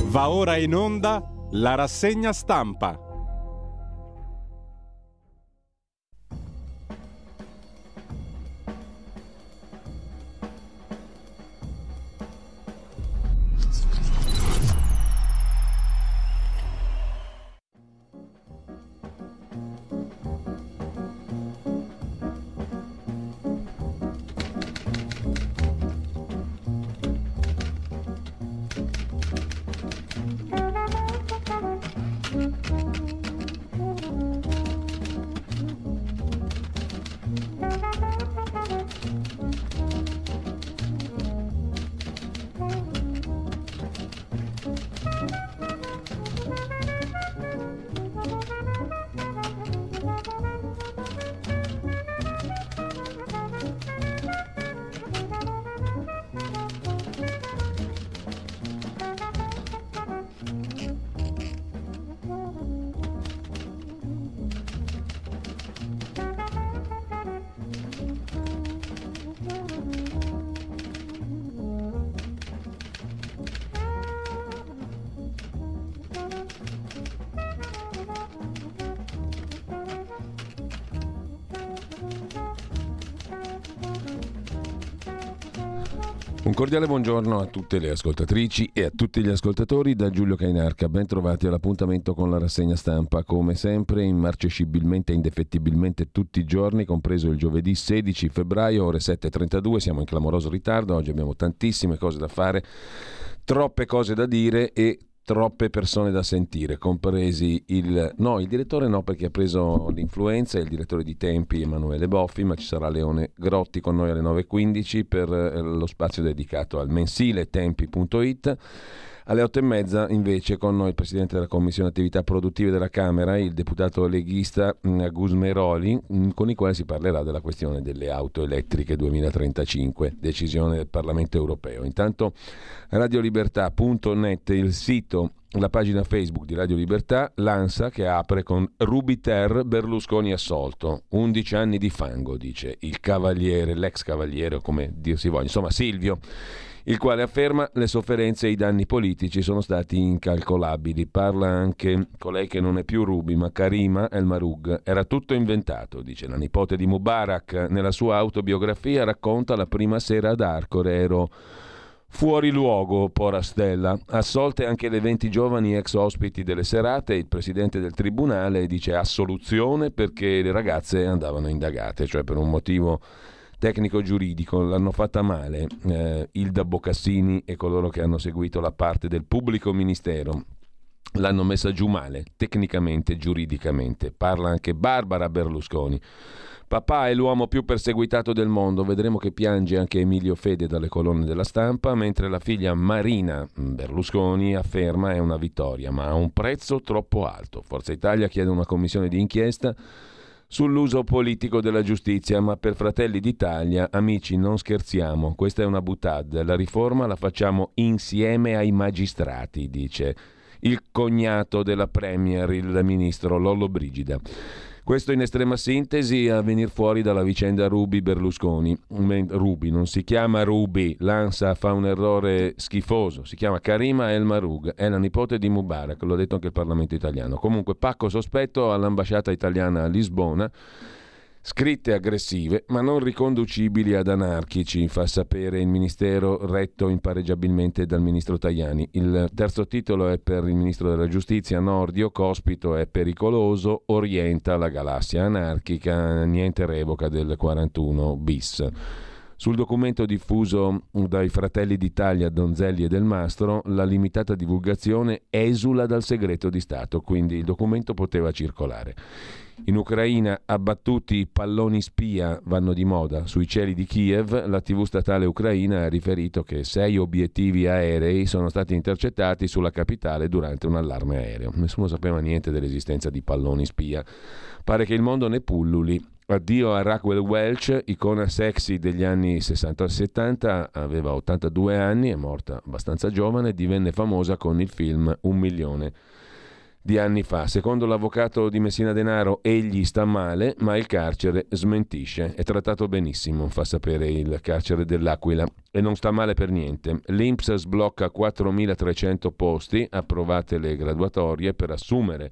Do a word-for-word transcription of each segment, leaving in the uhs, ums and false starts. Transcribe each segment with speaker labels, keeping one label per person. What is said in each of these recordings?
Speaker 1: Va ora in onda la rassegna stampa.
Speaker 2: Un cordiale buongiorno a tutte le ascoltatrici e a tutti gli ascoltatori da Giulio Cainarca. Ben trovati all'appuntamento con la rassegna stampa, come sempre immarcescibilmente e indefettibilmente tutti i giorni, compreso il giovedì sedici febbraio, ore sette e trentadue. Siamo in clamoroso ritardo, oggi abbiamo tantissime cose da fare, troppe cose da dire e troppe persone da sentire, compresi il... no, il direttore no, perché ha preso l'influenza, il direttore di Tempi Emanuele Boffi, ma ci sarà Leone Grotti con noi alle nove e quindici per lo spazio dedicato al mensile tempi punto it. Alle otto e mezza invece con noi il Presidente della Commissione Attività Produttive della Camera, il deputato leghista Gusmeroli, con il quale si parlerà della questione delle auto elettriche duemilatrentacinque, decisione del Parlamento Europeo. Intanto radiolibertà punto net, il sito, la pagina Facebook di Radio Libertà, l'ANSA che apre con Rubiter, Berlusconi assolto, undici anni di fango, dice il cavaliere, l'ex cavaliere o come dir si voglia, insomma Silvio, il quale afferma le sofferenze e i danni politici sono stati incalcolabili. Parla anche colei che non è più Ruby ma Karima El Marug. Era tutto inventato, dice la nipote di Mubarak. Nella sua autobiografia racconta la prima sera ad Arcore, ero fuori luogo, pora Stella. Assolte anche le venti giovani ex ospiti delle serate, il presidente del tribunale dice assoluzione perché le ragazze andavano indagate, cioè per un motivo tecnico-giuridico. L'hanno fatta male eh, Ilda Boccassini e coloro che hanno seguito la parte del pubblico ministero. L'hanno messa giù male, tecnicamente, giuridicamente. Parla anche Barbara Berlusconi. Papà è l'uomo più perseguitato del mondo, vedremo che piange anche Emilio Fede dalle colonne della Stampa, mentre la figlia Marina Berlusconi afferma è una vittoria, ma a un prezzo troppo alto. Forza Italia chiede una commissione di inchiesta sull'uso politico della giustizia, ma per Fratelli d'Italia, amici, non scherziamo, questa è una boutade, la riforma la facciamo insieme ai magistrati, dice il cognato della Premier, il ministro Lollobrigida. Questo in estrema sintesi a venir fuori dalla vicenda Ruby-Berlusconi. Ruby non si chiama Ruby, l'ANSA fa un errore schifoso, si chiama Karima El Marug, è la nipote di Mubarak, lo ha detto anche il Parlamento italiano. Comunque pacco sospetto all'ambasciata italiana a Lisbona, scritte aggressive ma non riconducibili ad anarchici, fa sapere il ministero retto impareggiabilmente dal ministro Tajani. Il terzo titolo è per il ministro della giustizia, Nordio, Cospito è pericoloso, orienta la galassia anarchica, niente revoca del quarantuno bis. Sul documento diffuso dai Fratelli d'Italia Donzelli e Del Mastro, la limitata divulgazione esula dal segreto di Stato, quindi il documento poteva circolare. In Ucraina abbattuti i palloni spia vanno di moda. Sui cieli di Kiev la tivù statale ucraina ha riferito che sei obiettivi aerei sono stati intercettati sulla capitale durante un allarme aereo. Nessuno sapeva niente dell'esistenza di palloni spia. Pare che il mondo ne pulluli. Addio a Raquel Welch, icona sexy degli anni sessanta settanta, aveva ottantadue anni, è morta abbastanza giovane, divenne famosa con il film Un milione di anni fa. Secondo l'avvocato di Messina Denaro, egli sta male, ma il carcere smentisce. È trattato benissimo, fa sapere il carcere dell'Aquila, e non sta male per niente. L'I N P S sblocca quattromilatrecento posti, approvate le graduatorie per assumere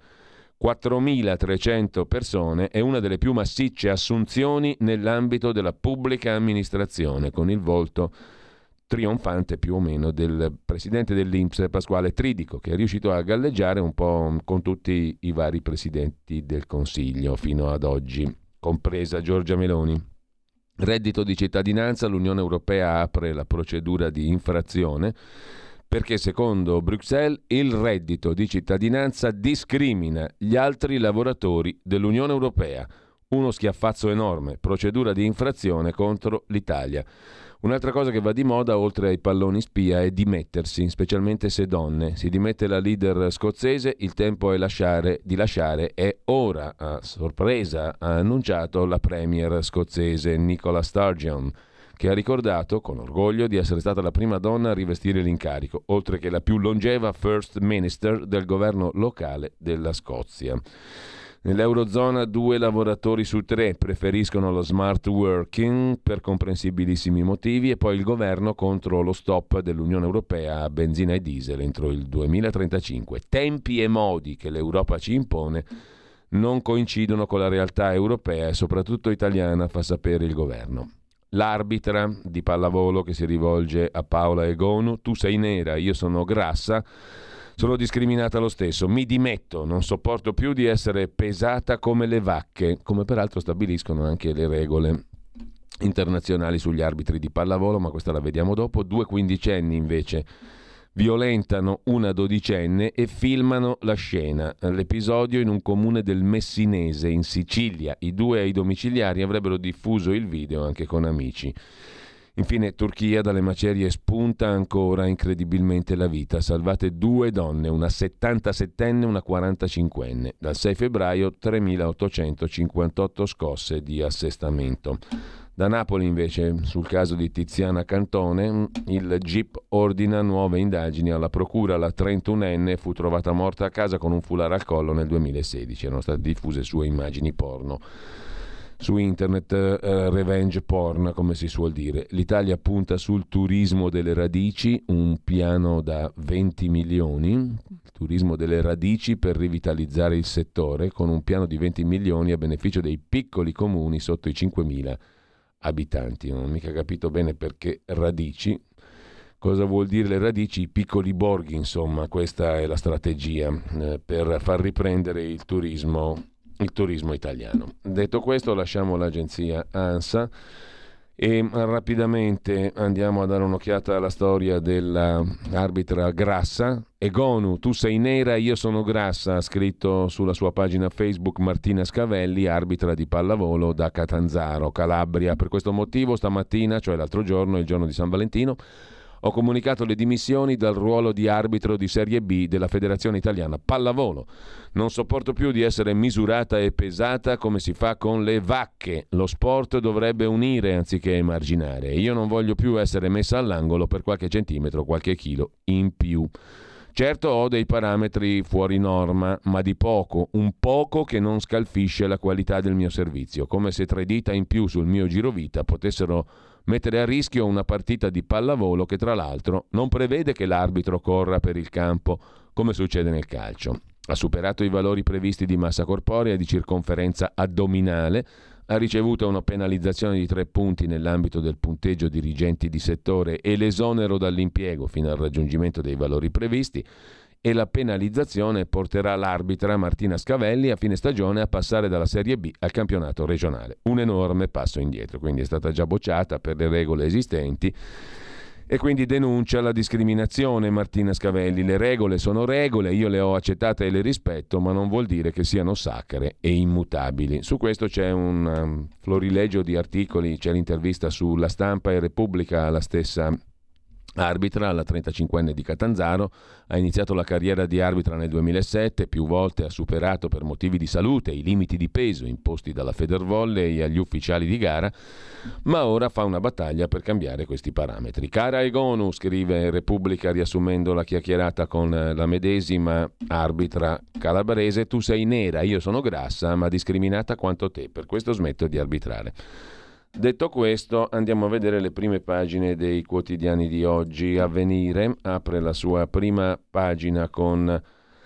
Speaker 2: quattromilatrecento persone. È una delle più massicce assunzioni nell'ambito della pubblica amministrazione, con il volto trionfante più o meno del presidente dell'I N P S Pasquale Tridico, che è riuscito a galleggiare un po' con tutti i vari presidenti del Consiglio fino ad oggi, compresa Giorgia Meloni. Reddito di cittadinanza, l'Unione Europea apre la procedura di infrazione perché secondo Bruxelles il reddito di cittadinanza discrimina gli altri lavoratori dell'Unione Europea. Uno schiaffazzo enorme, procedura di infrazione contro l'Italia. Un'altra cosa che va di moda, oltre ai palloni spia, è dimettersi, specialmente se donne. Si dimette la leader scozzese, il tempo è lasciare, di lasciare è ora. A sorpresa ha annunciato la premier scozzese Nicola Sturgeon, che ha ricordato con orgoglio di essere stata la prima donna a rivestire l'incarico, oltre che la più longeva First Minister del governo locale della Scozia. Nell'Eurozona due lavoratori su tre preferiscono lo smart working per comprensibilissimi motivi, e poi il governo contro lo stop dell'Unione Europea a benzina e diesel entro il duemilatrentacinque. Tempi e modi che l'Europa ci impone non coincidono con la realtà europea e soprattutto italiana, fa sapere il governo. L'arbitra di pallavolo che si rivolge a Paola Egonu: tu sei nera, io sono grassa, sono discriminata lo stesso, mi dimetto, non sopporto più di essere pesata come le vacche, come peraltro stabiliscono anche le regole internazionali sugli arbitri di pallavolo, ma questa la vediamo dopo. Due quindicenni invece violentano una dodicenne e filmano la scena. L'episodio in un comune del Messinese, in Sicilia. I due ai domiciliari avrebbero diffuso il video anche con amici. Infine, Turchia, dalle macerie spunta ancora incredibilmente la vita. Salvate due donne, una settantasettenne e una quarantacinquenne. Dal sei febbraio tremilaottocentocinquantotto scosse di assestamento. Da Napoli invece, sul caso di Tiziana Cantone, il G I P ordina nuove indagini alla procura. La trentunenne fu trovata morta a casa con un foulard al collo nel duemilasedici. Erano state diffuse sue immagini porno su internet, eh, revenge porn come si suol dire. L'Italia punta sul turismo delle radici, un piano da venti milioni, il turismo delle radici per rivitalizzare il settore, con un piano di venti milioni a beneficio dei piccoli comuni sotto i cinquemila abitanti. Non ho mica capito bene perché radici, cosa vuol dire le radici, i piccoli borghi, insomma. Questa è la strategia eh, per far riprendere il turismo il turismo italiano. Detto questo, lasciamo l'agenzia ANSA e rapidamente andiamo a dare un'occhiata alla storia dell'arbitra grassa. Egonu, tu sei nera, io sono grassa, ha scritto sulla sua pagina Facebook Martina Scavelli, arbitra di pallavolo da Catanzaro, Calabria. Per questo motivo stamattina, cioè l'altro giorno, il giorno di San Valentino, ho comunicato le dimissioni dal ruolo di arbitro di Serie B della Federazione Italiana Pallavolo. Non sopporto più di essere misurata e pesata come si fa con le vacche. Lo sport dovrebbe unire anziché emarginare. Io non voglio più essere messa all'angolo per qualche centimetro, qualche chilo in più. Certo, ho dei parametri fuori norma, ma di poco, un poco che non scalfisce la qualità del mio servizio, come se tre dita in più sul mio girovita potessero mettere a rischio una partita di pallavolo che tra l'altro non prevede che l'arbitro corra per il campo come succede nel calcio. Ha superato i valori previsti di massa corporea e di circonferenza addominale, ha ricevuto una penalizzazione di tre punti nell'ambito del punteggio dirigenti di settore e l'esonero dall'impiego fino al raggiungimento dei valori previsti, e la penalizzazione porterà l'arbitra Martina Scavelli a fine stagione a passare dalla Serie B al campionato regionale. Un enorme passo indietro, quindi è stata già bocciata per le regole esistenti e quindi denuncia la discriminazione Martina Scavelli. Le regole sono regole, io le ho accettate e le rispetto, ma non vuol dire che siano sacre e immutabili. Su questo c'è un um, florilegio di articoli, c'è l'intervista sulla Stampa e Repubblica alla stessa Arbitra, la trentacinquenne di Catanzaro, ha iniziato la carriera di arbitra nel duemilasette, più volte ha superato per motivi di salute i limiti di peso imposti dalla Federvolley agli ufficiali di gara, ma ora fa una battaglia per cambiare questi parametri. Cara Egonu, scrive Repubblica riassumendo la chiacchierata con la medesima arbitra calabrese, tu sei nera, io sono grassa, ma discriminata quanto te, per questo smetto di arbitrare. Detto questo, andiamo a vedere le prime pagine dei quotidiani di oggi. Avvenire apre la sua prima pagina con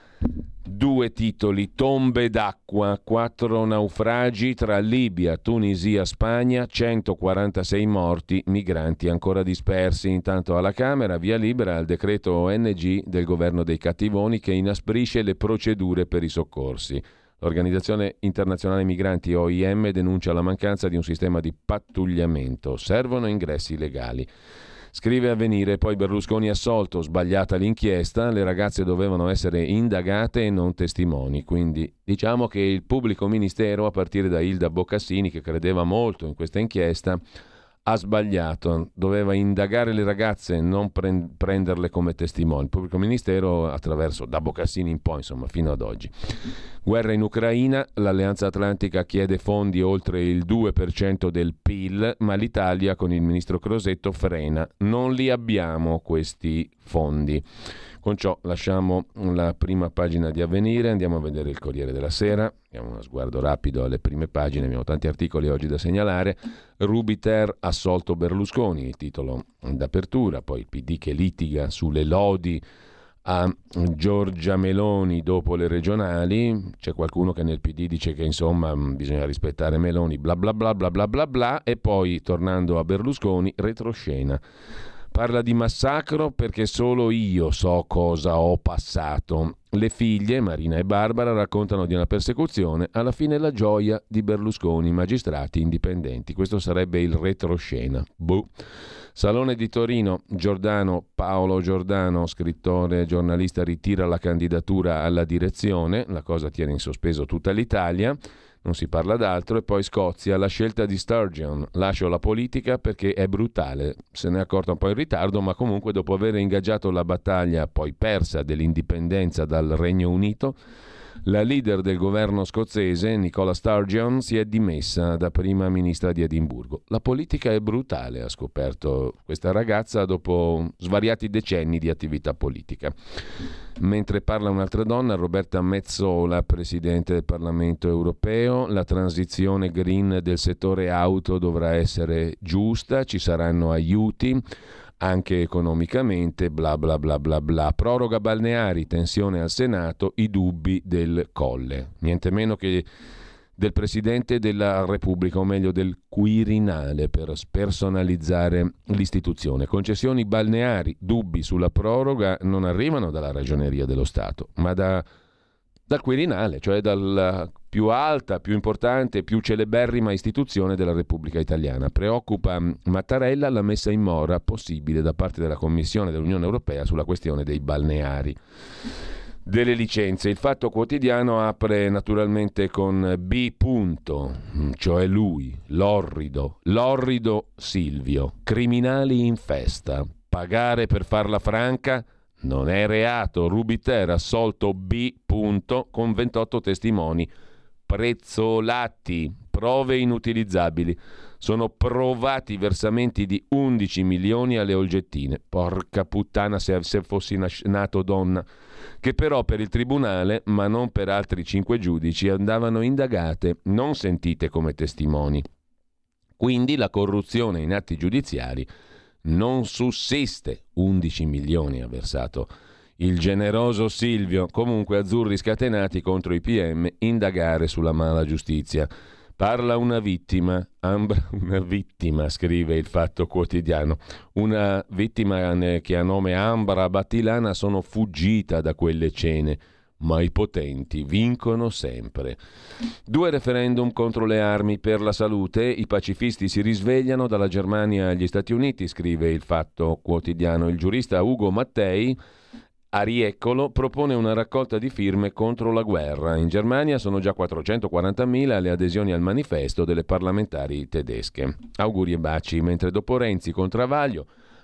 Speaker 2: due titoli: tombe d'acqua, quattro naufragi tra Libia, Tunisia, Spagna, centoquarantasei morti, migranti ancora dispersi. Intanto alla Camera via libera al decreto O N G del governo dei cattivoni che inasprisce le procedure per i soccorsi. L'Organizzazione Internazionale Migranti O I M denuncia la mancanza di un sistema di pattugliamento. Servono ingressi legali. Scrive Avvenire, poi Berlusconi assolto, sbagliata l'inchiesta, le ragazze dovevano essere indagate e non testimoni. Quindi diciamo che il pubblico ministero, a partire da Ilda Boccassini, che credeva molto in questa inchiesta, ha sbagliato, doveva indagare le ragazze e non pre- prenderle come testimoni. Il pubblico ministero attraverso, da Boccassini in poi, insomma, fino ad oggi. Guerra in Ucraina, l'Alleanza Atlantica chiede fondi oltre il due per cento del P I L, ma l'Italia con il ministro Crosetto frena. Non li abbiamo questi fondi. Con ciò lasciamo la prima pagina di Avvenire, andiamo a vedere il Corriere della Sera, diamo uno sguardo rapido alle prime pagine, abbiamo tanti articoli oggi da segnalare. Rubiter assolto Berlusconi, il titolo d'apertura, poi il P D che litiga sulle lodi a Giorgia Meloni dopo le regionali, c'è qualcuno che nel P D dice che insomma bisogna rispettare Meloni, bla bla bla bla bla bla bla, e poi tornando a Berlusconi, retroscena. Parla di massacro perché solo io so cosa ho passato. Le figlie, Marina e Barbara, raccontano di una persecuzione, alla fine la gioia di Berlusconi, magistrati indipendenti. Questo sarebbe il retroscena. Boh. Salone di Torino, Giordano, Paolo Giordano, scrittore e giornalista, ritira la candidatura alla direzione, la cosa tiene in sospeso tutta l'Italia. Non si parla d'altro. E poi Scozia, la scelta di Sturgeon, lascio la politica perché è brutale, se ne è accorta un po' in ritardo, ma comunque dopo aver ingaggiato la battaglia poi persa dell'indipendenza dal Regno Unito, la leader del governo scozzese, Nicola Sturgeon, si è dimessa da prima ministra di Edimburgo. La politica è brutale, ha scoperto questa ragazza dopo svariati decenni di attività politica. Mentre parla un'altra donna, Roberta Metsola, presidente del Parlamento europeo, la transizione green del settore auto dovrà essere giusta, ci saranno aiuti anche economicamente, bla bla bla bla bla. Proroga balneari, tensione al Senato, i dubbi del Colle. Niente meno che del Presidente della Repubblica, o meglio del Quirinale, per spersonalizzare l'istituzione. Concessioni balneari, dubbi sulla proroga non arrivano dalla Ragioneria dello Stato, ma da, dal Quirinale, cioè dalla più alta, più importante, più celeberrima istituzione della Repubblica Italiana. Preoccupa Mattarella la messa in mora possibile da parte della Commissione dell'Unione Europea sulla questione dei balneari, delle licenze. Il Fatto Quotidiano apre naturalmente con B. Punto, cioè lui, l'orrido, l'orrido Silvio. Criminali in festa, pagare per farla franca non è reato. Rubiter assolto B. Punto con ventotto testimoni prezzolati, prove inutilizzabili. Sono provati versamenti di undici milioni alle Olgettine. Porca puttana, se, se fossi nas- nato donna. Che però per il tribunale, ma non per altri cinque giudici, andavano indagate, non sentite come testimoni. Quindi la corruzione in atti giudiziari non sussiste. undici milioni ha versato il generoso Silvio. Comunque azzurri scatenati contro i P M, indagare sulla mala giustizia. Parla una vittima, Ambra, una vittima, scrive il Fatto Quotidiano, una vittima che ha nome Ambra Battilana. Sono fuggita da quelle cene, ma i potenti vincono sempre. Due referendum contro le armi per la salute, i pacifisti si risvegliano dalla Germania agli Stati Uniti, scrive il Fatto Quotidiano. Il giurista Ugo Mattei a Rieccolo propone una raccolta di firme contro la guerra. In Germania sono già quattrocentoquarantamila le adesioni al manifesto delle parlamentari tedesche. Auguri e baci. Mentre dopo Renzi con Travaglio,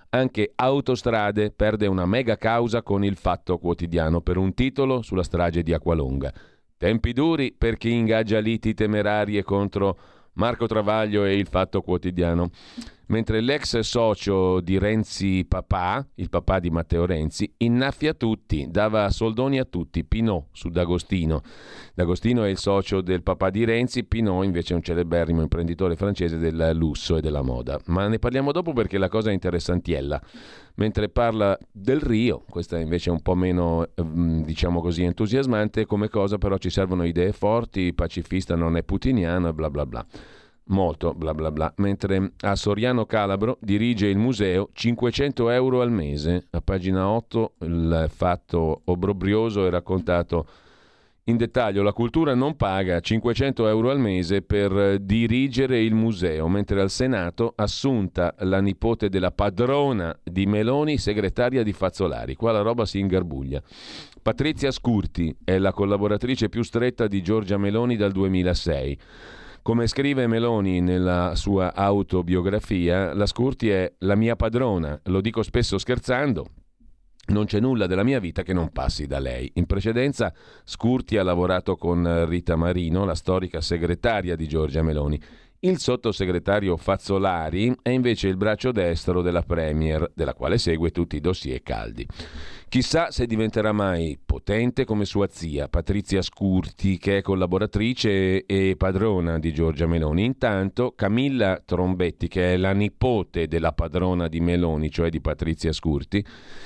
Speaker 2: Anche Autostrade perde una mega causa con il Fatto Quotidiano per un titolo sulla strage di Acqualunga. Tempi duri per chi ingaggia liti temerarie contro Marco Travaglio e il Fatto Quotidiano. Mentre l'ex socio di Renzi papà, il papà di Matteo Renzi, innaffia tutti, dava soldoni a tutti. Pinot su D'Agostino. D'Agostino è il socio del papà di Renzi, Pinot invece è un celeberrimo imprenditore francese del lusso e della moda. Ma ne parliamo dopo perché la cosa è interessantiella. Mentre parla del Rio, questa invece è un po' meno, diciamo così, entusiasmante come cosa, però ci servono idee forti, pacifista non è putiniano e bla bla bla. Molto bla bla bla. Mentre a Soriano Calabro dirige il museo, cinquecento euro al mese. A pagina otto il fatto obbrobrioso è raccontato in dettaglio. La cultura non paga cinquecento euro al mese per dirigere il museo, mentre al Senato assunta la nipote della padrona di Meloni, segretaria di Fazzolari. Qua la roba si ingarbuglia. Patrizia Scurti è la collaboratrice più stretta di Giorgia Meloni dal duemilasei. Come scrive Meloni nella sua autobiografia, la Scurti è la mia padrona, lo dico spesso scherzando, non c'è nulla della mia vita che non passi da lei. In precedenza Scurti ha lavorato con Rita Marino, la storica segretaria di Giorgia Meloni. Il sottosegretario Fazzolari è invece il braccio destro della Premier, della quale segue tutti i dossier caldi. Chissà se diventerà mai potente come sua zia, Patrizia Scurti, che è collaboratrice e padrona di Giorgia Meloni. Intanto Camilla Trombetti, che è la nipote della padrona di Meloni, cioè di Patrizia Scurti,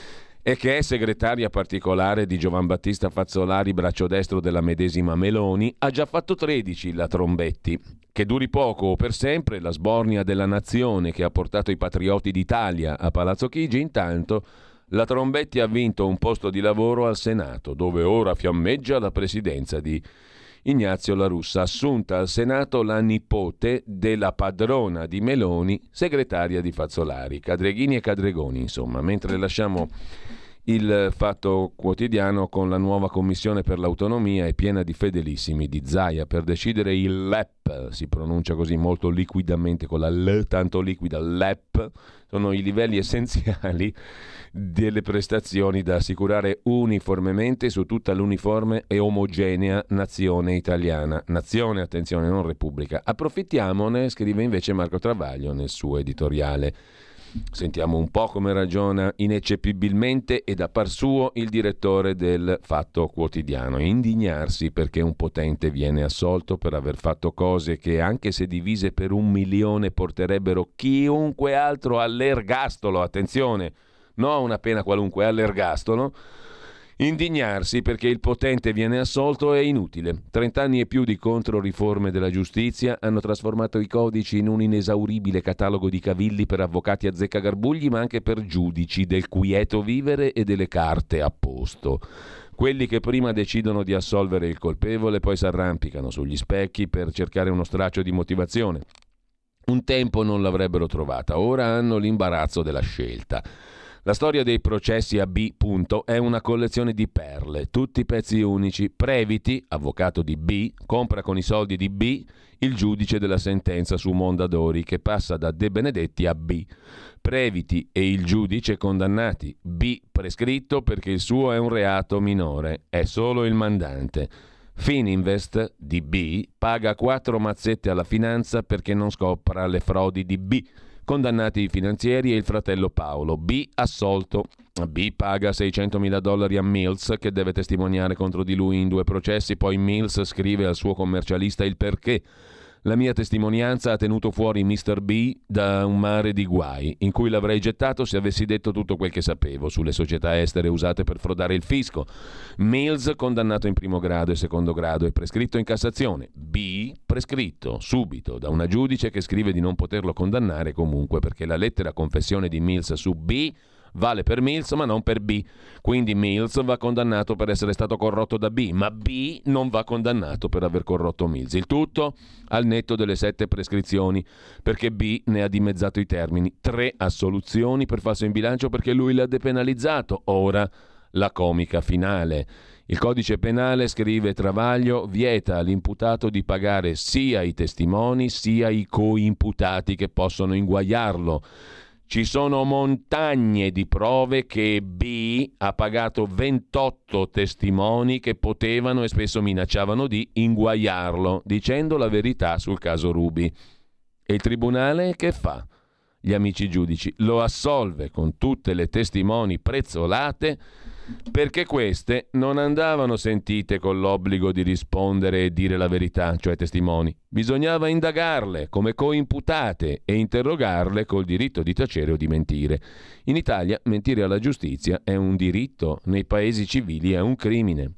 Speaker 2: e che è segretaria particolare di Giovan Battista Fazzolari, braccio destro della medesima Meloni, ha già fatto tredici la Trombetti. Che duri poco o per sempre la sbornia della nazione che ha portato i patrioti d'Italia a Palazzo Chigi. Intanto la Trombetti ha vinto un posto di lavoro al Senato, dove ora fiammeggia la presidenza di Ignazio La Russa, assunta al Senato la nipote della padrona di Meloni, segretaria di Fazzolari. Cadreghini e Cadregoni, insomma. Mentre lasciamo il Fatto Quotidiano con la nuova commissione per l'autonomia è piena di fedelissimi di Zaia per decidere il L E P, si pronuncia così molto liquidamente con la L, tanto liquida, l'E P, sono i livelli essenziali delle prestazioni da assicurare uniformemente su tutta l'uniforme e omogenea nazione italiana. Nazione, attenzione, non Repubblica. Approfittiamone, scrive invece Marco Travaglio nel suo editoriale. Sentiamo un po' come ragiona ineccepibilmente e da par suo il direttore del Fatto Quotidiano. Indignarsi perché un potente viene assolto per aver fatto cose che, anche se divise per un milione, porterebbero chiunque altro all'ergastolo. Attenzione, no una pena qualunque, all'ergastolo. Indignarsi perché il potente viene assolto è inutile. Trent'anni e più di controriforme della giustizia hanno trasformato i codici in un inesauribile catalogo di cavilli per avvocati azzeccagarbugli, ma anche per giudici del quieto vivere e delle carte a posto. Quelli che prima decidono di assolvere il colpevole, poi si arrampicano sugli specchi per cercare uno straccio di motivazione. Un tempo non l'avrebbero trovata, ora hanno l'imbarazzo della scelta. La storia dei processi a B. Punto, è una collezione di perle, tutti pezzi unici. Previti, avvocato di B, compra con i soldi di B il giudice della sentenza su Mondadori, che passa da De Benedetti a B. Previti e il giudice condannati. B prescritto perché il suo è un reato minore, è solo il mandante. Fininvest di B paga quattro mazzette alla finanza perché non scopra le frodi di B. Condannati i finanzieri e il fratello Paolo. B assolto. B paga seicentomila dollari a Mills, che deve testimoniare contro di lui in due processi. Poi Mills scrive al suo commercialista il perché. La mia testimonianza ha tenuto fuori mister B da un mare di guai, in cui l'avrei gettato se avessi detto tutto quel che sapevo sulle società estere usate per frodare il fisco. Mills condannato in primo grado e secondo grado e prescritto in Cassazione. B prescritto subito da una giudice che scrive di non poterlo condannare comunque perché la lettera confessione di Mills su B vale per Mills ma non per B, quindi Mills va condannato per essere stato corrotto da B, ma B non va condannato per aver corrotto Mills. Il tutto al netto delle sette prescrizioni, perché B ne ha dimezzato i termini, tre assoluzioni per falso in bilancio perché lui l'ha depenalizzato. Ora la comica finale. Il codice penale, scrive Travaglio, vieta all'imputato di pagare sia i testimoni sia i coimputati che possono inguaiarlo. Ci sono montagne di prove che B ha pagato ventotto testimoni che potevano e spesso minacciavano di inguaiarlo, dicendo la verità sul caso Ruby. E il tribunale che fa? Gli amici giudici lo assolve con tutte le testimoni prezzolate, perché queste non andavano sentite con l'obbligo di rispondere e dire la verità, cioè testimoni. Bisognava indagarle come coimputate e interrogarle col diritto di tacere o di mentire. In Italia mentire alla giustizia è un diritto, nei paesi civili è un crimine.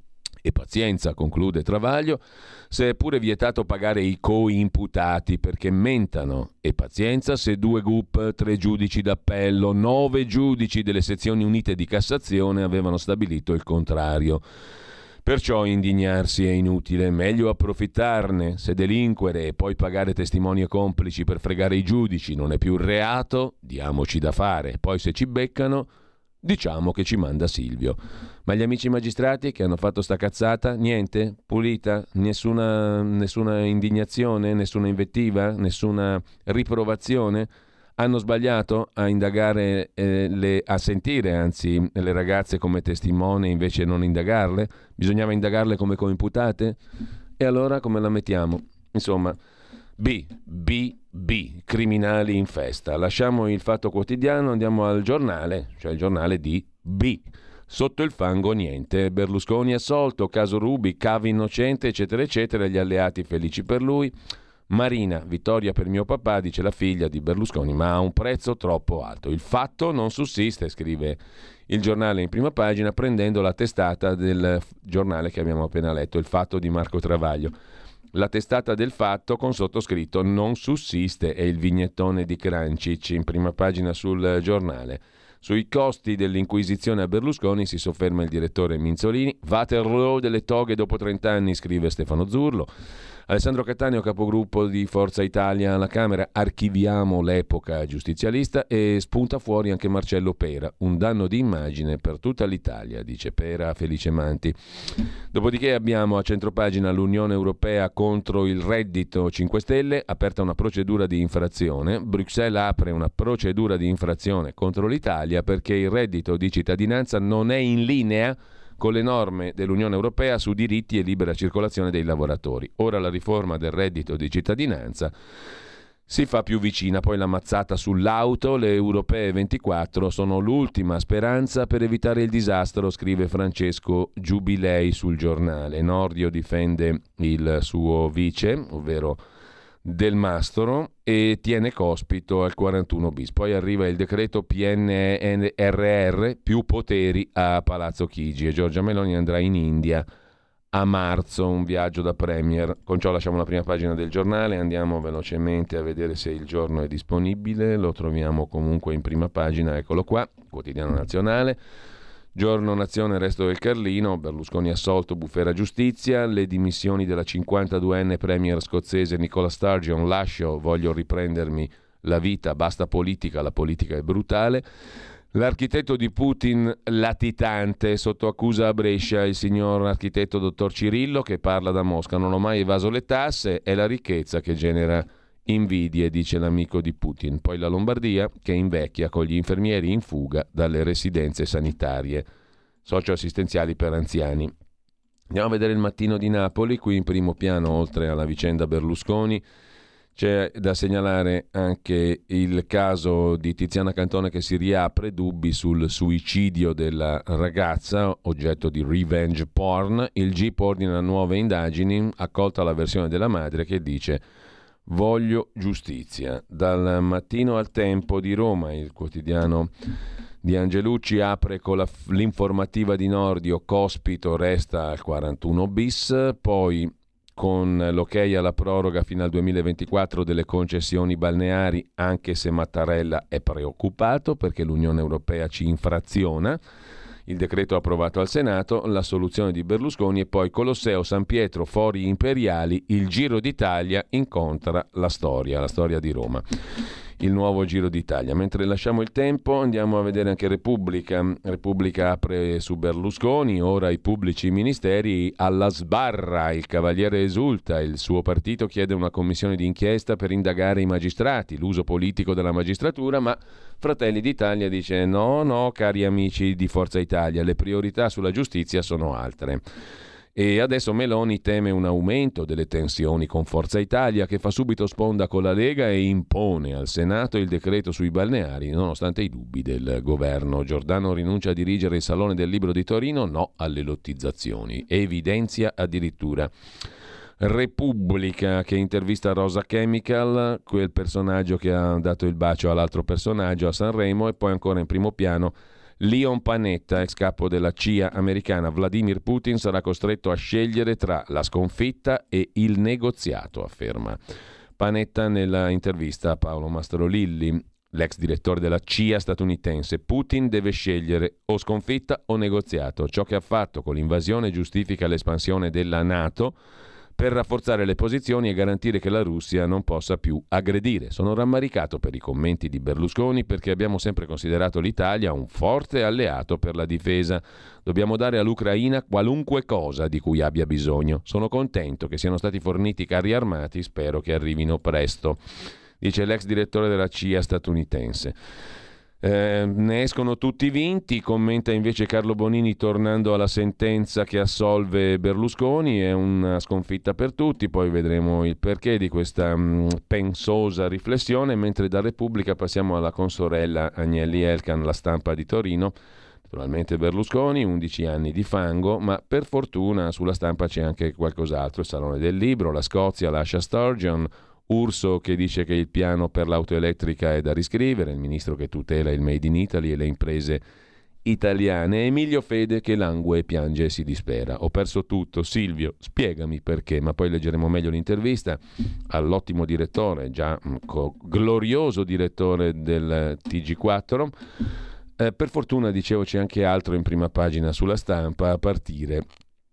Speaker 2: E pazienza, conclude Travaglio, se è pure vietato pagare i coimputati perché mentano. E pazienza se due G U P, tre giudici d'appello, nove giudici delle sezioni unite di Cassazione avevano stabilito il contrario. Perciò indignarsi è inutile, meglio approfittarne. Se delinquere e poi pagare testimoni e complici per fregare i giudici non è più reato, diamoci da fare. Poi se ci beccano, diciamo che ci manda Silvio. Ma gli amici magistrati che hanno fatto sta cazzata, niente, pulita, nessuna, nessuna indignazione, nessuna invettiva, nessuna riprovazione. Hanno sbagliato a indagare, eh, le, a sentire anzi le ragazze come testimone invece non indagarle? Bisognava indagarle come coimputate? E allora come la mettiamo? Insomma, B, B, B, criminali in festa. Lasciamo il Fatto Quotidiano, andiamo al giornale, cioè il giornale di B. Sotto il fango niente, Berlusconi assolto, caso Ruby, cavo innocente, eccetera, eccetera, gli alleati felici per lui. Marina, vittoria per mio papà, dice la figlia di Berlusconi, ma a un prezzo troppo alto. Il fatto non sussiste, scrive il giornale in prima pagina, prendendo la testata del giornale che abbiamo appena letto, Il Fatto di Marco Travaglio. La testata del Fatto con sottoscritto non sussiste è il vignettone di Crancic in prima pagina sul giornale. Sui costi dell'inquisizione a Berlusconi si sofferma il direttore Minzolini. Waterloo delle toghe dopo trent'anni, scrive Stefano Zurlo. Alessandro Cattaneo, capogruppo di Forza Italia alla Camera, archiviamo l'epoca giustizialista, e spunta fuori anche Marcello Pera, un danno di immagine per tutta l'Italia, dice Pera a Felice Manti. Dopodiché abbiamo a centropagina l'Unione Europea contro il reddito cinque Stelle, aperta una procedura di infrazione. Bruxelles apre una procedura di infrazione contro l'Italia perché il reddito di cittadinanza non è in linea con le norme dell'Unione Europea su diritti e libera circolazione dei lavoratori. Ora la riforma del reddito di cittadinanza si fa più vicina, poi la mazzata sull'auto, le europee ventiquattro sono l'ultima speranza per evitare il disastro, scrive Francesco Giubilei sul giornale. Nordio difende il suo vice, ovvero Del Mastro, e tiene cospito al quarantuno bis. Poi arriva il decreto P N R R, più poteri a Palazzo Chigi, e Giorgia Meloni andrà in India a marzo, un viaggio da premier. Con ciò lasciamo la prima pagina del giornale, andiamo velocemente a vedere se il giorno è disponibile. Lo troviamo comunque in prima pagina, eccolo qua, Quotidiano Nazionale. Giorno Nazione, Resto del Carlino, Berlusconi assolto, bufera giustizia, le dimissioni della cinquantaduenne premier scozzese Nicola Sturgeon, lascio, voglio riprendermi la vita, basta politica, la politica è brutale. L'architetto di Putin latitante, sotto accusa a Brescia il signor architetto dottor Cirillo, che parla da Mosca, non ho mai evaso le tasse, è la ricchezza che genera invidie, dice l'amico di Putin. Poi la Lombardia che invecchia con gli infermieri in fuga dalle residenze sanitarie socioassistenziali per anziani. Andiamo a vedere il Mattino di Napoli. Qui in primo piano, oltre alla vicenda Berlusconi, c'è da segnalare anche il caso di Tiziana Cantone che si riapre, dubbi sul suicidio della ragazza, oggetto di revenge porn. Il G I P ordina nuove indagini, accolta la versione della madre che dice voglio giustizia. Dal Mattino al Tempo di Roma, il quotidiano di Angelucci apre con la, l'informativa di Nordio, Cospito resta al quarantuno bis, poi con l'ok alla proroga fino al duemilaventiquattro delle concessioni balneari, anche se Mattarella è preoccupato perché l'Unione Europea ci infraziona. Il decreto approvato al Senato, la soluzione di Berlusconi, e poi Colosseo, San Pietro, Fori Imperiali, il Giro d'Italia incontra la storia, la storia di Roma. il nuovo Giro d'Italia. Mentre lasciamo il tempo andiamo a vedere anche Repubblica. Repubblica apre su Berlusconi, ora i pubblici ministeri alla sbarra, il Cavaliere esulta, il suo partito chiede una commissione d'inchiesta per indagare i magistrati, l'uso politico della magistratura, ma Fratelli d'Italia dice no, no, cari amici di Forza Italia, le priorità sulla giustizia sono altre. E adesso Meloni teme un aumento delle tensioni con Forza Italia, che fa subito sponda con la Lega e impone al Senato il decreto sui balneari, nonostante i dubbi del governo. Giordano rinuncia a dirigere il Salone del Libro di Torino, no alle lottizzazioni. Evidenzia addirittura. Repubblica che intervista Rosa Chemical, quel personaggio che ha dato il bacio all'altro personaggio a Sanremo, e poi ancora in primo piano Leon Panetta, ex capo della C I A americana. Vladimir Putin sarà costretto a scegliere tra la sconfitta e il negoziato, afferma Panetta nella intervista a Paolo Mastrolilli, l'ex direttore della C I A statunitense. Putin deve scegliere o sconfitta o negoziato. Ciò che ha fatto con l'invasione giustifica l'espansione della NATO per rafforzare le posizioni e garantire che la Russia non possa più aggredire. Sono rammaricato per i commenti di Berlusconi perché abbiamo sempre considerato l'Italia un forte alleato per la difesa. Dobbiamo dare all'Ucraina qualunque cosa di cui abbia bisogno. Sono contento che siano stati forniti carri armati, spero che arrivino presto, dice l'ex direttore della C I A statunitense. Eh, ne escono tutti vinti, commenta invece Carlo Bonini tornando alla sentenza che assolve Berlusconi. È una sconfitta per tutti, poi vedremo il perché di questa mh, pensosa riflessione, mentre da Repubblica passiamo alla consorella Agnelli Elkann, La Stampa di Torino. Naturalmente Berlusconi, undici anni di fango, ma per fortuna sulla Stampa c'è anche qualcos'altro, il Salone del Libro, la Scozia lascia Sturgeon, Urso che dice che il piano per l'auto elettrica è da riscrivere, il ministro che tutela il Made in Italy e le imprese italiane, Emilio Fede che langue e piange e si dispera. Ho perso tutto, Silvio, spiegami perché, ma poi leggeremo meglio l'intervista all'ottimo direttore, già co- glorioso direttore del T G quattro. Eh, per fortuna, dicevo, c'è anche altro in prima pagina sulla Stampa, a partire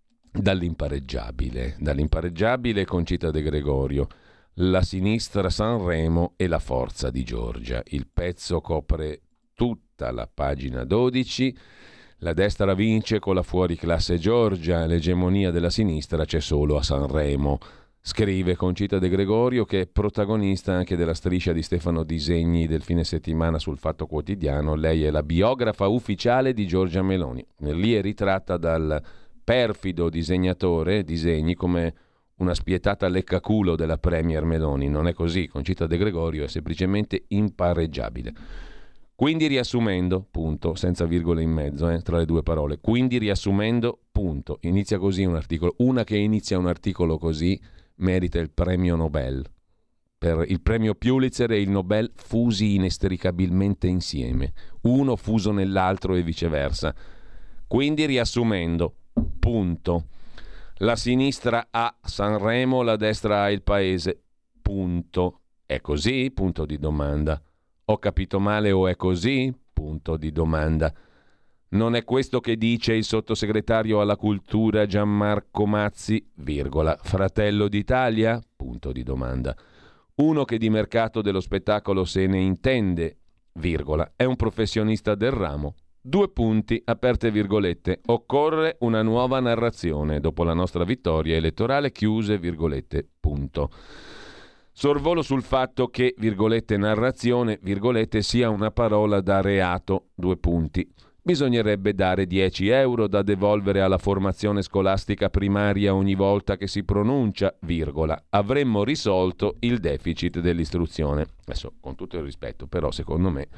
Speaker 2: dall'impareggiabile, dall'impareggiabile Concita De Gregorio. La sinistra Sanremo e la forza di Giorgia. Il pezzo copre tutta la pagina dodici. La destra vince con la fuoriclasse Giorgia, l'egemonia della sinistra c'è solo a Sanremo. Scrive Concita De Gregorio, che è protagonista anche della striscia di Stefano Disegni del fine settimana sul Fatto Quotidiano. Lei è la biografa ufficiale di Giorgia Meloni. Lì è ritratta dal perfido disegnatore Disegni come una spietata leccaculo della premier Meloni. Non è così, Concita De Gregorio è semplicemente impareggiabile. Quindi riassumendo, punto, senza virgole in mezzo, eh, tra le due parole. Quindi riassumendo, punto. Inizia così un articolo. Una che inizia un articolo così merita il premio Nobel. Per il premio Pulitzer e il Nobel fusi inestricabilmente insieme. Uno fuso nell'altro e viceversa. Quindi riassumendo, punto. La sinistra ha Sanremo, la destra ha il paese. Punto. È così? Punto di domanda. Ho capito male o è così? Punto di domanda. Non è questo che dice il sottosegretario alla cultura Gianmarco Mazzi, virgola, Fratello d'Italia? Punto di domanda. Uno che di mercato dello spettacolo se ne intende, virgola, è un professionista del ramo. Due punti, aperte virgolette, occorre una nuova narrazione dopo la nostra vittoria elettorale, chiuse virgolette, punto. Sorvolo sul fatto che, virgolette, narrazione, virgolette, sia una parola da reato, due punti. Bisognerebbe dare dieci euro da devolvere alla formazione scolastica primaria ogni volta che si pronuncia, virgola. Avremmo risolto il deficit dell'istruzione. Adesso, con tutto il rispetto, però, secondo me,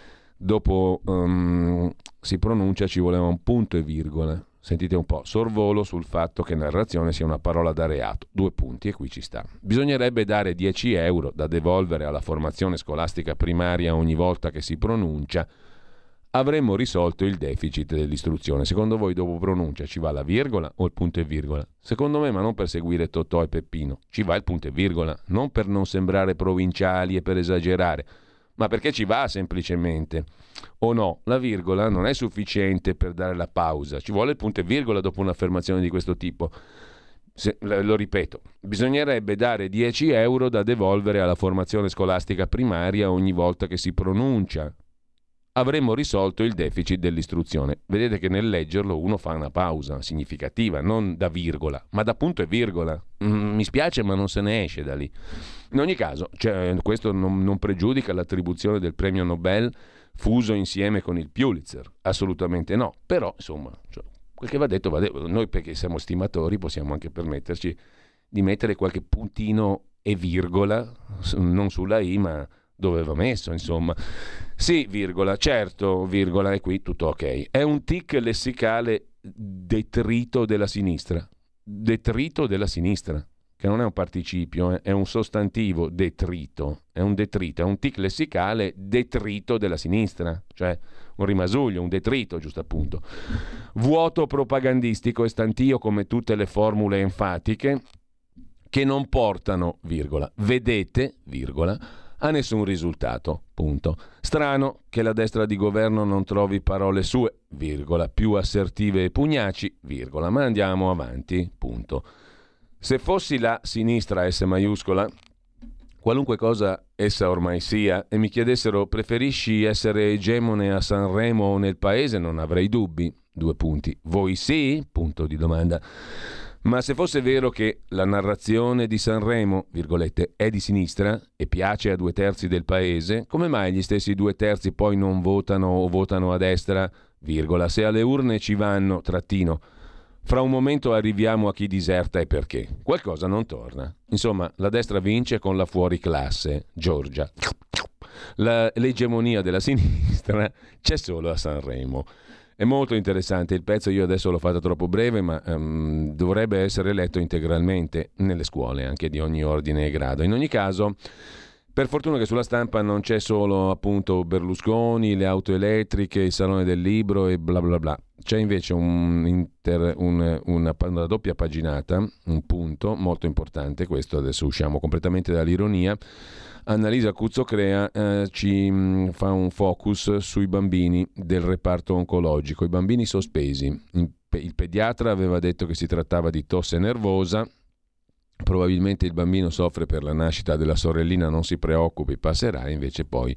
Speaker 2: dopo um, si pronuncia ci voleva un punto e virgola. Sentite un po', sorvolo sul fatto che narrazione sia una parola da reato. Due punti e qui ci sta. Bisognerebbe dare dieci euro da devolvere alla formazione scolastica primaria ogni volta che si pronuncia. Avremmo risolto il deficit dell'istruzione. Secondo voi dopo pronuncia ci va la virgola o il punto e virgola? Secondo me, ma non per seguire Totò e Peppino, ci va il punto e virgola, non per non sembrare provinciali e per esagerare, ma perché ci va semplicemente. O no, la virgola non è sufficiente per dare la pausa, ci vuole il punto e virgola dopo un'affermazione di questo tipo. Se, lo ripeto, bisognerebbe dare dieci euro da devolvere alla formazione scolastica primaria ogni volta che si pronuncia. Avremmo risolto il deficit dell'istruzione. Vedete che nel leggerlo uno fa una pausa significativa, non da virgola, ma da punto e virgola. Mm, mi spiace, ma non se ne esce da lì. In ogni caso, cioè, questo non, non pregiudica l'attribuzione del premio Nobel fuso insieme con il Pulitzer, assolutamente no. Però, insomma, cioè, quel che va detto va detto. Noi, perché siamo stimatori, possiamo anche permetterci di mettere qualche puntino e virgola, non sulla I, ma dove va messo, insomma. Sì, virgola, certo, virgola, e qui tutto ok. È un tic lessicale detrito della sinistra. Detrito della sinistra, che non è un participio, eh, è un sostantivo detrito. È un detrito, è un tic lessicale detrito della sinistra, cioè un rimasuglio, un detrito, giusto appunto. Vuoto propagandistico e stantio come tutte le formule enfatiche che non portano, virgola, vedete, virgola, a nessun risultato, punto. Strano che la destra di governo non trovi parole sue, virgola, più assertive e pugnaci, virgola, ma andiamo avanti, punto. Se fossi la sinistra S maiuscola, qualunque cosa essa ormai sia, e mi chiedessero preferisci essere egemone a Sanremo o nel paese, non avrei dubbi, due punti. Voi sì? Punto di domanda. Ma se fosse vero che la narrazione di Sanremo, virgolette, è di sinistra e piace a due terzi del paese, come mai gli stessi due terzi poi non votano o votano a destra, virgola, se alle urne ci vanno, trattino, fra un momento arriviamo a chi diserta e perché. Qualcosa non torna. Insomma, la destra vince con la fuoriclasse, Giorgia. La, l'egemonia della sinistra c'è solo a Sanremo. È molto interessante il pezzo, io adesso l'ho fatto troppo breve, ma um, dovrebbe essere letto integralmente nelle scuole, anche di ogni ordine e grado. In ogni caso, per fortuna che sulla Stampa non c'è solo appunto Berlusconi, le auto elettriche, il Salone del Libro e bla bla bla. C'è invece un inter, un, una, una doppia paginata, un punto molto importante, questo adesso usciamo completamente dall'ironia. Annalisa Cuzzocrea eh, ci mh, fa un focus sui bambini del reparto oncologico, i bambini sospesi. Il pediatra aveva detto che si trattava di tosse nervosa, probabilmente il bambino soffre per la nascita della sorellina, non si preoccupi, passerà. Invece poi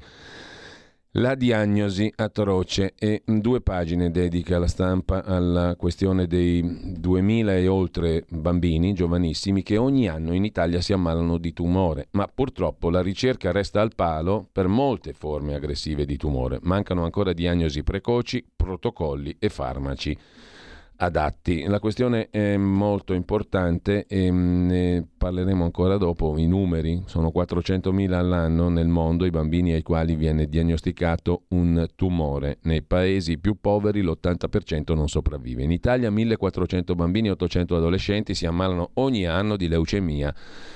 Speaker 2: la diagnosi atroce, e due pagine dedica la Stampa alla questione dei duemila e oltre bambini giovanissimi che ogni anno in Italia si ammalano di tumore, ma purtroppo la ricerca resta al palo per molte forme aggressive di tumore. Mancano ancora diagnosi precoci, protocolli e farmaci adatti. La questione è molto importante e ne parleremo ancora dopo. I numeri sono quattrocentomila all'anno nel mondo i bambini ai quali viene diagnosticato un tumore. Nei paesi più poveri l'ottanta per cento non sopravvive. In Italia millequattrocento bambini e ottocento adolescenti si ammalano ogni anno di leucemia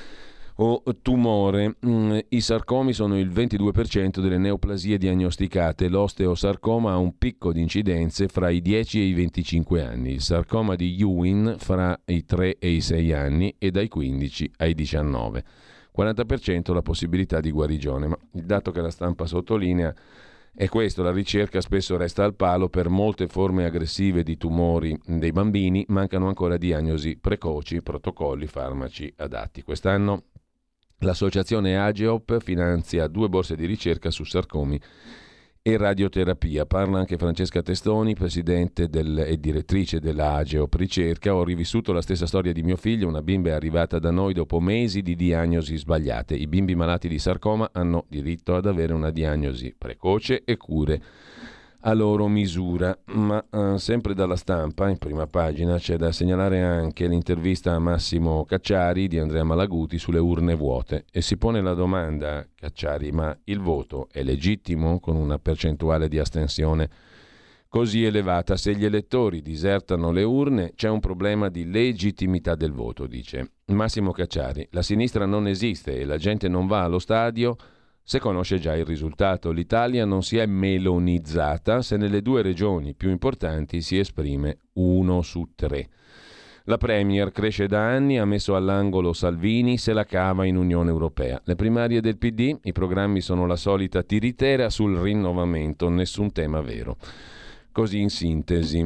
Speaker 2: o tumore. I sarcomi sono il ventidue per cento delle neoplasie diagnosticate. L'osteosarcoma ha un picco di incidenze fra i dieci e i venticinque anni, il sarcoma di Ewing fra i tre e i sei anni e dai quindici ai diciannove. quaranta per cento la possibilità di guarigione, ma il dato che la Stampa sottolinea è questo: la ricerca spesso resta al palo per molte forme aggressive di tumori dei bambini, mancano ancora diagnosi precoci, protocolli, farmaci adatti. Quest'anno l'associazione AGEOP finanzia due borse di ricerca su sarcomi e radioterapia. Parla anche Francesca Testoni, presidente del, e direttrice della AGEOP Ricerca. Ho rivissuto la stessa storia di mio figlio, una bimba è arrivata da noi dopo mesi di diagnosi sbagliate. I bimbi malati di sarcoma hanno diritto ad avere una diagnosi precoce e cure a loro misura. Ma eh, sempre dalla Stampa, in prima pagina, c'è da segnalare anche l'intervista a Massimo Cacciari di Andrea Malaguti sulle urne vuote, e si pone la domanda, Cacciari, ma il voto è legittimo con una percentuale di astensione così elevata? Se gli elettori disertano le urne c'è un problema di legittimità del voto, dice Massimo Cacciari. La sinistra non esiste e la gente non va allo stadio se conosce già il risultato. L'Italia non si è melonizzata se nelle due regioni più importanti si esprime uno su tre. La Premier cresce da anni, ha messo all'angolo Salvini, se la cava in Unione Europea. Le primarie del P D, i programmi sono la solita tiritera sul rinnovamento, nessun tema vero. Così in sintesi.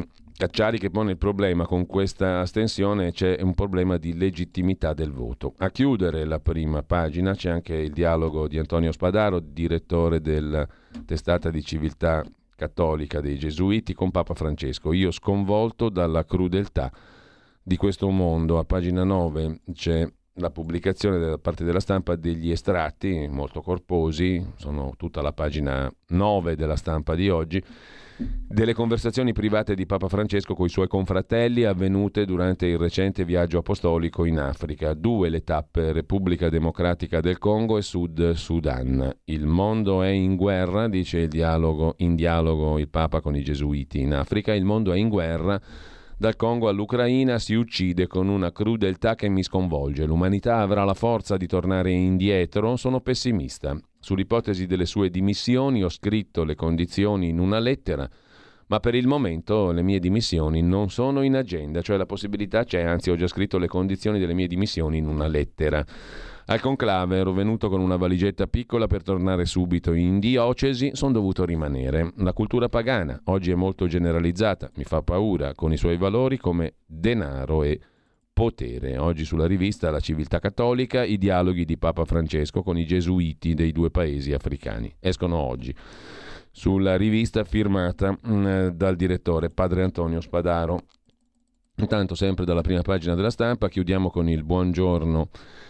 Speaker 2: Cacciari che pone il problema con questa astensione, c'è un problema di legittimità del voto. A chiudere la prima pagina c'è anche il dialogo di Antonio Spadaro, direttore della testata di civiltà cattolica dei Gesuiti, con Papa Francesco. Io sconvolto dalla crudeltà di questo mondo. A pagina nove c'è la pubblicazione da parte della Stampa degli estratti molto corposi, sono tutta la pagina nove della Stampa di oggi, delle conversazioni private di Papa Francesco con i suoi confratelli avvenute durante il recente viaggio apostolico in Africa. Due le tappe: Repubblica Democratica del Congo e Sud Sudan. Il mondo è in guerra, dice il dialogo, in dialogo il Papa con i Gesuiti in Africa. Il mondo è in guerra. Dal Congo all'Ucraina si uccide con una crudeltà che mi sconvolge. L'umanità avrà la forza di tornare indietro? Sono pessimista. Sull'ipotesi delle sue dimissioni ho scritto le condizioni in una lettera, ma per il momento le mie dimissioni non sono in agenda, cioè la possibilità c'è, anzi ho già scritto le condizioni delle mie dimissioni in una lettera. Al conclave ero venuto con una valigetta piccola per tornare subito in diocesi, sono dovuto rimanere. La cultura pagana oggi è molto generalizzata, mi fa paura, con i suoi valori come denaro e potere. Oggi sulla rivista La Civiltà Cattolica, i dialoghi di Papa Francesco con i gesuiti dei due paesi africani. Escono oggi sulla rivista firmata mh, dal direttore padre Antonio Spadaro. Intanto, sempre dalla prima pagina della Stampa, chiudiamo con il buongiorno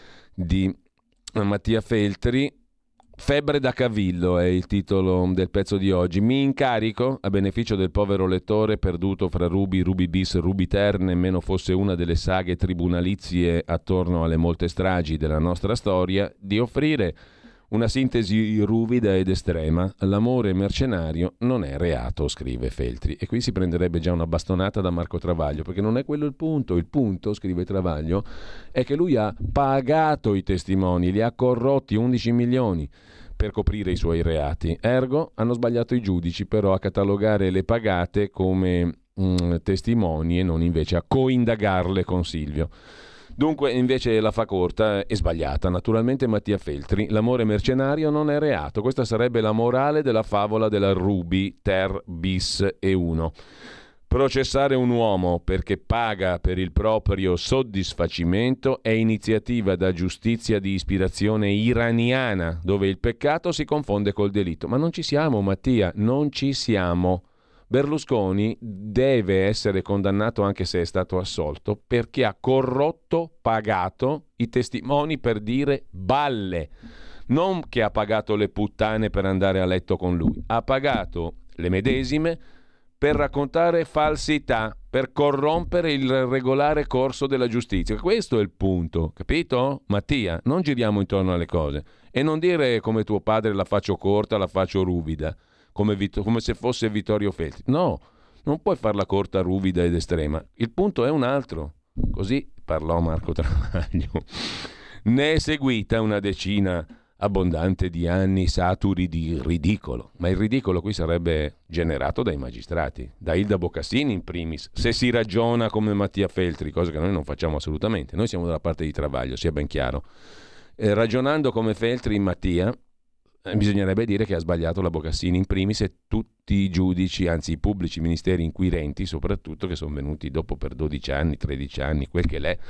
Speaker 2: di Mattia Feltri. Febbre da cavillo è il titolo del pezzo di oggi. Mi incarico a beneficio del povero lettore perduto fra Ruby, Ruby bis, Ruby ter, nemmeno fosse una delle saghe tribunalizie attorno alle molte stragi della nostra storia, di offrire una sintesi ruvida ed estrema. L'amore mercenario non è reato, scrive Feltri. E qui si prenderebbe già una bastonata da Marco Travaglio, perché non è quello il punto. Il punto, scrive Travaglio, è che lui ha pagato i testimoni, li ha corrotti undici milioni per coprire i suoi reati. Ergo, hanno sbagliato i giudici però a catalogare le pagate come mh, testimoni e non invece a coindagarle con Silvio. Dunque, invece la fa corta e sbagliata. Naturalmente Mattia Feltri, l'amore mercenario non è reato. Questa sarebbe la morale della favola della Ruby, ter, bis e uno. Processare un uomo perché paga per il proprio soddisfacimento è iniziativa da giustizia di ispirazione iraniana, dove il peccato si confonde col delitto. Ma non ci siamo, Mattia, non ci siamo. Berlusconi deve essere condannato anche se è stato assolto perché ha corrotto, pagato i testimoni per dire balle. Non che ha pagato le puttane per andare a letto con lui, ha pagato le medesime per raccontare falsità, per corrompere il regolare corso della giustizia. Questo è il punto, capito? Mattia, non giriamo intorno alle cose e non dire come tuo padre la faccio corta, la faccio ruvida. Come, Vit- come se fosse Vittorio Feltri. No, non puoi farla corta, ruvida ed estrema. Il punto è un altro. Così parlò Marco Travaglio. Ne è seguita una decina abbondante di anni saturi di ridicolo. Ma il ridicolo qui sarebbe generato dai magistrati, da Ilda Boccassini in primis, se si ragiona come Mattia Feltri, cosa che noi non facciamo assolutamente. Noi siamo dalla parte di Travaglio, sia ben chiaro. Eh, ragionando come Feltri in Mattia, bisognerebbe dire che ha sbagliato la Boccassini in primis e tutti i giudici, anzi i pubblici ministeri inquirenti soprattutto, che sono venuti dopo per dodici anni, tredici anni, quel che l'è.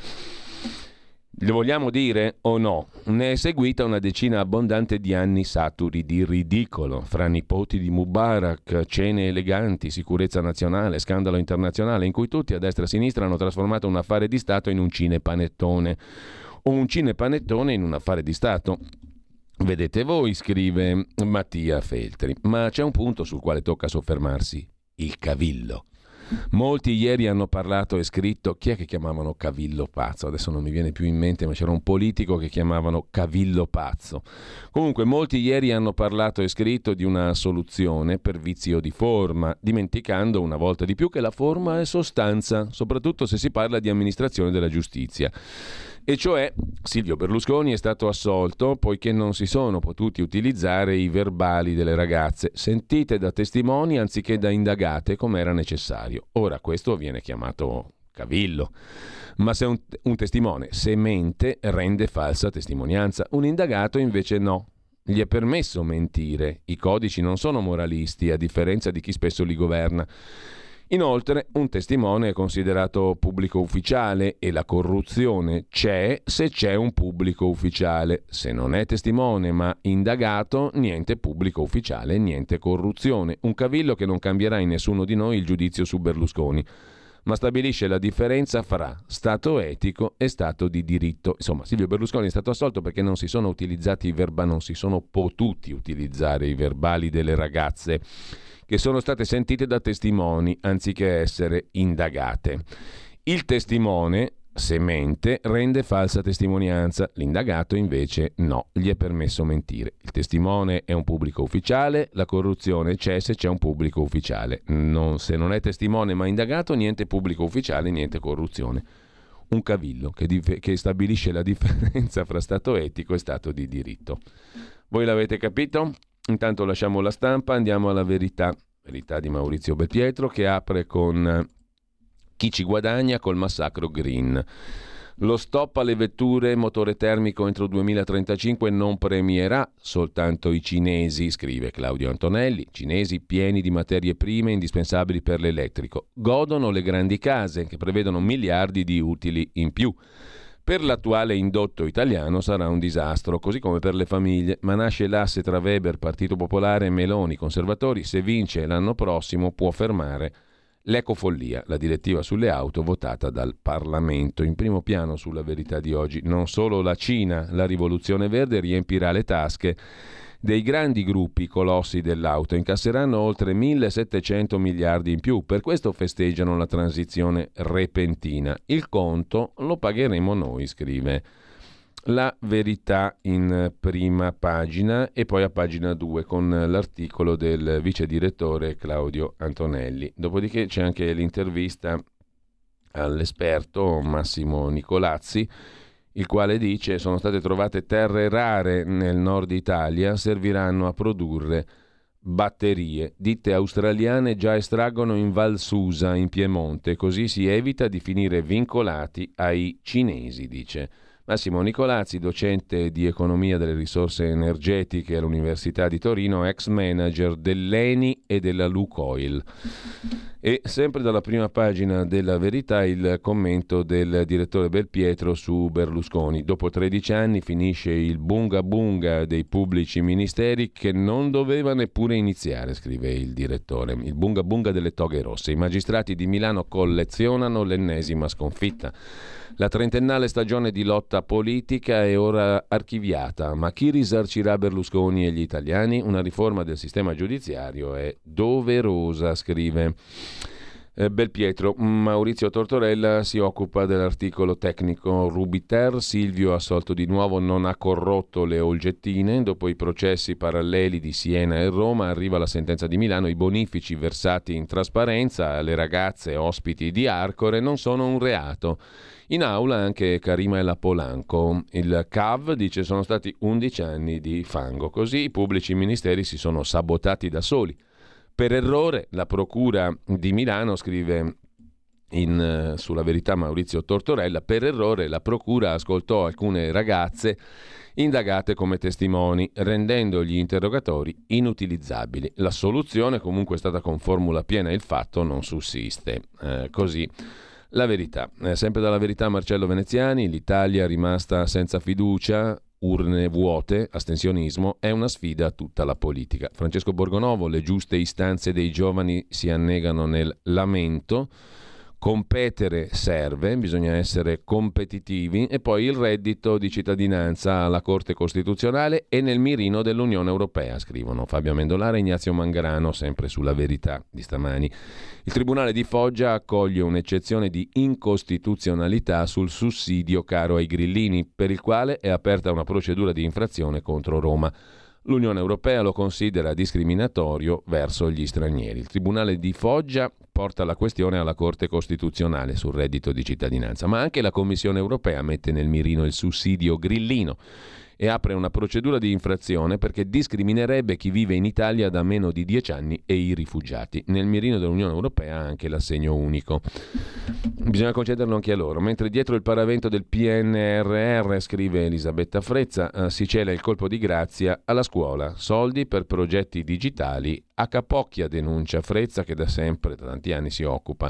Speaker 2: Lo vogliamo dire o no? Ne è seguita una decina abbondante di anni saturi di ridicolo, fra nipoti di Mubarak, cene eleganti, sicurezza nazionale, scandalo internazionale, in cui tutti a destra e a sinistra hanno trasformato un affare di Stato in un cinepanettone o un cinepanettone in un affare di Stato. Vedete voi, scrive Mattia Feltri, ma c'è un punto sul quale tocca soffermarsi: il cavillo. Molti ieri hanno parlato e scritto, chi è che chiamavano cavillo pazzo? Adesso non mi viene più in mente, ma c'era un politico che chiamavano cavillo pazzo. Comunque molti ieri hanno parlato e scritto di una soluzione per vizio di forma, dimenticando una volta di più che la forma è sostanza, soprattutto se si parla di amministrazione della giustizia. E cioè Silvio Berlusconi è stato assolto poiché non si sono potuti utilizzare i verbali delle ragazze sentite da testimoni anziché da indagate come era necessario. Ora questo viene chiamato cavillo, ma se un, un testimone se mente rende falsa testimonianza, un indagato invece no. Gli è permesso mentire, i codici non sono moralisti a differenza di chi spesso li governa. Inoltre, un testimone è considerato pubblico ufficiale e la corruzione c'è se c'è un pubblico ufficiale. Se non è testimone ma indagato, niente pubblico ufficiale, niente corruzione. Un cavillo che non cambierà in nessuno di noi il giudizio su Berlusconi, ma stabilisce la differenza fra stato etico e stato di diritto. Insomma, Silvio Berlusconi è stato assolto perché non si sono utilizzati i verbali, non si sono potuti utilizzare i verbali delle ragazze che sono state sentite da testimoni anziché essere indagate. Il testimone, se mente, rende falsa testimonianza, l'indagato invece no, gli è permesso mentire. Il testimone è un pubblico ufficiale, la corruzione c'è se c'è un pubblico ufficiale. Non, se non è testimone ma indagato, niente pubblico ufficiale, niente corruzione. Un cavillo che, dif- che stabilisce la differenza fra stato etico e stato di diritto. Voi l'avete capito? Intanto lasciamo La Stampa, andiamo alla Verità. Verità di Maurizio Belpietro, che apre con chi ci guadagna col massacro green. Lo stop alle vetture motore termico entro duemilatrentacinque non premierà soltanto i cinesi, scrive Claudio Antonelli. Cinesi pieni di materie prime indispensabili per l'elettrico. Godono le grandi case che prevedono miliardi di utili in più. Per l'attuale indotto italiano sarà un disastro, così come per le famiglie, ma nasce l'asse tra Weber, Partito Popolare e Meloni, conservatori. Se vince l'anno prossimo può fermare l'ecofollia, la direttiva sulle auto votata dal Parlamento. In primo piano sulla Verità di oggi, non solo la Cina, la rivoluzione verde riempirà le tasche dei grandi gruppi colossi dell'auto, incasseranno oltre millesettecento miliardi in più, per questo festeggiano la transizione repentina. Il conto lo pagheremo noi, scrive La Verità in prima pagina, e poi a pagina due con l'articolo del vice direttore Claudio Antonelli. Dopodiché c'è anche l'intervista all'esperto Massimo Nicolazzi, il quale dice: sono state trovate terre rare nel nord Italia, serviranno a produrre batterie. Ditte australiane già estraggono in Val Susa, in Piemonte, così si evita di finire vincolati ai cinesi, dice Massimo Nicolazzi, docente di economia delle risorse energetiche all'Università di Torino, ex manager dell'Eni e della Lukoil. E sempre dalla prima pagina della Verità il commento del direttore Belpietro su Berlusconi. Dopo tredici anni finisce il bunga bunga dei pubblici ministeri che non doveva neppure iniziare, scrive il direttore. Il bunga bunga delle toghe rosse. I magistrati di Milano collezionano l'ennesima sconfitta. La trentennale stagione di lotta politica è ora archiviata, ma chi risarcirà Berlusconi e gli italiani? Una riforma del sistema giudiziario è doverosa, scrive eh, Belpietro. Maurizio Tortorella si occupa dell'articolo tecnico Rubiter. Silvio, assolto di nuovo, non ha corrotto le olgettine. Dopo i processi paralleli di Siena e Roma arriva la sentenza di Milano. I bonifici versati in trasparenza alle ragazze ospiti di Arcore non sono un reato. In aula anche Karima Ella Polanco. Il C A V dice sono stati undici anni di fango. Così i pubblici ministeri si sono sabotati da soli. Per errore la procura di Milano, scrive in, sulla Verità Maurizio Tortorella, per errore la procura ascoltò alcune ragazze indagate come testimoni, rendendo gli interrogatori inutilizzabili. La soluzione comunque è stata con formula piena, il fatto non sussiste. Eh, così La Verità. Eh, sempre dalla Verità Marcello Veneziani, l'Italia rimasta senza fiducia, urne vuote, astensionismo, è una sfida a tutta la politica. Francesco Borgonovo, le giuste istanze dei giovani si annegano nel lamento. Competere serve, bisogna essere competitivi, e poi il reddito di cittadinanza alla Corte Costituzionale e nel mirino dell'Unione Europea, scrivono Fabio Amendolara e Ignazio Mangarano, sempre sulla Verità di stamani. Il Tribunale di Foggia accoglie un'eccezione di incostituzionalità sul sussidio caro ai grillini, per il quale è aperta una procedura di infrazione contro Roma. L'Unione Europea lo considera discriminatorio verso gli stranieri. Il Tribunale di Foggia porta la questione alla Corte Costituzionale sul reddito di cittadinanza, ma anche la Commissione Europea mette nel mirino il sussidio grillino e apre una procedura di infrazione perché discriminerebbe chi vive in Italia da meno di dieci anni e i rifugiati. Nel mirino dell'Unione Europea anche l'assegno unico. Bisogna concederlo anche a loro. Mentre dietro il paravento del P N R R, scrive Elisabetta Frezza, eh, si cela il colpo di grazia alla scuola. Soldi per progetti digitali. A Capocchia, denuncia Frezza, che da sempre, da tanti anni, si occupa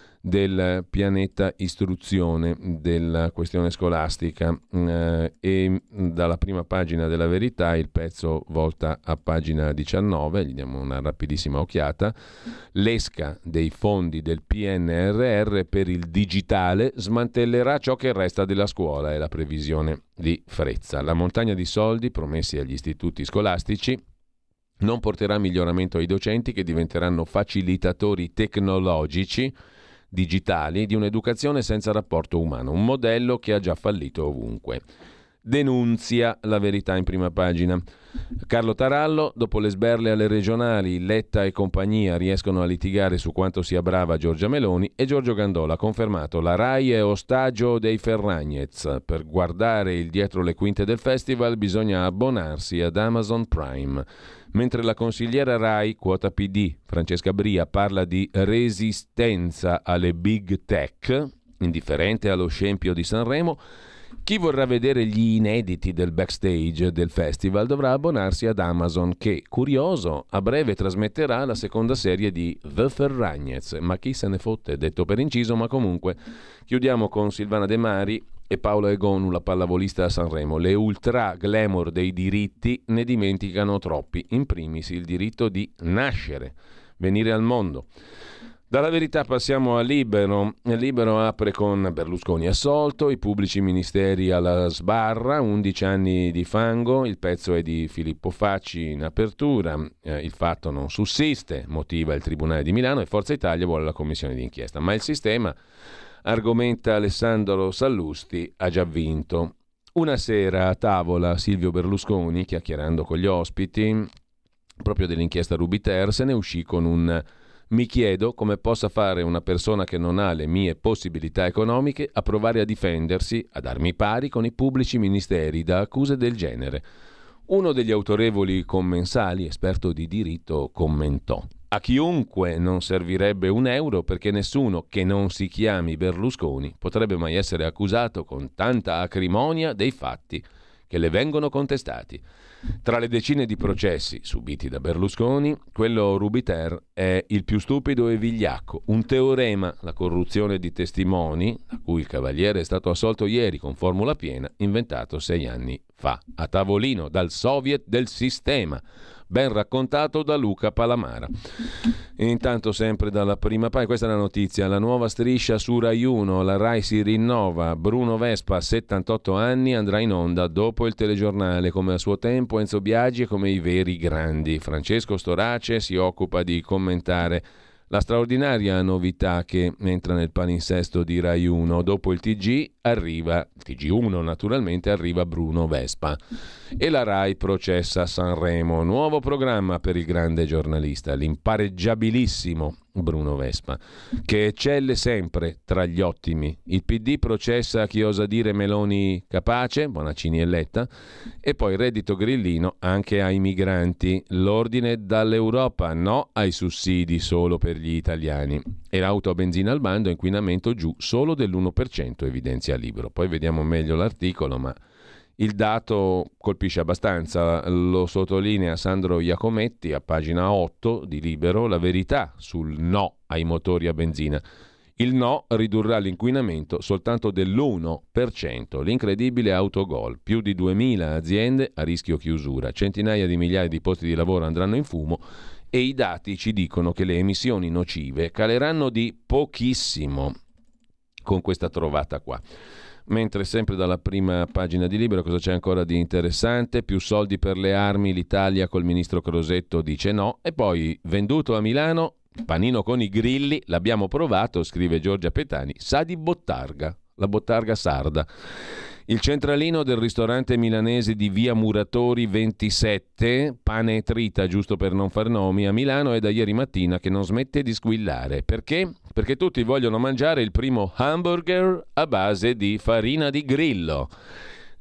Speaker 2: del pianeta istruzione, della questione scolastica, eh, e dalla prima pagina della Verità il pezzo volta a pagina diciannove, gli diamo una rapidissima occhiata. L'esca dei fondi del P N R R per il digitale smantellerà ciò che resta della scuola, è la previsione di Frezza. La montagna di soldi promessi agli istituti scolastici non porterà miglioramento ai docenti, che diventeranno facilitatori tecnologici digitali di un'educazione senza rapporto umano, un modello che ha già fallito ovunque. Denunzia la Verità in prima pagina. Carlo Tarallo, dopo le sberle alle regionali, Letta e compagnia riescono a litigare su quanto sia brava Giorgia Meloni, e Giorgio Gandola ha confermato: la Rai è ostaggio dei Ferragnez, per guardare il dietro le quinte del festival bisogna abbonarsi ad Amazon Prime. Mentre la consigliera Rai, quota P D, Francesca Bria, parla di resistenza alle big tech, indifferente allo scempio di Sanremo, chi vorrà vedere gli inediti del backstage del festival dovrà abbonarsi ad Amazon, che, curioso, a breve trasmetterà la seconda serie di The Ferragnez. Ma chi se ne fotte, detto per inciso, ma comunque. Chiudiamo con Silvana De Mari e Paolo Egonu, la pallavolista a Sanremo. Le ultra glamour dei diritti ne dimenticano troppi, in primis il diritto di nascere, venire al mondo. Dalla Verità passiamo a Libero. Libero apre con Berlusconi assolto, i pubblici ministeri alla sbarra, undici anni di fango. Il pezzo è di Filippo Facci in apertura. Eh, il fatto non sussiste, motiva il Tribunale di Milano, e Forza Italia vuole la commissione d'inchiesta. Ma il sistema, argomenta Alessandro Sallusti, ha già vinto. Una sera a tavola Silvio Berlusconi, chiacchierando con gli ospiti proprio dell'inchiesta Rubiter, se ne uscì con un: mi chiedo come possa fare una persona che non ha le mie possibilità economiche a provare a difendersi ad armi pari con i pubblici ministeri da accuse del genere. Uno degli autorevoli commensali, esperto di diritto, commentò: a chiunque non servirebbe un euro, perché nessuno che non si chiami Berlusconi potrebbe mai essere accusato con tanta acrimonia dei fatti che le vengono contestati. Tra le decine di processi subiti da Berlusconi, quello Rubiter è il più stupido e vigliacco. Un teorema, la corruzione di testimoni, da cui il Cavaliere è stato assolto ieri con formula piena, inventato sei anni fa, a tavolino dal Soviet del sistema, ben raccontato da Luca Palamara. E intanto, sempre dalla prima pagina, questa è la notizia: la nuova striscia su Rai uno, la Rai si rinnova, Bruno Vespa, settantotto anni, andrà in onda dopo il telegiornale, come a suo tempo Enzo Biagi e come i veri grandi. Francesco Storace si occupa di commentare la straordinaria novità che entra nel palinsesto di Rai uno. Dopo il T G arriva, il T G uno naturalmente, arriva Bruno Vespa. E la Rai processa Sanremo. Nuovo programma per il grande giornalista, l'impareggiabilissimo Bruno Vespa, che eccelle sempre tra gli ottimi. Il P D processa chi osa dire Meloni capace, Bonaccini e Letta, e poi reddito grillino anche ai migranti. L'ordine dall'Europa: no ai sussidi solo per gli italiani. E l'auto a benzina al bando, inquinamento giù solo dell'uno per cento, evidenzia Libero. Poi vediamo meglio l'articolo, ma il dato colpisce abbastanza. Lo sottolinea Sandro Iacometti a pagina otto di Libero, la verità sul no ai motori a benzina. Il no ridurrà l'inquinamento soltanto dell'uno per cento. L'incredibile autogol: più di duemila aziende a rischio chiusura, centinaia di migliaia di posti di lavoro andranno in fumo, e i dati ci dicono che le emissioni nocive caleranno di pochissimo con questa trovata qua. Mentre sempre dalla prima pagina di Libero, cosa c'è ancora di interessante? Più soldi per le armi, l'Italia col ministro Crosetto dice no. E poi, venduto a Milano, panino con i grilli, l'abbiamo provato, scrive Giorgia Petani, sa di bottarga, la bottarga sarda. Il centralino del ristorante milanese di via Muratori ventisette, pane e trita giusto per non far nomi, a Milano è da ieri mattina che non smette di squillare. Perché? Perché tutti vogliono mangiare il primo hamburger a base di farina di grillo.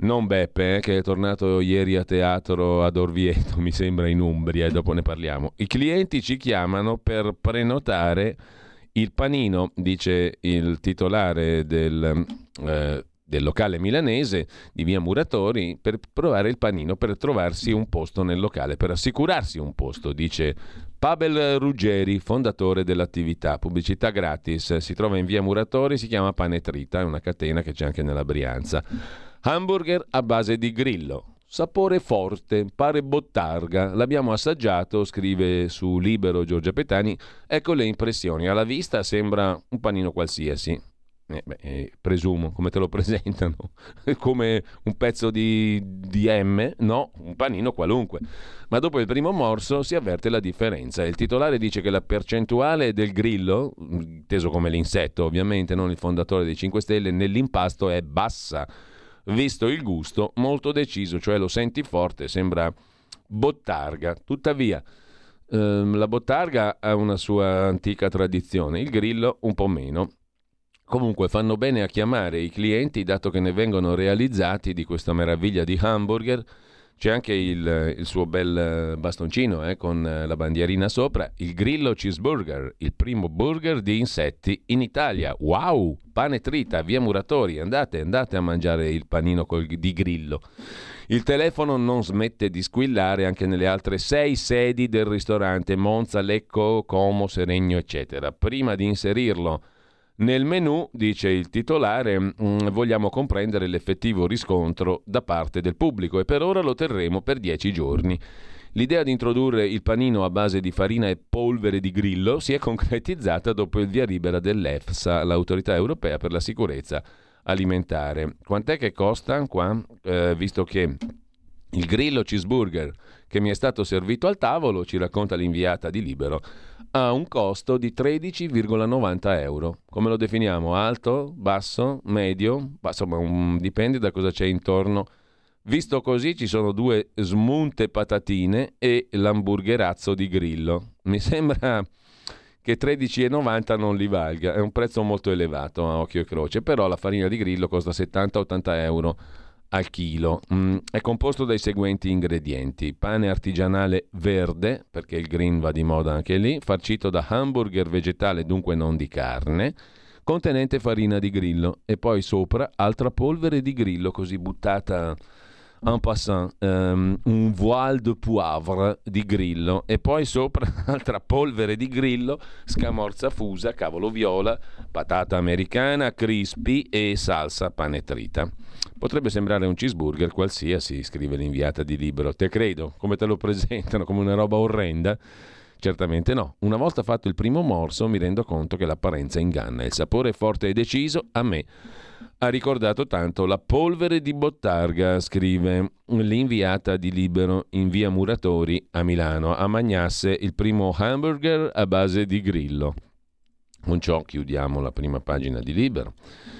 Speaker 2: Non Beppe, eh, che è tornato ieri a teatro ad Orvieto, mi sembra in Umbria, e dopo ne parliamo. I clienti ci chiamano per prenotare il panino, dice il titolare del, eh, del locale milanese di via Muratori, per provare il panino, per trovarsi un posto nel locale, per assicurarsi un posto, dice Pavel Ruggeri, fondatore dell'attività. Pubblicità gratis, si trova in via Muratori, si chiama Panetrita, è una catena che c'è anche nella Brianza. Hamburger a base di grillo, sapore forte, pare bottarga, l'abbiamo assaggiato, scrive su Libero Giorgia Petani, ecco le impressioni, alla vista sembra un panino qualsiasi, eh, beh, eh, presumo, come te lo presentano, come un pezzo di, di M, no, un panino qualunque, ma dopo il primo morso si avverte la differenza. Il titolare dice che la percentuale del grillo, inteso come l'insetto ovviamente, non il fondatore dei cinque Stelle, nell'impasto è bassa, visto il gusto molto deciso, cioè lo senti forte, sembra bottarga. Tuttavia ehm, la bottarga ha una sua antica tradizione, il grillo un po' meno. Comunque fanno bene a chiamare i clienti, dato che ne vengono realizzati di questa meraviglia di hamburger. C'è anche il, il suo bel bastoncino eh, con la bandierina sopra, il grillo cheeseburger, il primo burger di insetti in Italia. Wow! Panetrita, via Muratori, andate, andate a mangiare il panino col, di grillo. Il telefono non smette di squillare anche nelle altre sei sedi del ristorante, Monza, Lecco, Como, Seregno, eccetera. Prima di inserirlo nel menù, dice il titolare, mh, vogliamo comprendere l'effettivo riscontro da parte del pubblico e per ora lo terremo per dieci giorni. L'idea di introdurre il panino a base di farina e polvere di grillo si è concretizzata dopo il via libera dell'EFSA, l'autorità europea per la sicurezza alimentare. Quant'è che costa qua? Eh, visto che il grillo cheeseburger che mi è stato servito al tavolo, ci racconta l'inviata di Libero, ha un costo di tredici virgola novanta euro. Come lo definiamo? Alto? Basso? Medio? Insomma, un, dipende da cosa c'è intorno. Visto così ci sono due smunte patatine e l'hamburgerazzo di grillo. Mi sembra che tredici virgola novanta non li valga, è un prezzo molto elevato a occhio e croce, però la farina di grillo costa settanta ottanta euro al chilo. Mm, è composto dai seguenti ingredienti: pane artigianale verde, perché il green va di moda anche lì, farcito da hamburger vegetale, dunque non di carne, contenente farina di grillo, e poi sopra altra polvere di grillo così buttata en passant, um, un voile de poivre di grillo, e poi sopra altra polvere di grillo, scamorza fusa, cavolo viola, patata americana, crispy e salsa panetrita. Potrebbe sembrare un cheeseburger qualsiasi, scrive l'inviata di Libero. Te credo, come te lo presentano, come una roba orrenda? Certamente no. Una volta fatto il primo morso mi rendo conto che l'apparenza inganna. Il sapore forte e deciso a me ha ricordato tanto la polvere di bottarga, scrive l'inviata di Libero in via Muratori a Milano. A Magnasse il primo hamburger a base di grillo. Con ciò chiudiamo la prima pagina di Libero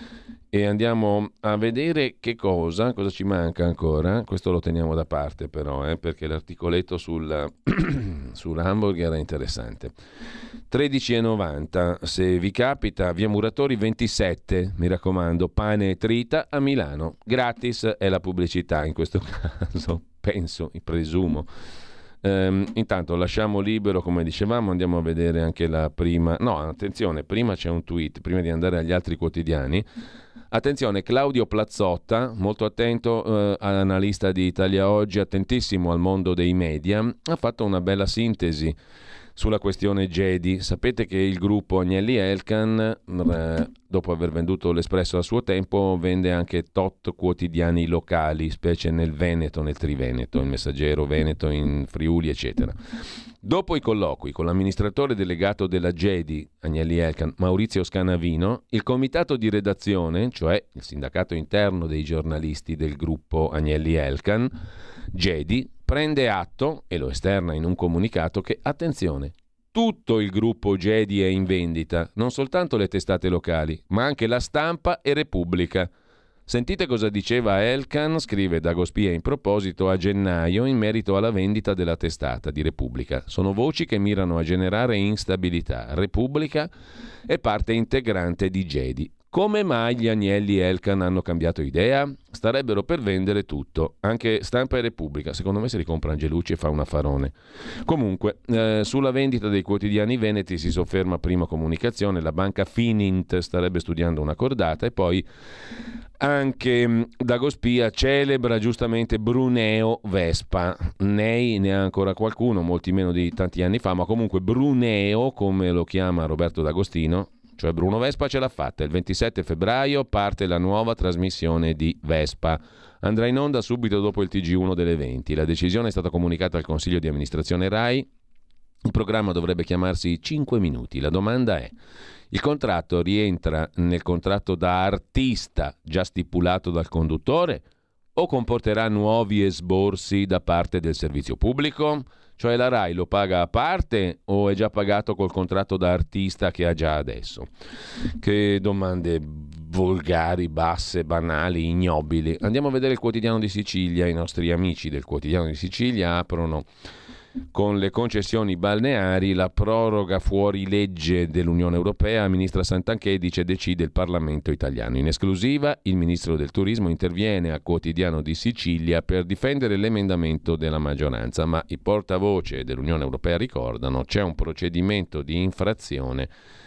Speaker 2: e andiamo a vedere che cosa, cosa ci manca ancora. Questo lo teniamo da parte però, eh, perché l'articoletto sul, sull'hamburger è interessante. tredici virgola novanta, se vi capita, via Muratori ventisette, mi raccomando, pane e trita a Milano. Gratis è la pubblicità in questo caso, penso, presumo. Um, intanto lasciamo Libero, come dicevamo, andiamo a vedere anche la prima. No, attenzione, prima c'è un tweet, prima di andare agli altri quotidiani. Attenzione, Claudio Plazzotta, molto attento, eh, analista di Italia Oggi, attentissimo al mondo dei media, ha fatto una bella sintesi sulla questione Gedi. Sapete che il gruppo Agnelli Elkann, eh, dopo aver venduto l'Espresso a suo tempo, vende anche tot quotidiani locali, specie nel Veneto, nel Triveneto, il Messaggero Veneto in Friuli, eccetera. Dopo i colloqui con l'amministratore delegato della Gedi, Agnelli Elkann, Maurizio Scanavino, il comitato di redazione, cioè il sindacato interno dei giornalisti del gruppo Agnelli Elkann, Gedi, prende atto e lo esterna in un comunicato che, attenzione, tutto il gruppo Gedi è in vendita, non soltanto le testate locali, ma anche La Stampa e Repubblica. Sentite cosa diceva Elkann, scrive Dago Spia in proposito, a gennaio in merito alla vendita della testata di Repubblica. Sono voci che mirano a generare instabilità. Repubblica è parte integrante di Gedi. Come mai gli Agnelli e Elkann hanno cambiato idea? Starebbero per vendere tutto, anche Stampa e Repubblica. Secondo me se li compra Angelucci e fa un affarone. Comunque, eh, sulla vendita dei quotidiani veneti si sofferma Prima Comunicazione, la banca Finint starebbe studiando una cordata e poi anche mh, Dagospia celebra giustamente Bruneo Vespa. Nei ne ha ancora qualcuno, molti meno di tanti anni fa, ma comunque Bruneo, come lo chiama Roberto D'Agostino, cioè Bruno Vespa ce l'ha fatta. Il ventisette febbraio parte la nuova trasmissione di Vespa. Andrà in onda subito dopo il T G uno delle venti. La decisione è stata comunicata al Consiglio di amministrazione Rai. Il programma dovrebbe chiamarsi cinque minuti. La domanda è: il contratto rientra nel contratto da artista già stipulato dal conduttore o comporterà nuovi esborsi da parte del servizio pubblico? Cioè la Rai lo paga a parte o è già pagato col contratto da artista che ha già adesso? Che domande volgari, basse, banali, ignobili. Andiamo a vedere il Quotidiano di Sicilia. I nostri amici del Quotidiano di Sicilia aprono con le concessioni balneari, la proroga fuori legge dell'Unione Europea. Ministra Santanchè dice decide il Parlamento italiano. In esclusiva il Ministro del Turismo interviene a Quotidiano di Sicilia per difendere l'emendamento della maggioranza, ma i portavoce dell'Unione Europea ricordano c'è un procedimento di infrazione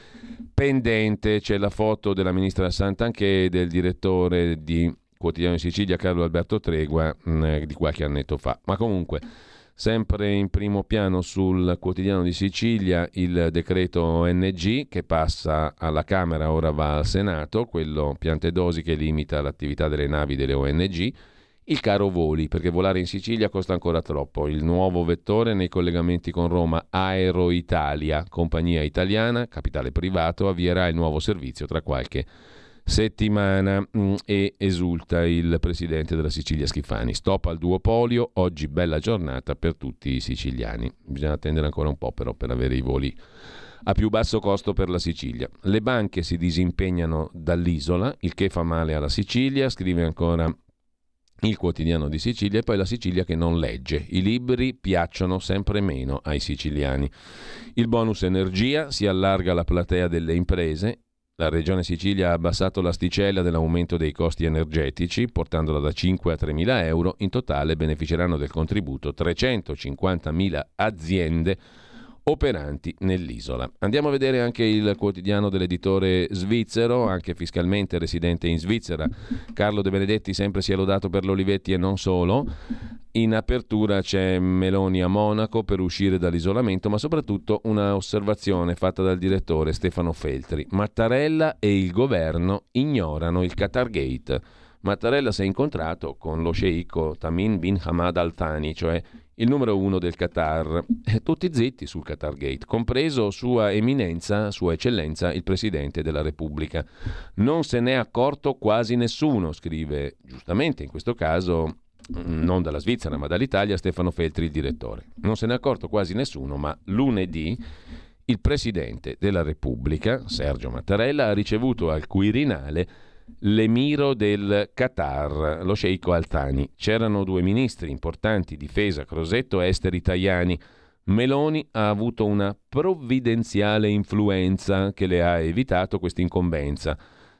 Speaker 2: pendente. C'è la foto della Ministra Santanchè e del direttore di Quotidiano di Sicilia Carlo Alberto Tregua mh, di qualche annetto fa. Ma comunque, sempre in primo piano sul Quotidiano di Sicilia il decreto O N G che passa alla Camera, ora va al Senato, quello Piantedosi che limita l'attività delle navi delle O N G, il caro voli, perché volare in Sicilia costa ancora troppo, il nuovo vettore nei collegamenti con Roma, Aero Italia, compagnia italiana, capitale privato, avvierà il nuovo servizio tra qualche settimana mh, e esulta il presidente della Sicilia Schifani. Stop al duopolio, oggi bella giornata per tutti i siciliani. Bisogna attendere ancora un po' però per avere i voli a più basso costo per la Sicilia. Le banche si disimpegnano dall'isola, il che fa male alla Sicilia, scrive ancora il Quotidiano di Sicilia, e poi la Sicilia che non legge. I libri piacciono sempre meno ai siciliani. Il bonus energia, si allarga la platea delle imprese. La Regione Sicilia ha abbassato l'asticella dell'aumento dei costi energetici, portandola da cinque a tremila euro. In totale beneficeranno del contributo trecentocinquantamila aziende operanti nell'isola. Andiamo a vedere anche il quotidiano dell'editore svizzero, anche fiscalmente residente in Svizzera. Carlo De Benedetti sempre si è lodato per l'Olivetti e non solo. In apertura c'è Meloni a Monaco per uscire dall'isolamento, ma soprattutto una osservazione fatta dal direttore Stefano Feltri. Mattarella e il governo ignorano il Qatargate. Mattarella si è incontrato con lo sceicco Tamim bin Hamad Al Thani, cioè il numero uno del Qatar. E tutti zitti sul Qatargate, compreso Sua Eminenza, Sua Eccellenza, il Presidente della Repubblica. Non se n'è accorto quasi nessuno, scrive giustamente in questo caso non dalla Svizzera ma dall'Italia Stefano Feltri, il direttore. Non se n'è accorto quasi nessuno, ma lunedì il Presidente della Repubblica, Sergio Mattarella, ha ricevuto al Quirinale l'emiro del Qatar, lo sceicco Al Thani. C'erano due ministri importanti, difesa Crosetto e esteri Tajani. Meloni ha avuto una provvidenziale influenza che le ha evitato questa incombenza.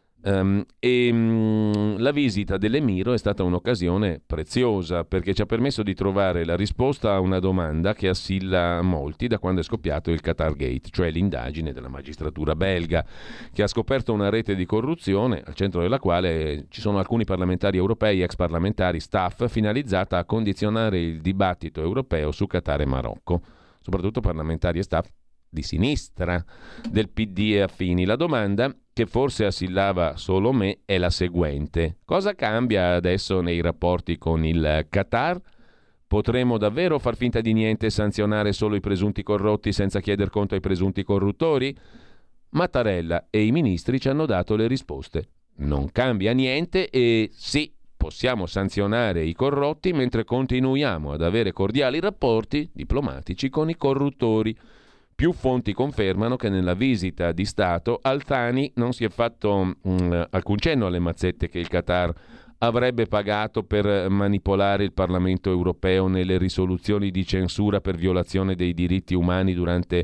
Speaker 2: Um, e um, la visita dell'emiro è stata un'occasione preziosa perché ci ha permesso di trovare la risposta a una domanda che assilla molti da quando è scoppiato il Qatargate, cioè l'indagine della magistratura belga che ha scoperto una rete di corruzione al centro della quale ci sono alcuni parlamentari europei, ex parlamentari, staff, finalizzata a condizionare il dibattito europeo su Qatar e Marocco, soprattutto parlamentari e staff di sinistra del P D e affini. La domanda che forse assillava solo me è la seguente: cosa cambia adesso nei rapporti con il Qatar? Potremo davvero far finta di niente e sanzionare solo i presunti corrotti senza chieder conto ai presunti corruttori? Mattarella e i ministri ci hanno dato le risposte. Non cambia niente e sì, possiamo sanzionare i corrotti mentre continuiamo ad avere cordiali rapporti diplomatici con i corruttori. Più fonti confermano che nella visita di Stato Al Thani non si è fatto mh, alcun cenno alle mazzette che il Qatar avrebbe pagato per manipolare il Parlamento europeo nelle risoluzioni di censura per violazione dei diritti umani durante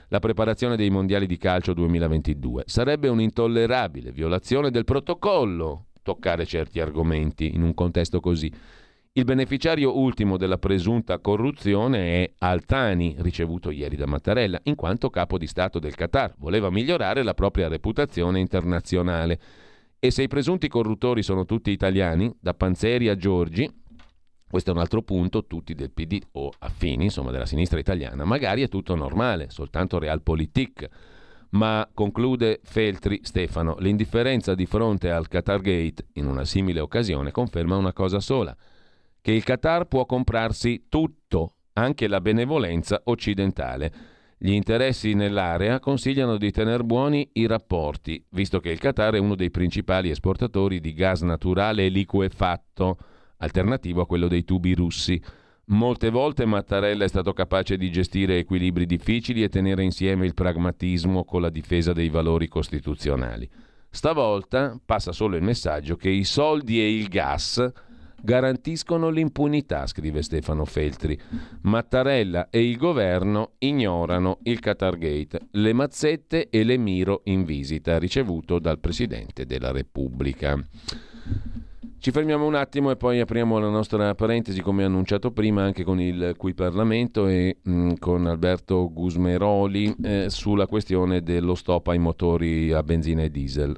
Speaker 2: la preparazione dei mondiali di calcio duemilaventidue. Sarebbe un'intollerabile violazione del protocollo toccare certi argomenti in un contesto così. Il beneficiario ultimo della presunta corruzione è Al-Thani, ricevuto ieri da Mattarella, in quanto capo di Stato del Qatar. Voleva migliorare la propria reputazione internazionale. E se i presunti corruttori sono tutti italiani, da Panzeri a Giorgi, questo è un altro punto, tutti del P D o affini, insomma della sinistra italiana, magari è tutto normale, soltanto realpolitik. Ma, conclude Feltri Stefano, l'indifferenza di fronte al Qatargate in una simile occasione conferma una cosa sola, che il Qatar può comprarsi tutto, anche la benevolenza occidentale. Gli interessi nell'area consigliano di tener buoni i rapporti, visto che il Qatar è uno dei principali esportatori di gas naturale e liquefatto, alternativo a quello dei tubi russi. Molte volte Mattarella è stato capace di gestire equilibri difficili e tenere insieme il pragmatismo con la difesa dei valori costituzionali. Stavolta passa solo il messaggio che i soldi e il gas garantiscono l'impunità, scrive Stefano Feltri. Mattarella e il governo ignorano il Qatargate, le mazzette e le Miro in visita, ricevuto dal Presidente della Repubblica. Ci fermiamo un attimo e poi apriamo la nostra parentesi, come annunciato prima, anche con il Qui Parlamento e mh, con Alberto Gusmeroli eh, sulla questione dello stop ai motori a benzina e diesel.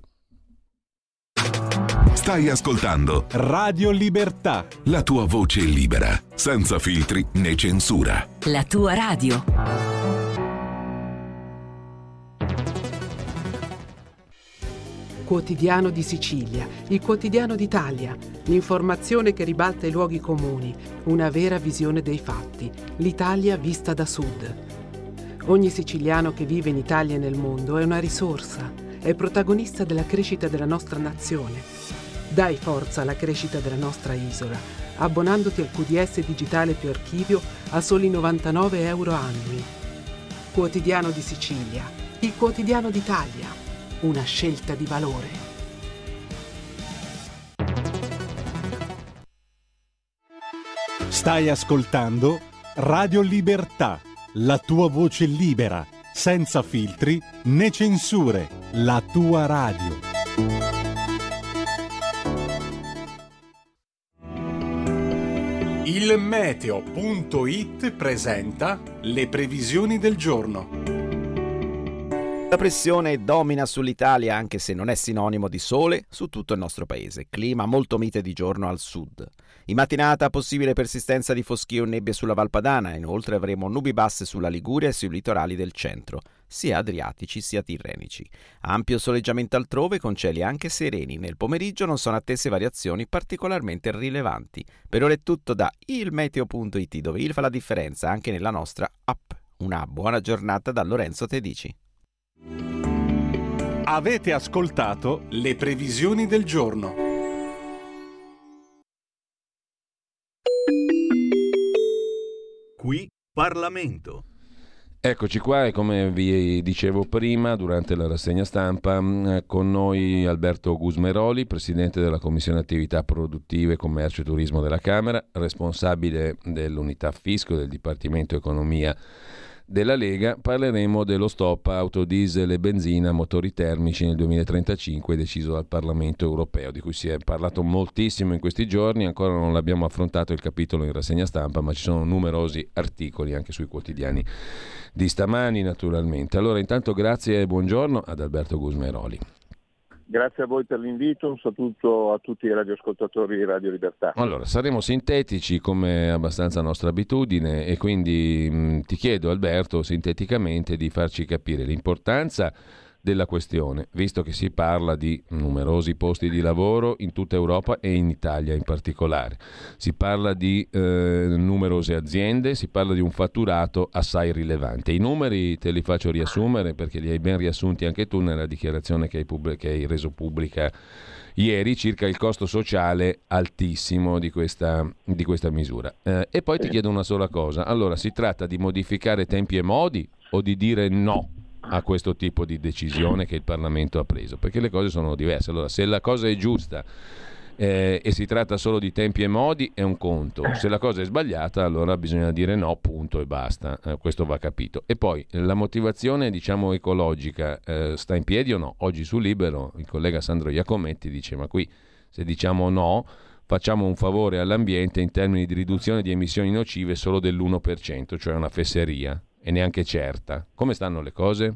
Speaker 3: Stai ascoltando
Speaker 1: Radio Libertà,
Speaker 3: la tua voce libera, senza filtri né censura.
Speaker 4: La tua radio.
Speaker 5: Quotidiano di Sicilia, il quotidiano d'Italia, l'informazione che ribalta i luoghi comuni, una vera visione dei fatti, l'Italia vista da sud. Ogni siciliano che vive in Italia e nel mondo è una risorsa, è protagonista della crescita della nostra nazione. Dai forza alla crescita della nostra isola, abbonandoti al Q D S digitale più archivio a soli novantanove euro annui. Quotidiano di Sicilia, il quotidiano d'Italia. Una scelta di valore.
Speaker 1: stai ascoltando Radio Libertà, la tua voce libera, senza filtri né censure, la tua radio. Il meteo punto it presenta le previsioni del giorno.
Speaker 6: La pressione domina sull'Italia, anche se non è sinonimo di sole, su tutto il nostro paese. Clima molto mite di giorno al sud. In mattinata possibile persistenza di foschie o nebbie sulla Valpadana, inoltre avremo nubi basse sulla Liguria e sui litorali del centro, sia adriatici sia tirrenici. Ampio soleggiamento altrove con cieli anche sereni. Nel pomeriggio non sono attese variazioni particolarmente rilevanti. Per ora è tutto da il meteo punto it, dove il fa la differenza anche nella nostra app. Una buona giornata da Lorenzo Tedici.
Speaker 1: Avete ascoltato le previsioni del giorno.
Speaker 7: Qui Parlamento.
Speaker 2: Eccoci qua e come vi dicevo prima durante la rassegna stampa, con noi Alberto Gusmeroli, Presidente della Commissione Attività Produttive, Commercio e Turismo della Camera, responsabile dell'unità fisco del Dipartimento Economia della Lega. Parleremo dello stop autodiesel e benzina a motori termici nel duemilatrentacinque deciso dal Parlamento europeo, di cui si è parlato moltissimo in questi giorni. Ancora non l'abbiamo affrontato il capitolo in rassegna stampa, ma ci sono numerosi articoli anche sui quotidiani di stamani, naturalmente. Allora, intanto grazie e buongiorno ad Alberto Gusmeroli.
Speaker 8: Grazie a voi per l'invito, un saluto a tutti i radioascoltatori di Radio Libertà.
Speaker 2: Allora, saremo sintetici come abbastanza nostra abitudine e quindi mh, ti chiedo, Alberto, sinteticamente di farci capire l'importanza della questione, visto che si parla di numerosi posti di lavoro in tutta Europa e in Italia in particolare. Si parla di eh, numerose aziende, si parla di un fatturato assai rilevante. I numeri te li faccio riassumere perché li hai ben riassunti anche tu nella dichiarazione che hai, pub- che hai reso pubblica ieri circa il costo sociale altissimo di questa, di questa misura. Eh, e poi ti chiedo una sola cosa. Allora, si tratta di modificare tempi e modi o di dire no a questo tipo di decisione che il Parlamento ha preso? Perché le cose sono diverse. Allora, se la cosa è giusta eh, e si tratta solo di tempi e modi, è un conto. Se la cosa è sbagliata, allora bisogna dire no, punto e basta. Eh, questo va capito. E poi la motivazione, diciamo, ecologica eh, sta in piedi o no? Oggi su Libero il collega Sandro Iacometti dice: ma qui se diciamo no facciamo un favore all'ambiente in termini di riduzione di emissioni nocive solo dell'uno per cento, cioè una fesseria, e neanche certa. Come stanno le cose?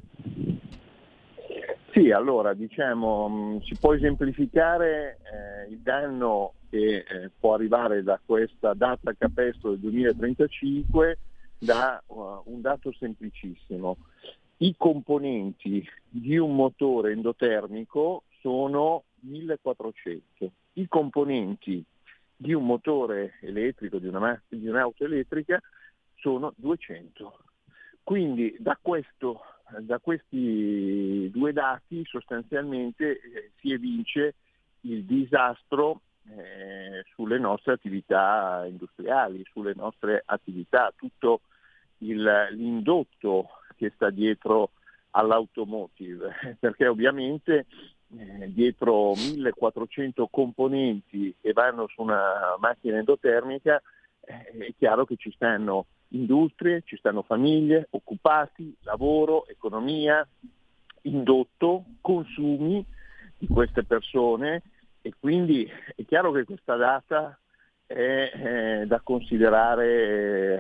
Speaker 8: Sì, allora diciamo si può esemplificare eh, il danno che eh, può arrivare da questa data capestro del duemilatrentacinque da uh, un dato semplicissimo. I componenti di un motore endotermico sono millequattrocento, i componenti di un motore elettrico, di, una, di un'auto elettrica, sono duecento. Quindi da, questo, da questi due dati sostanzialmente eh, si evince il disastro eh, sulle nostre attività industriali, sulle nostre attività, tutto il, l'indotto che sta dietro all'automotive, perché ovviamente eh, dietro millequattrocento componenti che vanno su una macchina endotermica eh, è chiaro che ci stanno industrie, ci stanno famiglie, occupati, lavoro, economia, indotto, consumi di queste persone, e quindi è chiaro che questa data è eh, da considerare eh,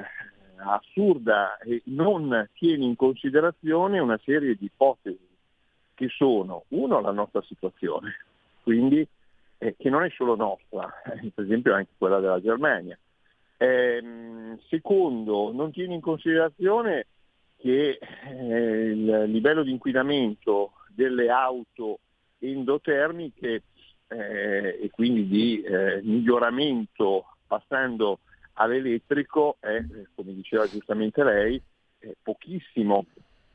Speaker 8: assurda e non tiene in considerazione una serie di ipotesi che sono, uno, la nostra situazione, quindi eh, che non è solo nostra, eh, per esempio anche quella della Germania. Eh, secondo, non tiene in considerazione che eh, il livello di inquinamento delle auto endotermiche eh, e quindi di eh, miglioramento passando all'elettrico è, come diceva giustamente lei, è pochissimo.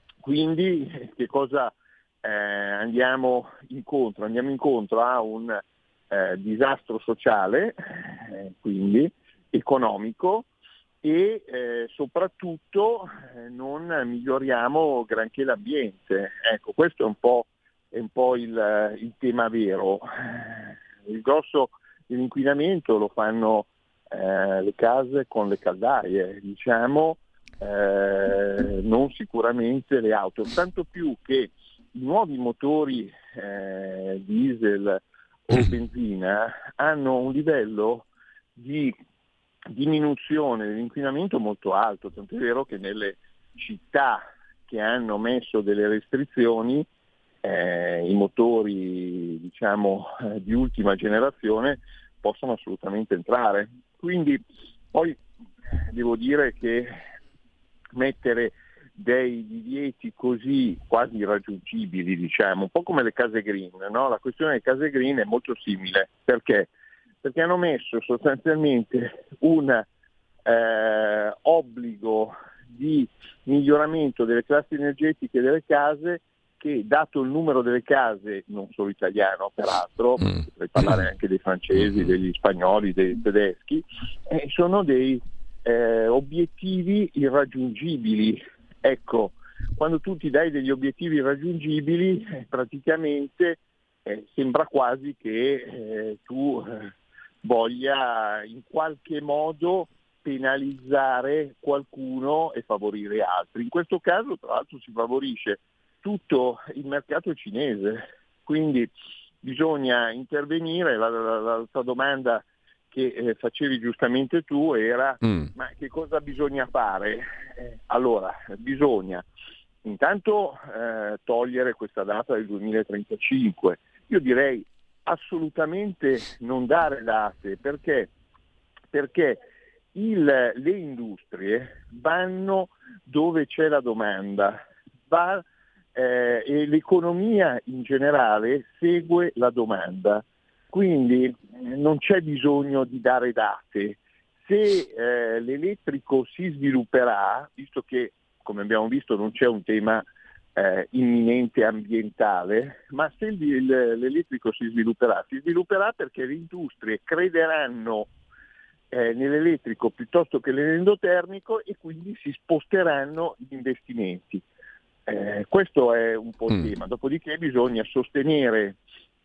Speaker 8: Quindi che cosa eh, andiamo incontro? Andiamo incontro a un eh, disastro sociale, eh, quindi economico, e eh, soprattutto eh, non miglioriamo granché l'ambiente. Ecco, questo è un po', è un po' il, il tema vero. Il grosso dell'inquinamento lo fanno eh, le case con le caldaie, diciamo, eh, non sicuramente le auto, tanto più che i nuovi motori eh, diesel o benzina hanno un livello di diminuzione dell'inquinamento molto alto, tanto è vero che nelle città che hanno messo delle restrizioni eh, i motori, diciamo, eh, di ultima generazione possono assolutamente entrare. Quindi poi devo dire che mettere dei divieti così quasi irraggiungibili, diciamo, un po' come le case green, no? La questione delle case green è molto simile. Perché? Perché hanno messo sostanzialmente un eh, obbligo di miglioramento delle classi energetiche delle case che, dato il numero delle case, non solo italiano peraltro, mm. potrei parlare anche dei francesi, degli spagnoli, dei tedeschi, eh, sono dei eh, obiettivi irraggiungibili. Ecco, quando tu ti dai degli obiettivi irraggiungibili, eh, praticamente eh, sembra quasi che eh, tu eh, voglia in qualche modo penalizzare qualcuno e favorire altri. In questo caso, tra l'altro, si favorisce tutto il mercato cinese, quindi bisogna intervenire. La, la, la tua domanda che eh, facevi giustamente tu era mm. ma che cosa bisogna fare? Eh, allora, bisogna intanto eh, togliere questa data del duemilatrentacinque. Io direi assolutamente non dare date, perché perché il, le industrie vanno dove c'è la domanda, va, eh, e l'economia in generale segue la domanda, quindi eh, non c'è bisogno di dare date. Se eh, l'elettrico si svilupperà, visto che, come abbiamo visto, non c'è un tema eh, imminente ambientale, ma se il, il, l'elettrico si svilupperà, si svilupperà perché le industrie crederanno eh, nell'elettrico piuttosto che nell'endotermico e quindi si sposteranno gli investimenti. Eh, questo è un po' il mm. tema. Dopodiché bisogna sostenere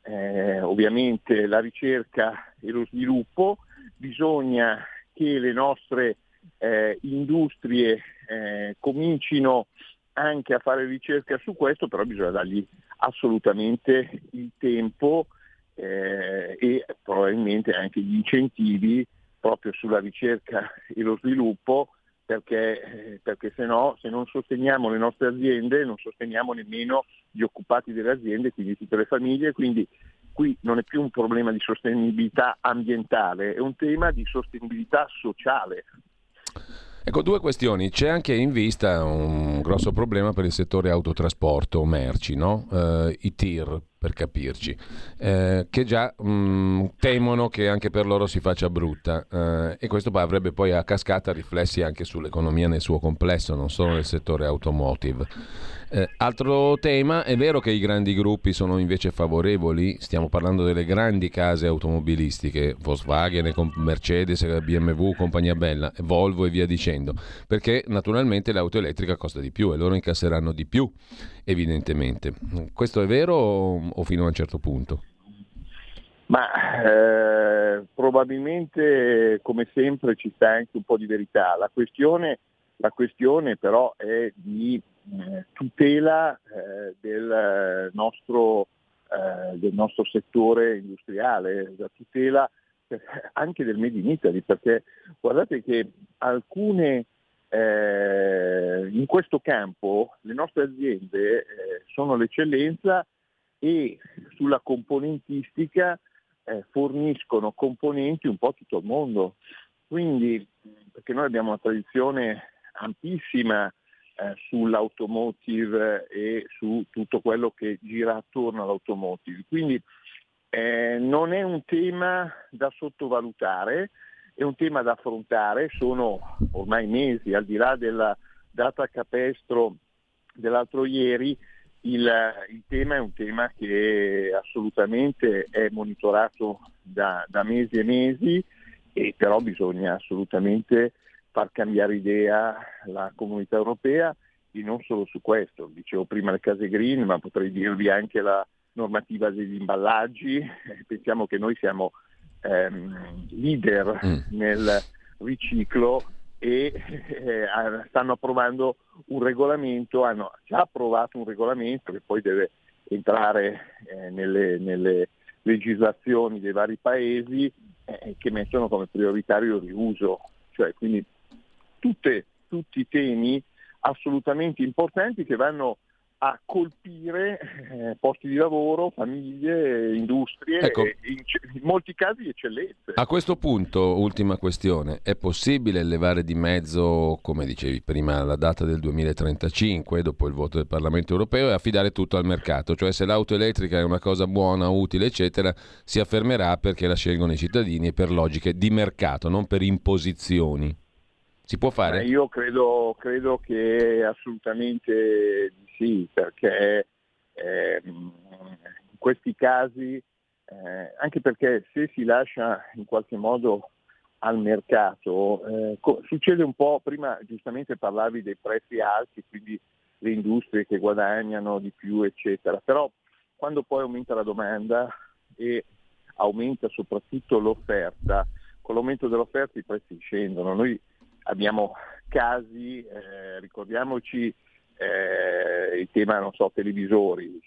Speaker 8: eh, ovviamente la ricerca e lo sviluppo, bisogna che le nostre eh, industrie eh, comincino anche a fare ricerca su questo, però bisogna dargli assolutamente il tempo eh, e probabilmente anche gli incentivi proprio sulla ricerca e lo sviluppo, perché, eh, perché se no, se non sosteniamo le nostre aziende, non sosteniamo nemmeno gli occupati delle aziende, quindi tutte le famiglie, quindi qui non è più un problema di sostenibilità ambientale, è un tema di sostenibilità sociale.
Speaker 2: Ecco, due questioni. C'è anche in vista un grosso problema per il settore autotrasporto merci, no? Eh, i tir, per capirci, eh, che già mh, temono che anche per loro si faccia brutta eh, e questo avrebbe poi a cascata riflessi anche sull'economia nel suo complesso, non solo nel settore automotive. Eh, altro tema, è vero che i grandi gruppi sono invece favorevoli, stiamo parlando delle grandi case automobilistiche, Volkswagen, Mercedes, B M W, compagnia bella, Volvo e via dicendo, perché naturalmente l'auto elettrica costa di più e loro incasseranno di più, evidentemente. Questo è vero o, o fino a un certo punto?
Speaker 8: Ma eh, probabilmente, come sempre, ci sta anche un po' di verità. La questione, la questione però è di eh, tutela eh, del, nostro, eh, del nostro settore industriale, la tutela anche del Made in Italy, perché guardate che alcune eh, in questo campo le nostre aziende eh, sono l'eccellenza e sulla componentistica eh, forniscono componenti un po' a tutto il mondo. Quindi, perché noi abbiamo una tradizione ampissima eh, sull'automotive e su tutto quello che gira attorno all'automotive. Quindi eh, non è un tema da sottovalutare, è un tema da affrontare. Sono ormai mesi, al di là della data capestro dell'altro ieri, il, il tema è un tema che assolutamente è monitorato da, da mesi e mesi, e però bisogna assolutamente far cambiare idea la comunità europea, e non solo su questo. Dicevo prima le case green, ma potrei dirvi anche la normativa degli imballaggi. Pensiamo che noi siamo ehm, leader mm. nel riciclo e eh, stanno approvando un regolamento, hanno già approvato un regolamento che poi deve entrare eh, nelle, nelle legislazioni dei vari paesi, eh, che mettono come prioritario il riuso, cioè quindi tutte, tutti i temi assolutamente importanti che vanno a colpire eh, posti di lavoro, famiglie, industrie,
Speaker 2: ecco,
Speaker 8: e in, in molti casi eccellenze.
Speaker 2: A questo punto, ultima questione, è possibile levare di mezzo, come dicevi prima, la data del duemilatrentacinque, dopo il voto del Parlamento europeo, e affidare tutto al mercato? Cioè, se l'auto elettrica è una cosa buona, utile, eccetera, si affermerà perché la scelgono i cittadini e per logiche di mercato, non per imposizioni. Si può fare?
Speaker 8: Eh, io credo, credo che assolutamente sì, perché eh, in questi casi, eh, anche perché se si lascia in qualche modo al mercato, eh, co- succede un po', prima giustamente parlavi dei prezzi alti, quindi le industrie che guadagnano di più, eccetera, però quando poi aumenta la domanda e aumenta soprattutto l'offerta, con l'aumento dell'offerta i prezzi scendono. Noi abbiamo casi, eh, ricordiamoci eh, il tema, non so, televisori,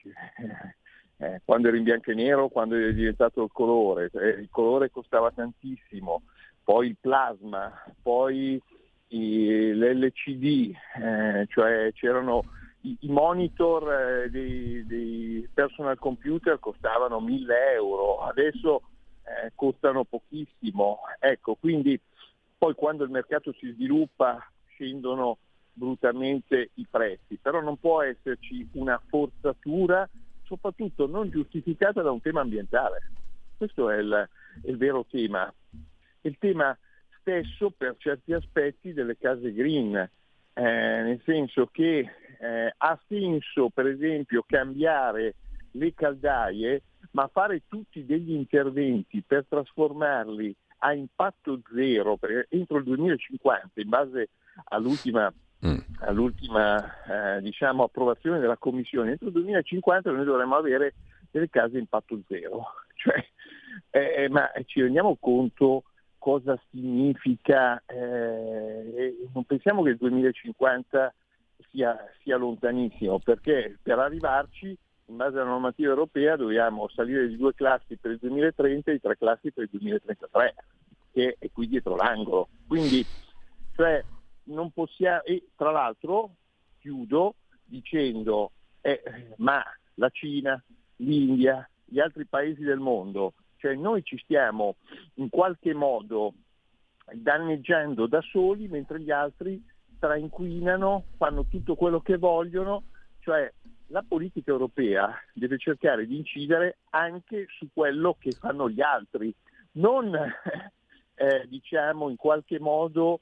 Speaker 8: eh, quando era in bianco e nero, quando è diventato il colore, eh, il colore costava tantissimo, poi il plasma, poi i, l'L C D, eh, cioè c'erano i, i monitor eh, dei, dei personal computer costavano mille euro, adesso eh, costano pochissimo, ecco, quindi poi quando il mercato si sviluppa scendono brutalmente i prezzi, però non può esserci una forzatura, soprattutto non giustificata da un tema ambientale. Questo è il, è il vero tema. Il tema stesso per certi aspetti delle case green, eh, nel senso che eh, ha senso per esempio cambiare le caldaie, ma fare tutti degli interventi per trasformarli a impatto zero per, entro il duemilacinquanta, in base all'ultima, mm. all'ultima eh, diciamo, approvazione della Commissione, entro il duemilacinquanta noi dovremmo avere delle case a impatto zero. Cioè, eh, ma ci rendiamo conto cosa significa? Eh, non pensiamo che il duemilacinquanta sia, sia lontanissimo, perché per arrivarci, in base alla normativa europea, dobbiamo salire di due classi per il duemilatrenta e di tre classi per il duemilatrentatré, che è qui dietro l'angolo. Quindi, cioè, non possiamo. E tra l'altro, chiudo dicendo, eh, ma la Cina, l'India, gli altri paesi del mondo, cioè noi ci stiamo in qualche modo danneggiando da soli, mentre gli altri trainquinano, fanno tutto quello che vogliono. Cioè la politica europea deve cercare di incidere anche su quello che fanno gli altri, non eh, diciamo in qualche modo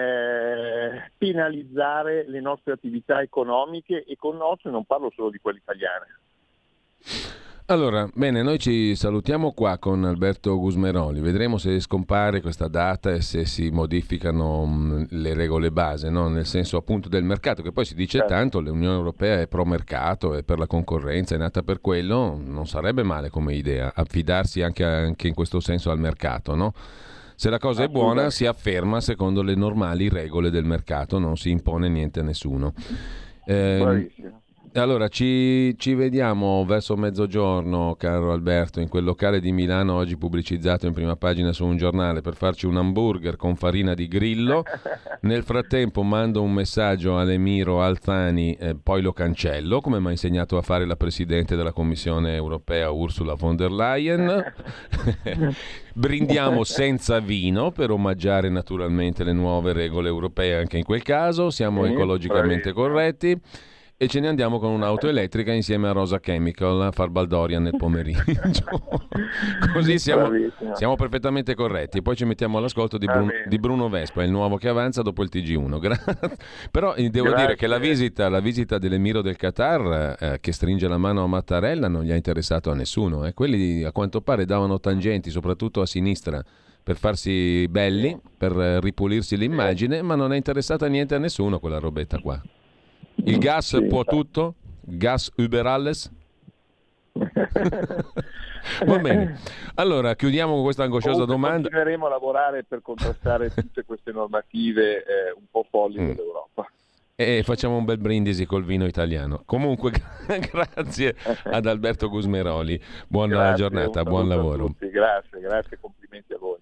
Speaker 8: eh, penalizzare le nostre attività economiche, e con nostre non parlo solo di quelle italiane.
Speaker 2: Allora, bene, noi ci salutiamo qua con Alberto Gusmeroli, vedremo se scompare questa data e se si modificano mh, le regole base, no? Nel senso appunto del mercato, che poi si dice
Speaker 8: certo.
Speaker 2: tanto, l'Unione Europea è pro mercato, è per la concorrenza, è nata per quello, non sarebbe male come idea affidarsi anche, anche in questo senso al mercato, no? Se la cosa è buona si afferma secondo le normali regole del mercato, non si impone niente a nessuno. Eh,
Speaker 8: Bravissimo.
Speaker 2: Allora, ci, ci vediamo verso mezzogiorno, caro Alberto, in quel locale di Milano oggi pubblicizzato in prima pagina su un giornale per farci un hamburger con farina di grillo. Nel frattempo mando un messaggio all'Emiro Alzani, eh, poi lo cancello, come mi ha insegnato a fare la Presidente della Commissione Europea Ursula von der Leyen. Brindiamo senza vino per omaggiare naturalmente le nuove regole europee anche in quel caso, siamo
Speaker 8: Sì,
Speaker 2: ecologicamente
Speaker 8: bravissimo.
Speaker 2: corretti. E ce ne andiamo con un'auto elettrica insieme a Rosa Chemical a far baldoria nel pomeriggio. Così siamo, siamo perfettamente corretti. Poi ci mettiamo all'ascolto di, Brun- di Bruno Vespa, il nuovo che avanza dopo il T G uno. Gra- Però eh, devo
Speaker 8: Grazie.
Speaker 2: dire che la visita, la visita dell'Emiro del Qatar, eh, che stringe la mano a Mattarella, non gli ha interessato a nessuno. Eh. Quelli a quanto pare davano tangenti, soprattutto a sinistra, per farsi belli, per eh, ripulirsi l'immagine, ma non è interessata niente a nessuno quella robetta qua. Il gas
Speaker 8: sì,
Speaker 2: può
Speaker 8: sì.
Speaker 2: tutto? Gas über alles? Va bene. Allora, chiudiamo con questa angosciosa
Speaker 8: Comunque
Speaker 2: domanda.
Speaker 8: Continueremo a lavorare per contrastare tutte queste normative eh, un po' folli
Speaker 2: Mm.
Speaker 8: dell'Europa.
Speaker 2: E facciamo un bel brindisi col vino italiano. Comunque, grazie ad Alberto Gusmeroli. Buona
Speaker 8: Grazie,
Speaker 2: giornata,
Speaker 8: un
Speaker 2: buon
Speaker 8: saluto a
Speaker 2: lavoro.
Speaker 8: tutti. Grazie, grazie, complimenti a voi.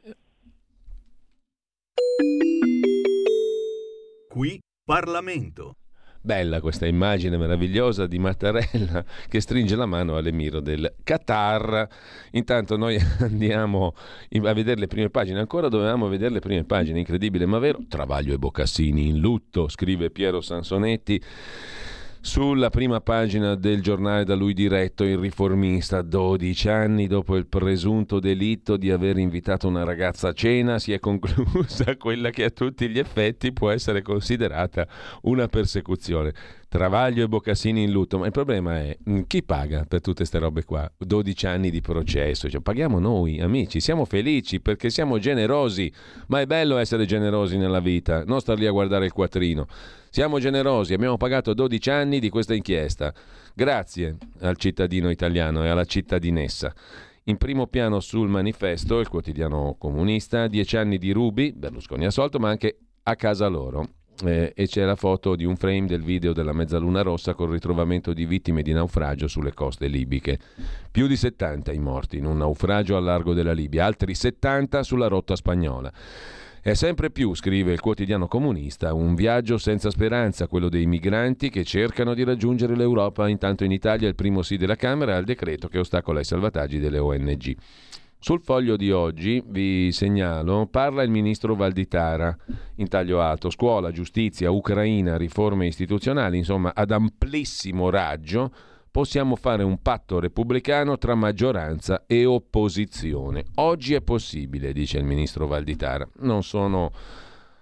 Speaker 4: Qui Parlamento.
Speaker 2: Bella questa immagine meravigliosa di Mattarella che stringe la mano all'Emiro del Qatar. Intanto noi andiamo a vedere le prime pagine. Ancora dovevamo vedere le prime pagine, incredibile ma vero. Travaglio e Boccassini in lutto, scrive Piero Sansonetti sulla prima pagina del giornale da lui diretto, Il Riformista. Dodici anni dopo il presunto delitto di aver invitato una ragazza a cena si è conclusa quella che a tutti gli effetti può essere considerata una persecuzione. Travaglio e Boccassini in lutto, ma il problema è chi paga per tutte ste robe qua? dodici anni di processo, cioè, paghiamo noi amici, siamo felici perché siamo generosi, ma è bello essere generosi nella vita, non star lì a guardare il quattrino. Siamo generosi, abbiamo pagato dodici anni di questa inchiesta, grazie al cittadino italiano e alla cittadinessa. In primo piano sul Manifesto, il quotidiano comunista, dieci anni di Ruby, Berlusconi assolto, ma anche a casa loro. Eh, e c'è la foto di un frame del video della Mezzaluna Rossa col ritrovamento di vittime di naufragio sulle coste libiche. Più di settanta i morti in un naufragio al largo della Libia, altri settanta sulla rotta spagnola. È sempre più, scrive il quotidiano comunista, un viaggio senza speranza, quello dei migranti che cercano di raggiungere l'Europa. Intanto in Italia il primo sì della Camera al decreto che ostacola i salvataggi delle O N G. Sul Foglio di oggi, vi segnalo, parla il ministro Valditara in taglio alto, scuola, giustizia, Ucraina, riforme istituzionali, insomma ad amplissimo raggio possiamo fare un patto repubblicano tra maggioranza e opposizione. Oggi è possibile, dice il ministro Valditara. Non sono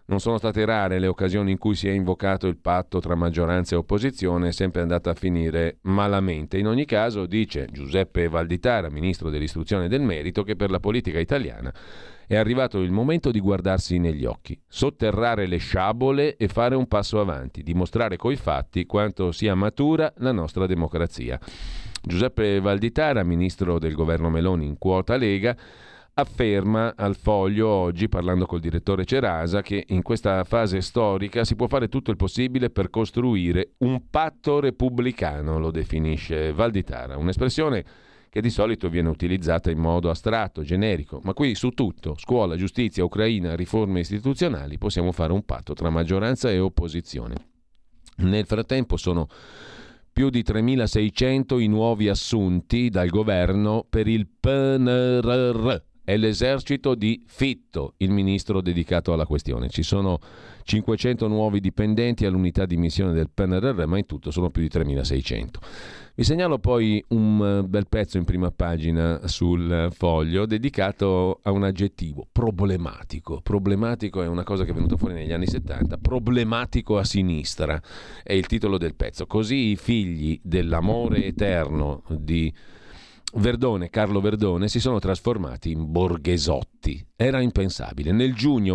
Speaker 2: Non sono state rare le occasioni in cui si è invocato il patto tra maggioranza e opposizione, è sempre andata a finire malamente. In ogni caso, dice Giuseppe Valditara, ministro dell'istruzione e del merito, che per la politica italiana è arrivato il momento di guardarsi negli occhi, sotterrare le sciabole e fare un passo avanti, dimostrare coi fatti quanto sia matura la nostra democrazia. Giuseppe Valditara, ministro del governo Meloni in quota Lega, afferma al Foglio oggi, parlando col direttore Cerasa, che in questa fase storica si può fare tutto il possibile per costruire un patto repubblicano, lo definisce Valditara, un'espressione che di solito viene utilizzata in modo astratto, generico, ma qui su tutto, scuola, giustizia, Ucraina, riforme istituzionali, possiamo fare un patto tra maggioranza e opposizione. Nel frattempo sono più di tremilaseicento i nuovi assunti dal governo per il P N R R. È l'esercito di Fitto, il ministro dedicato alla questione. Ci sono cinquecento nuovi dipendenti all'unità di missione del P N R R, ma in tutto sono più di tremilaseicento. Vi segnalo poi un bel pezzo in prima pagina sul Foglio dedicato a un aggettivo, problematico. Problematico è una cosa che è venuta fuori negli anni settanta, problematico a sinistra è il titolo del pezzo. Così i figli dell'amore eterno di Verdone, Carlo Verdone, si sono trasformati in borghesotti. Era impensabile. Nel giugno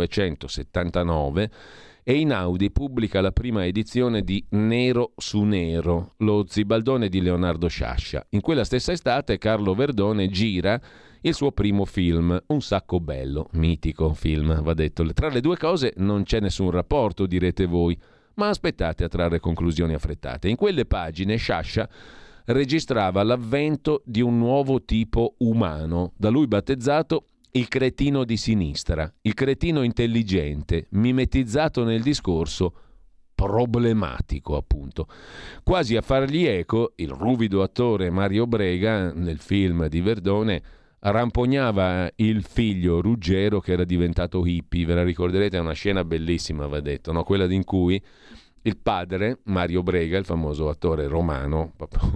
Speaker 2: millenovecentosettantanove Einaudi pubblica la prima edizione di Nero su Nero, lo zibaldone di Leonardo Sciascia. In quella stessa estate Carlo Verdone gira il suo primo film, Un sacco bello, mitico film, va detto. Tra le due cose non c'è nessun rapporto, direte voi, ma aspettate a trarre conclusioni affrettate. In quelle pagine Sciascia registrava l'avvento di un nuovo tipo umano, da lui battezzato il cretino di sinistra, il cretino intelligente, mimetizzato nel discorso problematico, appunto. Quasi a fargli eco, il ruvido attore Mario Brega, nel film di Verdone, rampognava il figlio Ruggero che era diventato hippie. Ve la ricorderete, è una scena bellissima, va detto, no? Quella in cui il padre, Mario Brega, il famoso attore romano,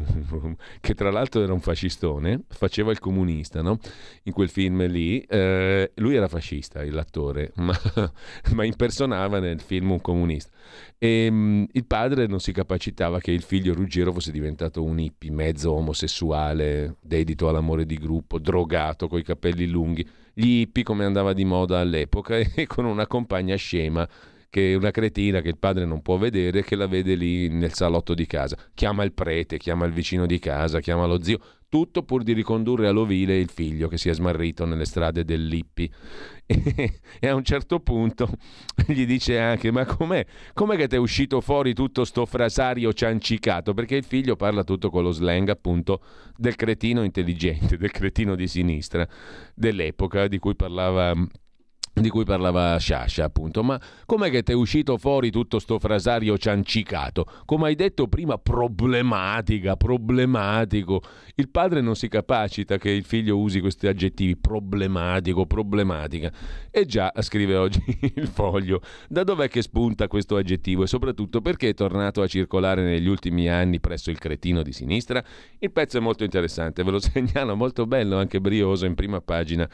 Speaker 2: che tra l'altro era un fascistone, faceva il comunista, no? In quel film lì, eh, lui era fascista, l'attore, ma, ma impersonava nel film un comunista. E mh, il padre non si capacitava che il figlio Ruggero fosse diventato un hippie, mezzo omosessuale, dedito all'amore di gruppo, drogato, coi capelli lunghi, gli hippie come andava di moda all'epoca, e con una compagna scema, che è una cretina che il padre non può vedere, che la vede lì nel salotto di casa. Chiama il prete, chiama il vicino di casa, chiama lo zio, tutto pur di ricondurre all'ovile il figlio che si è smarrito nelle strade dell'hippie. E, e a un certo punto gli dice anche: ma com'è, com'è che ti è uscito fuori tutto sto frasario ciancicato? Perché il figlio parla tutto con lo slang, appunto, del cretino intelligente, del cretino di sinistra dell'epoca di cui parlava di cui parlava Sciascia, appunto. Ma com'è che ti è uscito fuori tutto sto frasario ciancicato? Come hai detto prima, problematica, problematico. Il padre non si capacita che il figlio usi questi aggettivi, problematico, problematica. E già, scrive oggi il Foglio, da dov'è che spunta questo aggettivo e soprattutto perché è tornato a circolare negli ultimi anni presso il cretino di sinistra? Il pezzo è molto interessante, ve lo segnalo, molto bello, anche brioso, in prima pagina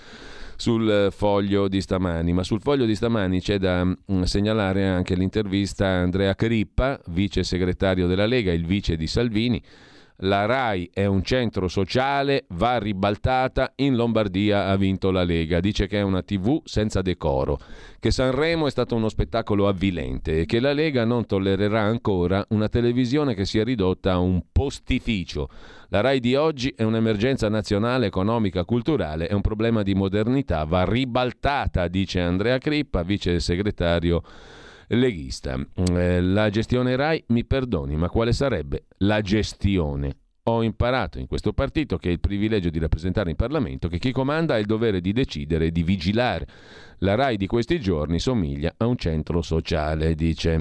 Speaker 2: sul Foglio di stamani. Ma sul Foglio di stamani c'è da mh, segnalare anche l'intervista a Andrea Crippa, vice segretario della Lega, il vice di Salvini. La RAI è un centro sociale, va ribaltata, in Lombardia ha vinto la Lega. Dice che è una tivù senza decoro, che Sanremo è stato uno spettacolo avvilente e che la Lega non tollererà ancora una televisione che sia ridotta a un postificio. La RAI di oggi è un'emergenza nazionale, economica, culturale, è un problema di modernità, va ribaltata, dice Andrea Crippa, vice segretario leghista. Eh, la gestione RAI, mi perdoni, ma quale sarebbe la gestione? Ho imparato in questo partito che è il privilegio di rappresentare in Parlamento che chi comanda ha il dovere di decidere e di vigilare. La RAI di questi giorni somiglia a un centro sociale, dice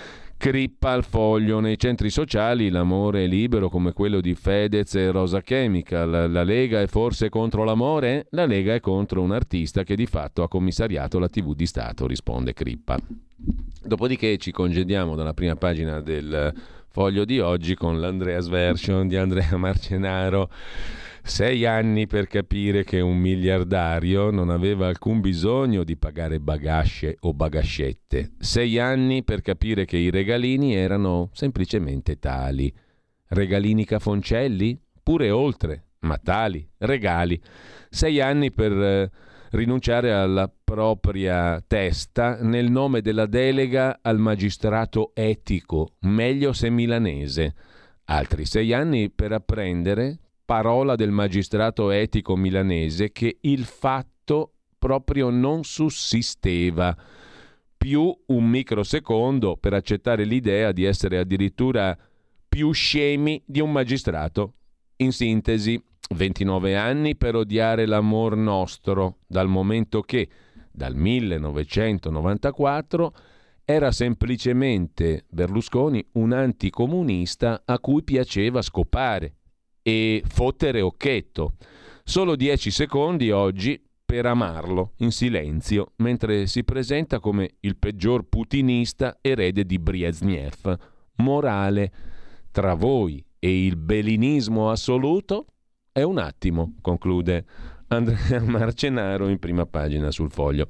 Speaker 2: Crippa al Foglio. Nei centri sociali l'amore è libero come quello di Fedez e Rosa Chemical. La, la Lega è forse contro l'amore? La Lega è contro un artista che di fatto ha commissariato la tivù di Stato, risponde Crippa. Dopodiché ci congediamo dalla prima pagina del Foglio di oggi con l'Andreas Version di Andrea Marcenaro, Sei anni per capire che un miliardario non aveva alcun bisogno di pagare bagasce o bagascette. Sei anni per capire che i regalini erano semplicemente tali. Regalini Cafoncelli? Pure oltre, ma tali, regali. Sei anni per eh, rinunciare alla propria testa nel nome della delega al magistrato etico, meglio se milanese. Altri sei anni per apprendere, parola del magistrato etico milanese, che il fatto proprio non sussisteva. Più un microsecondo per accettare l'idea di essere addirittura più scemi di un magistrato. In sintesi, ventinove anni per odiare l'amor nostro, dal momento che, dal millenovecentonovantaquattro, era semplicemente Berlusconi un anticomunista a cui piaceva scopare e fottere occhetto. Solo dieci secondi oggi per amarlo in silenzio, mentre si presenta come il peggior putinista erede di Brezhnev. Morale: tra voi e il belinismo assoluto è un attimo, conclude Andrea Marcenaro in prima pagina sul Foglio.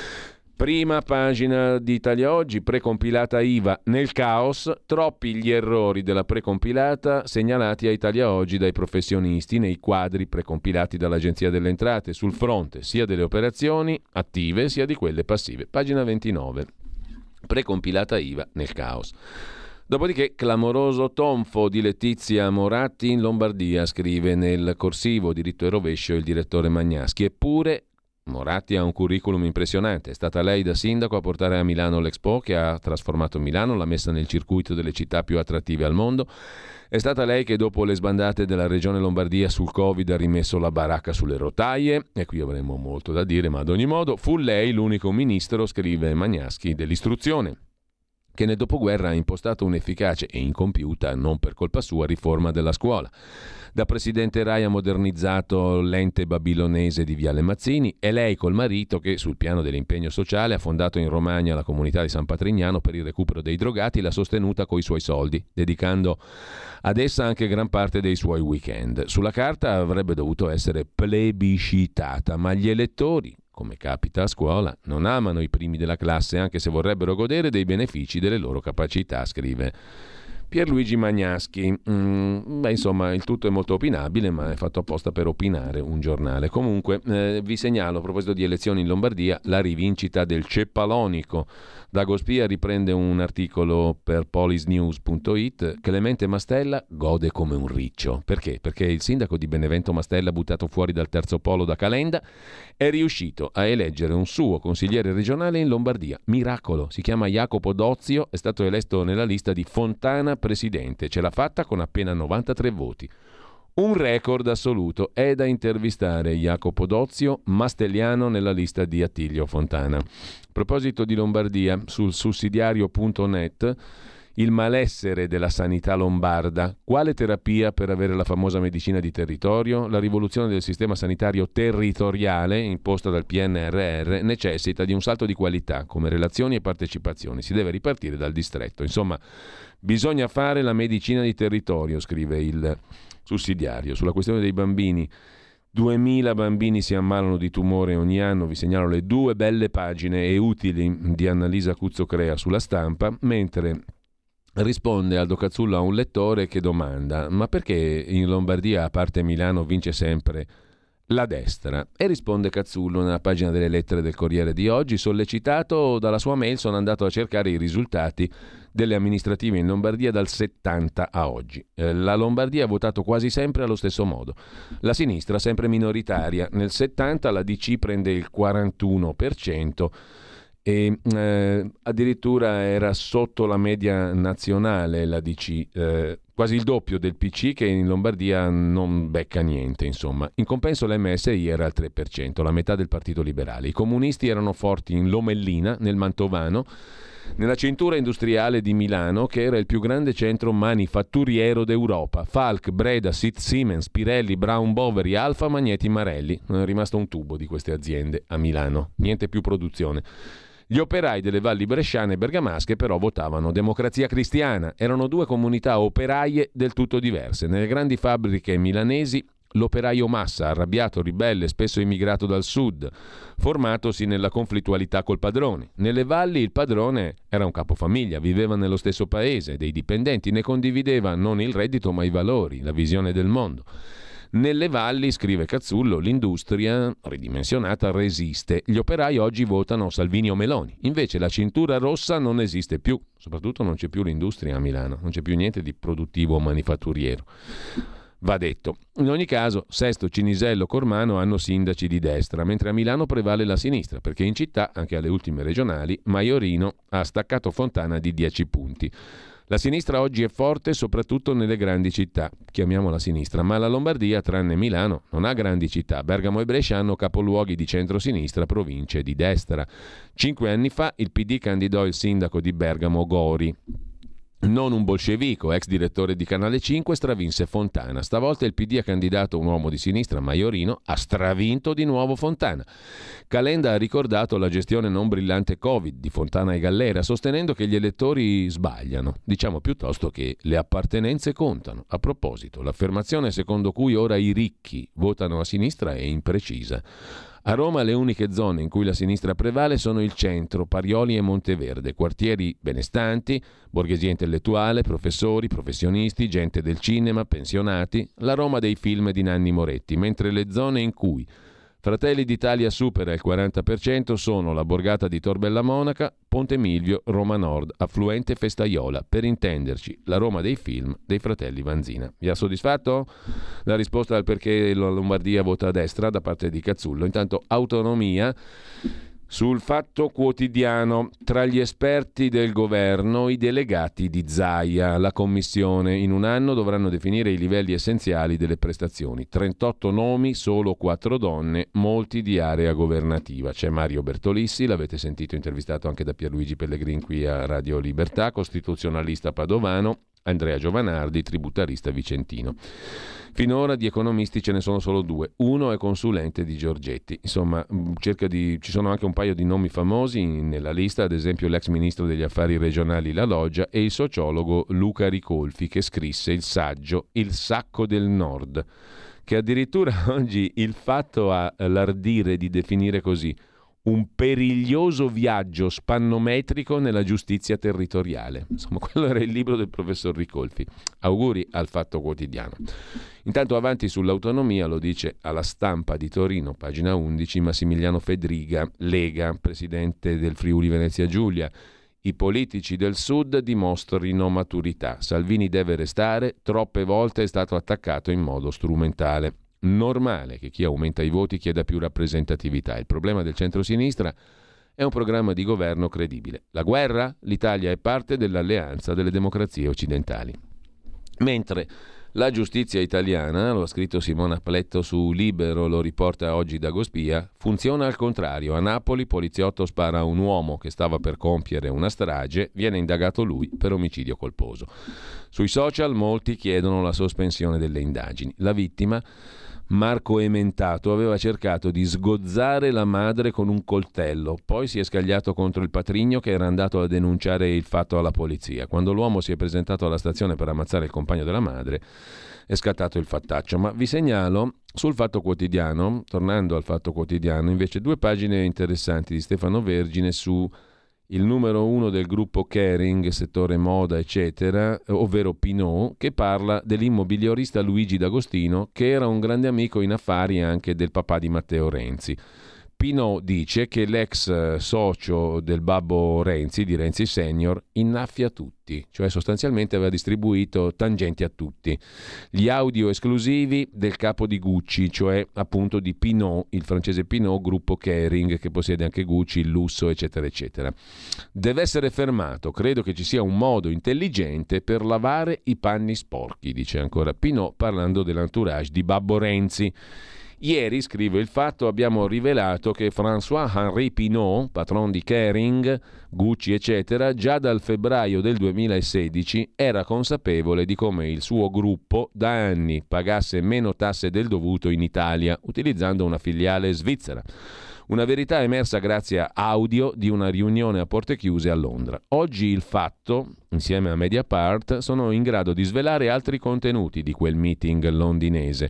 Speaker 2: Prima pagina di Italia Oggi, precompilata I V A nel caos, troppi gli errori della precompilata segnalati a Italia Oggi dai professionisti nei quadri precompilati dall'Agenzia delle Entrate sul fronte sia delle operazioni attive sia di quelle passive. Pagina ventinove, precompilata I V A nel caos. Dopodiché, clamoroso tonfo di Letizia Moratti in Lombardia, scrive nel corsivo Diritto e Rovescio il direttore Magnaschi. Eppure Moratti ha un curriculum impressionante. È stata lei da sindaco a portare a Milano l'Expo, che ha trasformato Milano, l'ha messa nel circuito delle città più attrattive al mondo. È stata lei che dopo le sbandate della regione Lombardia sul Covid ha rimesso la baracca sulle rotaie. E qui avremmo molto da dire, ma ad ogni modo fu lei l'unico ministro, scrive Magnaschi, dell'istruzione, che nel dopoguerra ha impostato un'efficace e incompiuta, non per colpa sua, riforma della scuola. Da presidente Rai ha modernizzato l'ente babilonese di Viale Mazzini, e lei col marito che sul piano dell'impegno sociale ha fondato in Romagna la comunità di San Patrignano per il recupero dei drogati, l'ha sostenuta coi suoi soldi, dedicando ad essa anche gran parte dei suoi weekend. Sulla carta avrebbe dovuto essere plebiscitata, ma gli elettori, come capita a scuola, non amano i primi della classe, anche se vorrebbero godere dei benefici delle loro capacità, scrive Pierluigi Magnaschi. Mm, beh, insomma, il tutto è molto opinabile, ma è fatto apposta per opinare un giornale. Comunque, eh, vi segnalo, a proposito di elezioni in Lombardia, la rivincita del Ceppalonico. Dago Spia riprende un articolo per polisnews punto it. Clemente Mastella gode come un riccio. Perché? Perché il sindaco di Benevento Mastella, buttato fuori dal terzo polo da Calenda, è riuscito a eleggere un suo consigliere regionale in Lombardia. Miracolo, si chiama Jacopo Dozio, è stato eletto nella lista di Fontana presidente, ce l'ha fatta con appena novantatré voti. Un record assoluto. È da intervistare Jacopo Dozio, mastelliano nella lista di Attilio Fontana. A proposito di Lombardia, sul sussidiario punto net, il malessere della sanità lombarda. Quale terapia per avere la famosa medicina di territorio? La rivoluzione del sistema sanitario territoriale imposta dal P N R R necessita di un salto di qualità come relazioni e partecipazioni. Si deve ripartire dal distretto. Insomma, bisogna fare la medicina di territorio, scrive il sussidiario. Sulla questione dei bambini, duemila bambini si ammalano di tumore ogni anno. Vi segnalo le due belle pagine e utili di Annalisa Cuzzocrea sulla Stampa, mentre risponde Aldo Cazzullo a un lettore che domanda: ma perché in Lombardia, a parte Milano, vince sempre la destra? E risponde Cazzullo nella pagina delle lettere del Corriere di oggi: sollecitato dalla sua mail sono andato a cercare i risultati delle amministrative in Lombardia dal settanta a oggi. Eh, la Lombardia ha votato quasi sempre allo stesso modo, la sinistra sempre minoritaria. Nel settanta la D C prende il quarantuno per cento e eh, addirittura era sotto la media nazionale la D C, eh, quasi il doppio del P C, che in Lombardia non becca niente, insomma. In compenso l'M S I era al tre per cento, la metà del Partito Liberale. I comunisti erano forti in Lomellina, nel Mantovano, nella cintura industriale di Milano, che era il più grande centro manifatturiero d'Europa. Falk, Breda, Sit Siemens, Pirelli, Brown Boveri, Alfa, Magneti, Marelli. Non è rimasto un tubo di queste aziende a Milano, niente più produzione. Gli operai delle valli bresciane e bergamasche però votavano Democrazia Cristiana. Erano due comunità operaie del tutto diverse. Nelle grandi fabbriche milanesi l'operaio massa, arrabbiato, ribelle, spesso immigrato dal sud, formatosi nella conflittualità col padrone. Nelle valli il padrone era un capofamiglia, viveva nello stesso paese, dei dipendenti, ne condivideva non il reddito ma i valori, la visione del mondo. Nelle valli, scrive Cazzullo, l'industria ridimensionata resiste. Gli operai oggi votano Salvini o Meloni. Invece la cintura rossa non esiste più. Soprattutto non c'è più l'industria a Milano. Non c'è più niente di produttivo o manifatturiero. Va detto. In ogni caso, Sesto, Cinisello, Cormano hanno sindaci di destra, mentre a Milano prevale la sinistra, perché in città, anche alle ultime regionali, Maiorino ha staccato Fontana di dieci punti. La sinistra oggi è forte soprattutto nelle grandi città, chiamiamola sinistra, ma la Lombardia, tranne Milano, non ha grandi città. Bergamo e Brescia hanno capoluoghi di centrosinistra, province di destra. Cinque anni fa il P D candidò il sindaco di Bergamo Gori. Non un bolscevico, ex direttore di Canale cinque, stravinse Fontana. Stavolta il P D ha candidato un uomo di sinistra, Maiorino, ha stravinto di nuovo Fontana. Calenda ha ricordato la gestione non brillante Covid di Fontana e Gallera, sostenendo che gli elettori sbagliano. Diciamo piuttosto che le appartenenze contano. A proposito, l'affermazione secondo cui ora i ricchi votano a sinistra è imprecisa. A Roma le uniche zone in cui la sinistra prevale sono il centro, Parioli e Monteverde, quartieri benestanti, borghesia intellettuale, professori, professionisti, gente del cinema, pensionati, la Roma dei film di Nanni Moretti, mentre le zone in cui Fratelli d'Italia supera il quaranta per cento sono la borgata di Tor Bella Monaca, Ponte Milvio, Roma Nord, affluente Festaiola, per intenderci la Roma dei film dei fratelli Vanzina. Vi ha soddisfatto la risposta al perché la Lombardia vota a destra da parte di Cazzullo? Intanto autonomia. Sul Fatto Quotidiano, tra gli esperti del governo, i delegati di Zaia, la commissione. In un anno dovranno definire i livelli essenziali delle prestazioni. trentotto nomi, solo quattro donne, molti di area governativa. C'è Mario Bertolissi, l'avete sentito intervistato anche da Pierluigi Pellegrin qui a Radio Libertà, costituzionalista padovano, Andrea Giovanardi, tributarista vicentino. Finora di economisti ce ne sono solo due. Uno è consulente di Giorgetti. Insomma, cerca di, ci sono anche un paio di nomi famosi nella lista, ad esempio l'ex ministro degli affari regionali La Loggia e il sociologo Luca Ricolfi, che scrisse il saggio Il sacco del Nord, che addirittura oggi Il Fatto ha l'ardire di definire così: un periglioso viaggio spannometrico nella giustizia territoriale. Insomma, quello era il libro del professor Ricolfi. Auguri al Fatto Quotidiano. Intanto avanti sull'autonomia, lo dice alla Stampa di Torino, pagina undici, Massimiliano Fedriga, Lega, presidente del Friuli Venezia Giulia. I politici del Sud dimostrino maturità. Salvini deve restare, troppe volte è stato attaccato in modo strumentale. Normale che chi aumenta i voti chieda più rappresentatività. Il problema del centrosinistra è un programma di governo credibile. La guerra? L'Italia è parte dell'alleanza delle democrazie occidentali. Mentre la giustizia italiana, lo ha scritto Simona Pletto su Libero, lo riporta oggi Dagospia, funziona al contrario. A Napoli poliziotto spara a un uomo che stava per compiere una strage, viene indagato lui per omicidio colposo. Sui social molti chiedono la sospensione delle indagini. La vittima, Marco Ementato, aveva cercato di sgozzare la madre con un coltello, poi si è scagliato contro il patrigno che era andato a denunciare il fatto alla polizia. Quando l'uomo si è presentato alla stazione per ammazzare il compagno della madre, è scattato il fattaccio. Ma vi segnalo sul Fatto Quotidiano, tornando al Fatto Quotidiano, invece due pagine interessanti di Stefano Vergine su il numero uno del gruppo Kering, settore moda, eccetera, ovvero Pinot, che parla dell'immobiliarista Luigi D'Agostino, che era un grande amico in affari anche del papà di Matteo Renzi. Pinot dice che l'ex socio del babbo Renzi, di Renzi Senior, innaffia tutti, cioè sostanzialmente aveva distribuito tangenti a tutti. Gli audio esclusivi del capo di Gucci, cioè appunto di Pinot, il francese Pinot, gruppo Kering, che possiede anche Gucci, il lusso, eccetera, eccetera. Deve essere fermato, credo che ci sia un modo intelligente per lavare i panni sporchi, dice ancora Pinot, parlando dell'entourage di babbo Renzi. Ieri, scrive Il Fatto, abbiamo rivelato che François-Henri Pinault, patron di Kering, Gucci, eccetera, già dal febbraio del duemilasedici era consapevole di come il suo gruppo da anni pagasse meno tasse del dovuto in Italia, utilizzando una filiale svizzera. Una verità emersa grazie a audio di una riunione a porte chiuse a Londra. Oggi Il Fatto, insieme a Mediapart, sono in grado di svelare altri contenuti di quel meeting londinese.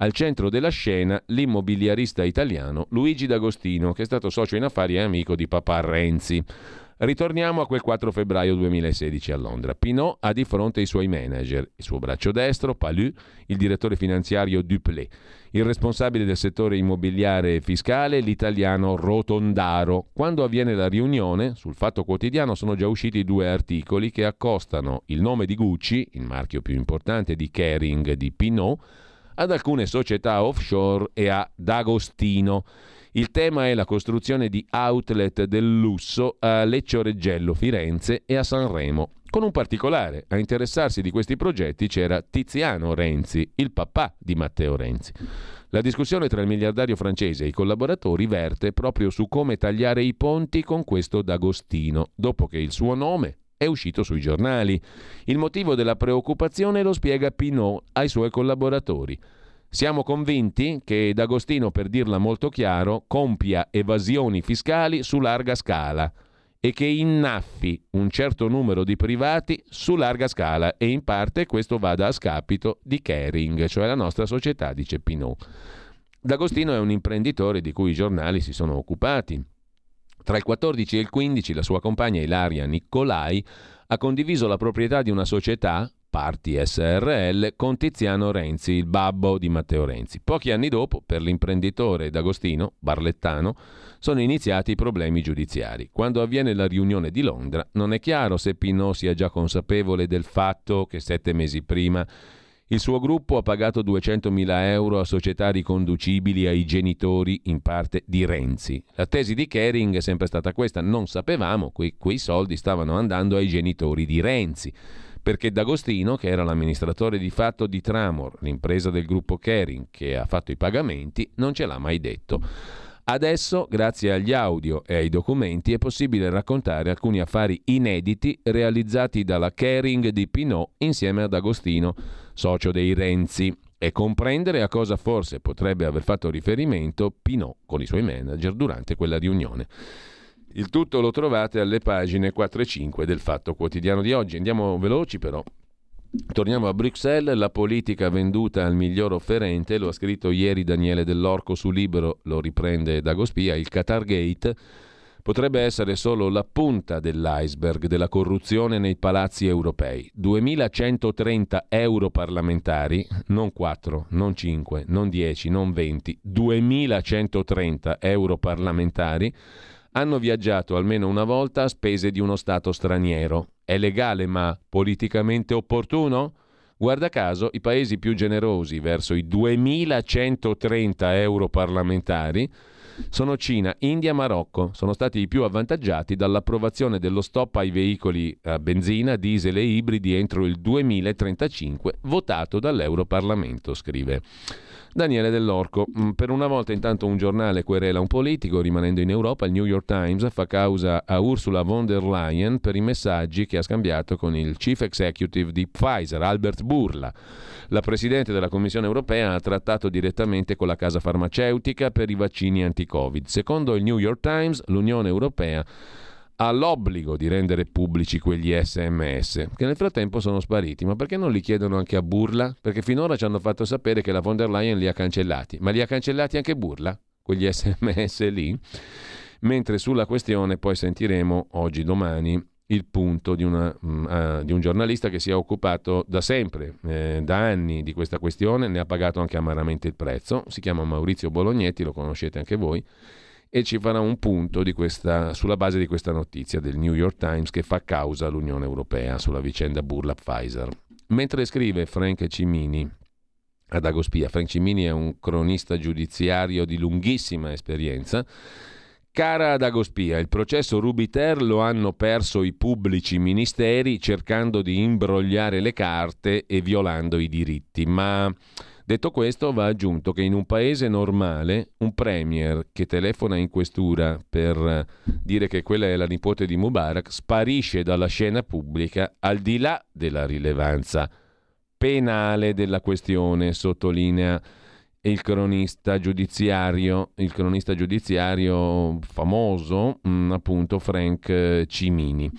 Speaker 2: Al centro della scena l'immobiliarista italiano Luigi D'Agostino, che è stato socio in affari e amico di papà Renzi. Ritorniamo a quel quattro febbraio duemilasedici a Londra. Pinault ha di fronte i suoi manager, il suo braccio destro, Palù, il direttore finanziario Duplé, il responsabile del settore immobiliare e fiscale, l'italiano Rotondaro. Quando avviene la riunione, sul Fatto Quotidiano sono già usciti due articoli che accostano il nome di Gucci, il marchio più importante di Kering di Pinault, ad alcune società offshore e a D'Agostino. Il tema è la costruzione di outlet del lusso a Leccio Reggello, Firenze e a Sanremo. Con un particolare, a interessarsi di questi progetti c'era Tiziano Renzi, il papà di Matteo Renzi. La discussione tra il miliardario francese e i collaboratori verte proprio su come tagliare i ponti con questo D'Agostino, dopo che il suo nome è uscito sui giornali. Il motivo della preoccupazione lo spiega Pinault ai suoi collaboratori. Siamo convinti che D'Agostino, per dirla molto chiaro, compia evasioni fiscali su larga scala e che innaffi un certo numero di privati su larga scala e in parte questo vada a scapito di Kering, cioè la nostra società, dice Pinault. D'Agostino è un imprenditore di cui i giornali si sono occupati. Tra il quattordici e il quindici la sua compagna Ilaria Nicolai ha condiviso la proprietà di una società, Parti S R L, con Tiziano Renzi, il babbo di Matteo Renzi. Pochi anni dopo, per l'imprenditore D'Agostino, barlettano, sono iniziati i problemi giudiziari. Quando avviene la riunione di Londra, non è chiaro se Pinault sia già consapevole del fatto che sette mesi prima il suo gruppo ha pagato duecentomila euro a società riconducibili ai genitori, in parte, di Renzi. La tesi di Kering è sempre stata questa: non sapevamo, quei, quei soldi stavano andando ai genitori di Renzi, perché D'Agostino, che era l'amministratore di fatto di Tramor, l'impresa del gruppo Kering che ha fatto i pagamenti, non ce l'ha mai detto. Adesso, grazie agli audio e ai documenti, è possibile raccontare alcuni affari inediti realizzati dalla Kering di Pinault insieme ad Agostino, socio dei Renzi, e comprendere a cosa forse potrebbe aver fatto riferimento Pinault con i suoi manager durante quella riunione. Il tutto lo trovate alle pagine quattro e cinque del Fatto Quotidiano di oggi. Andiamo veloci però. Torniamo a Bruxelles, la politica venduta al miglior offerente, lo ha scritto ieri Daniele Dell'Orco su Libero, lo riprende Dagospia. Il Qatar Gate potrebbe essere solo la punta dell'iceberg della corruzione nei palazzi europei. duemilacentotrenta euro parlamentari, non quattro, non cinque, non dieci, non venti, duemilacentotrenta euro parlamentari hanno viaggiato almeno una volta a spese di uno Stato straniero. È legale ma politicamente opportuno? Guarda caso, i paesi più generosi verso i duemilacentotrenta euro parlamentari sono Cina, India e Marocco. Sono stati i più avvantaggiati dall'approvazione dello stop ai veicoli a benzina, diesel e ibridi entro il duemilatrentacinque, votato dall'Europarlamento, scrive Daniele Dell'Orco. Per una volta intanto un giornale querela un politico. Rimanendo in Europa, il New York Times fa causa a Ursula von der Leyen per i messaggi che ha scambiato con il chief executive di Pfizer, Albert Bourla. La presidente della Commissione europea ha trattato direttamente con la casa farmaceutica per i vaccini anti-Covid. Secondo il New York Times, l'Unione Europea ha l'obbligo di rendere pubblici quegli sms che nel frattempo sono spariti. Ma perché non li chiedono anche a Bourla? Perché finora ci hanno fatto sapere che la von der Leyen li ha cancellati, ma li ha cancellati anche Bourla, quegli sms lì? Mentre sulla questione poi sentiremo oggi, domani, il punto di, una, uh, di un giornalista che si è occupato da sempre, eh, da anni, di questa questione, ne ha pagato anche amaramente il prezzo. Si chiama Maurizio Bolognetti, lo conoscete anche voi, e ci farà un punto di questa, sulla base di questa notizia del New York Times che fa causa all'Unione Europea sulla vicenda Bourla-Pfizer. Mentre scrive Frank Cimini ad Agospia, Frank Cimini è un cronista giudiziario di lunghissima esperienza. Cara ad Agospia, il processo Rubiter lo hanno perso i pubblici ministeri cercando di imbrogliare le carte e violando i diritti, ma detto questo va aggiunto che in un paese normale un premier che telefona in questura per dire che quella è la nipote di Mubarak sparisce dalla scena pubblica al di là della rilevanza penale della questione, sottolinea il cronista giudiziario, il cronista giudiziario famoso, mh, appunto Frank Cimini.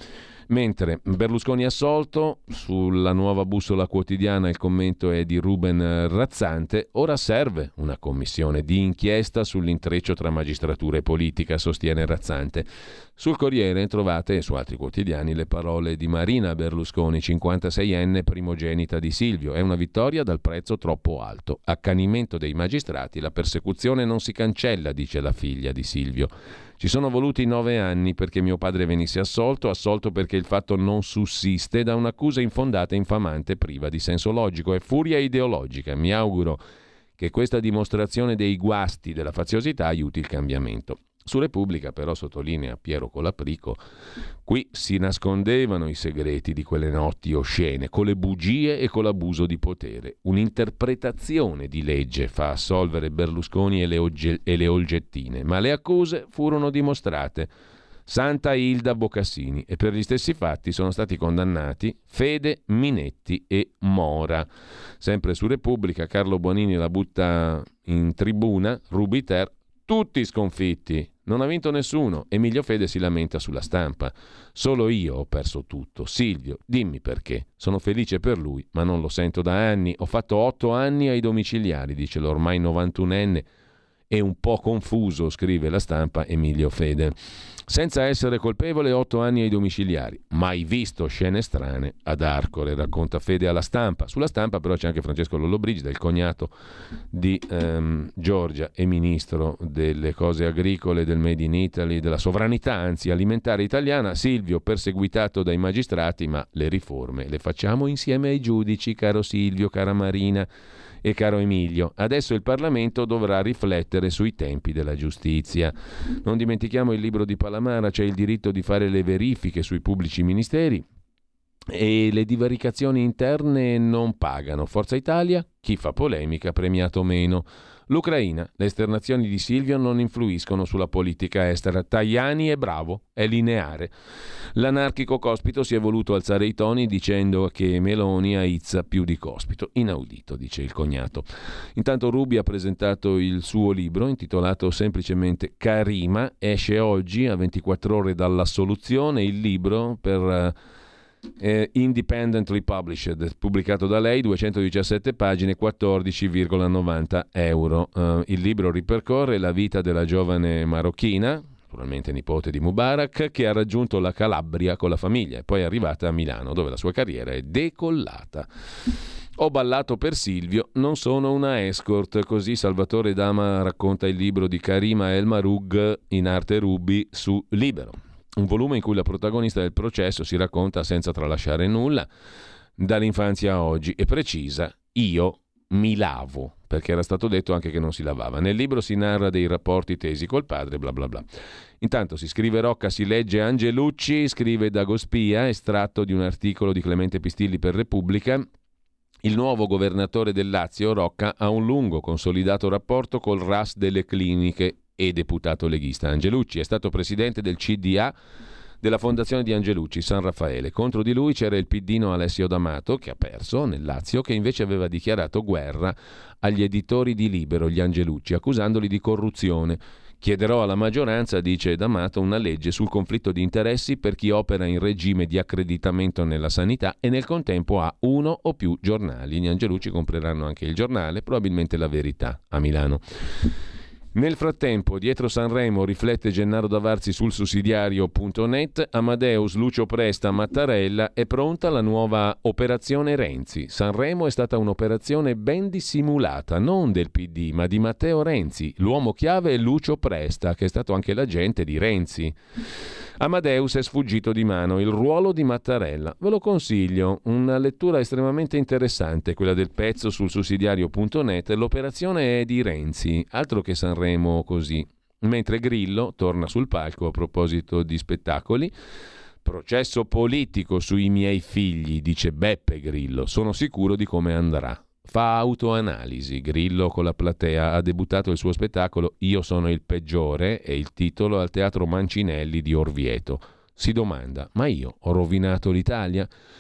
Speaker 2: Mentre Berlusconi assolto, sulla Nuova Bussola Quotidiana il commento è di Ruben Razzante, ora serve una commissione di inchiesta sull'intreccio tra magistratura e politica, sostiene Razzante. Sul Corriere trovate, e su altri quotidiani, le parole di Marina Berlusconi, cinquantaseienne, primogenita di Silvio. È una vittoria dal prezzo troppo alto. Accanimento dei magistrati, la persecuzione non si cancella, dice la figlia di Silvio. Ci sono voluti nove anni perché mio padre venisse assolto, assolto perché il fatto non sussiste da un'accusa infondata e infamante priva di senso logico. È furia ideologica. Mi auguro che questa dimostrazione dei guasti della faziosità aiuti il cambiamento. Su Repubblica però sottolinea Piero Colaprico, qui si nascondevano i segreti di quelle notti oscene, con le bugie e con l'abuso di potere. Un'interpretazione di legge fa assolvere Berlusconi e le, ogge- e le Olgettine, ma le accuse furono dimostrate. Santa Ilda Boccassini, e per gli stessi fatti sono stati condannati Fede, Minetti e Mora. Sempre su Repubblica Carlo Bonini la butta in tribuna, Rubiter, tutti sconfitti, non ha vinto nessuno. Emilio Fede si lamenta sulla Stampa. Solo io ho perso tutto. Silvio, dimmi perché. Sono felice per lui, ma non lo sento da anni. Ho fatto otto anni ai domiciliari, dice l'ormai novantunenne. È un po' confuso, scrive la Stampa Emilio Fede. Senza essere colpevole, otto anni ai domiciliari. Mai visto scene strane ad Arcore, racconta Fede alla Stampa. Sulla Stampa però c'è anche Francesco Lollobrigida, il cognato di ehm, Giorgia e ministro delle cose agricole, del Made in Italy, della sovranità anzi alimentare italiana. Silvio perseguitato dai magistrati, ma le riforme le facciamo insieme ai giudici, caro Silvio, cara Marina e caro Emilio. Adesso il Parlamento dovrà riflettere sui tempi della giustizia. Non dimentichiamo il libro di Palamara, c'è il diritto di fare le verifiche sui pubblici ministeri e le divaricazioni interne non pagano. Forza Italia, chi fa polemica premiato meno. L'Ucraina, le esternazioni di Silvio non influiscono sulla politica estera. Tajani è bravo, è lineare. L'anarchico Cospito si è voluto alzare i toni dicendo che Meloni aizza più di Cospito. Inaudito, dice il cognato. Intanto Rubi ha presentato il suo libro intitolato semplicemente Karima. Esce oggi a ventiquattro ore dall'assoluzione. Il libro per... Eh, independently published, pubblicato da lei, duecentodiciassette pagine, quattordici virgola novanta euro. Uh, il libro ripercorre la vita della giovane marocchina, naturalmente nipote di Mubarak, che ha raggiunto la Calabria con la famiglia e poi è arrivata a Milano, dove la sua carriera è decollata. Ho ballato per Silvio, non sono una escort, così Salvatore Dama racconta il libro di Karima El Marug in arte Rubi su Libero. Un volume in cui la protagonista del processo si racconta senza tralasciare nulla, dall'infanzia a oggi, e precisa: io mi lavo, perché era stato detto anche che non si lavava. Nel libro si narra dei rapporti tesi col padre, bla bla bla. Intanto si scrive Rocca, si legge Angelucci, scrive Dagospia, estratto di un articolo di Clemente Pistilli per Repubblica. Il nuovo governatore del Lazio, Rocca, ha un lungo consolidato rapporto col R A S delle cliniche e deputato leghista. Angelucci è stato presidente del C D A della fondazione di Angelucci, San Raffaele. Contro di lui c'era il piddino Alessio D'Amato, che ha perso nel Lazio, che invece aveva dichiarato guerra agli editori di Libero, gli Angelucci, accusandoli di corruzione. Chiederò alla maggioranza, dice D'Amato, una legge sul conflitto di interessi per chi opera in regime di accreditamento nella sanità e nel contempo ha uno o più giornali. Gli Angelucci compreranno anche il giornale, probabilmente La Verità, a Milano. Nel frattempo, dietro Sanremo riflette Gennaro Davarzi sul sussidiario punto net. Amadeus, Lucio Presta, Mattarella, è pronta la nuova Operazione Renzi. Sanremo è stata un'operazione ben dissimulata, non del P D, ma di Matteo Renzi. L'uomo chiave è Lucio Presta, che è stato anche l'agente di Renzi. Amadeus è sfuggito di mano, il ruolo di Mattarella. Ve lo consiglio, una lettura estremamente interessante, quella del pezzo sul sussidiario punto net. L'operazione è di Renzi, altro che Sanremo così. Mentre Grillo torna sul palco a proposito di spettacoli. Processo politico sui miei figli, dice Beppe Grillo. Sono sicuro di come andrà. Fa autoanalisi. Grillo con la platea ha debuttato il suo spettacolo Io sono il peggiore e il titolo al Teatro Mancinelli di Orvieto. Si domanda: ma io ho rovinato l'Italia?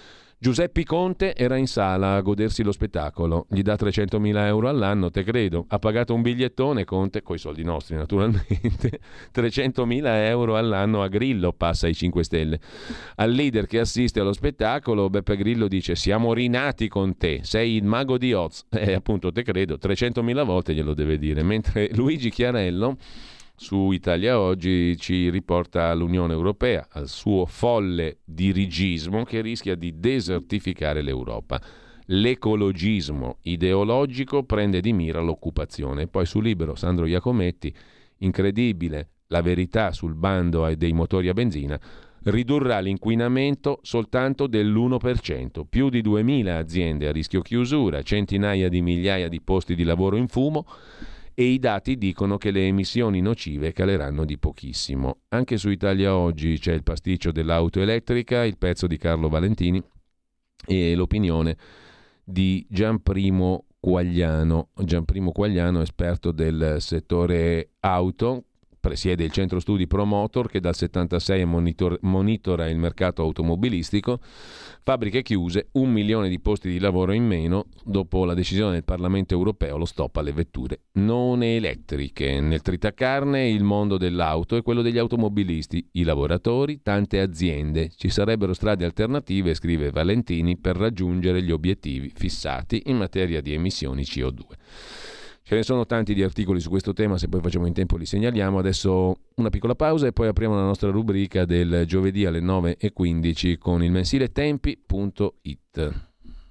Speaker 2: Giuseppe Conte era in sala a godersi lo spettacolo, gli dà trecentomila euro all'anno, te credo, ha pagato un bigliettone Conte, coi soldi nostri naturalmente, trecentomila euro all'anno a Grillo, passa ai cinque Stelle. Al leader che assiste allo spettacolo Beppe Grillo dice: siamo rinati con te, sei il mago di Oz, e eh, appunto te credo, trecentomila volte glielo deve dire, mentre Luigi Chiarello su Italia Oggi ci riporta all'Unione Europea, al suo folle dirigismo che rischia di desertificare l'Europa. L'ecologismo ideologico prende di mira l'occupazione. Poi su Libero Sandro Iacometti, incredibile, la verità sul bando dei motori a benzina ridurrà l'inquinamento soltanto dell'uno per cento, più di duemila aziende a rischio chiusura, centinaia di migliaia di posti di lavoro in fumo, e i dati dicono che le emissioni nocive caleranno di pochissimo. Anche su Italia Oggi c'è il pasticcio dell'auto elettrica, il pezzo di Carlo Valentini e l'opinione di Gianprimo Quagliano. Gianprimo Quagliano, esperto del settore auto, presiede il centro studi Promotor che dal settantasei monitor- monitora il mercato automobilistico. Fabbriche chiuse, un milione di posti di lavoro in meno dopo la decisione del Parlamento europeo, lo stop alle vetture non elettriche. Nel tritacarne il mondo dell'auto e quello degli automobilisti, i lavoratori, tante aziende. Ci sarebbero strade alternative, scrive Valentini, per raggiungere gli obiettivi fissati in materia di emissioni C O due. Ce ne sono tanti di articoli su questo tema, se poi facciamo in tempo li segnaliamo. Adesso una piccola pausa e poi apriamo la nostra rubrica del giovedì alle nove e quindici con il mensile tempi punto it.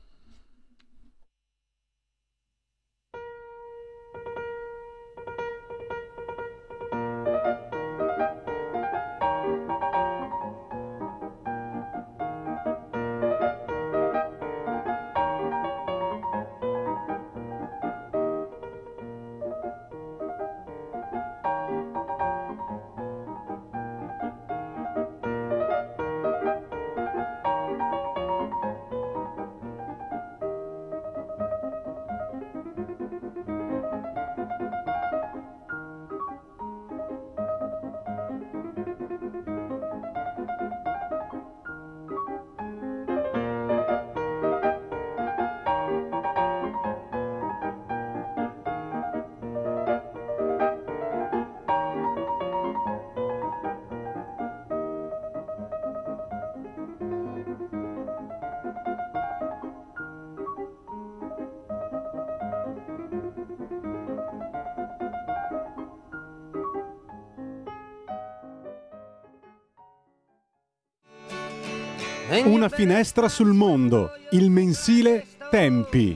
Speaker 1: Una finestra sul mondo, il mensile Tempi.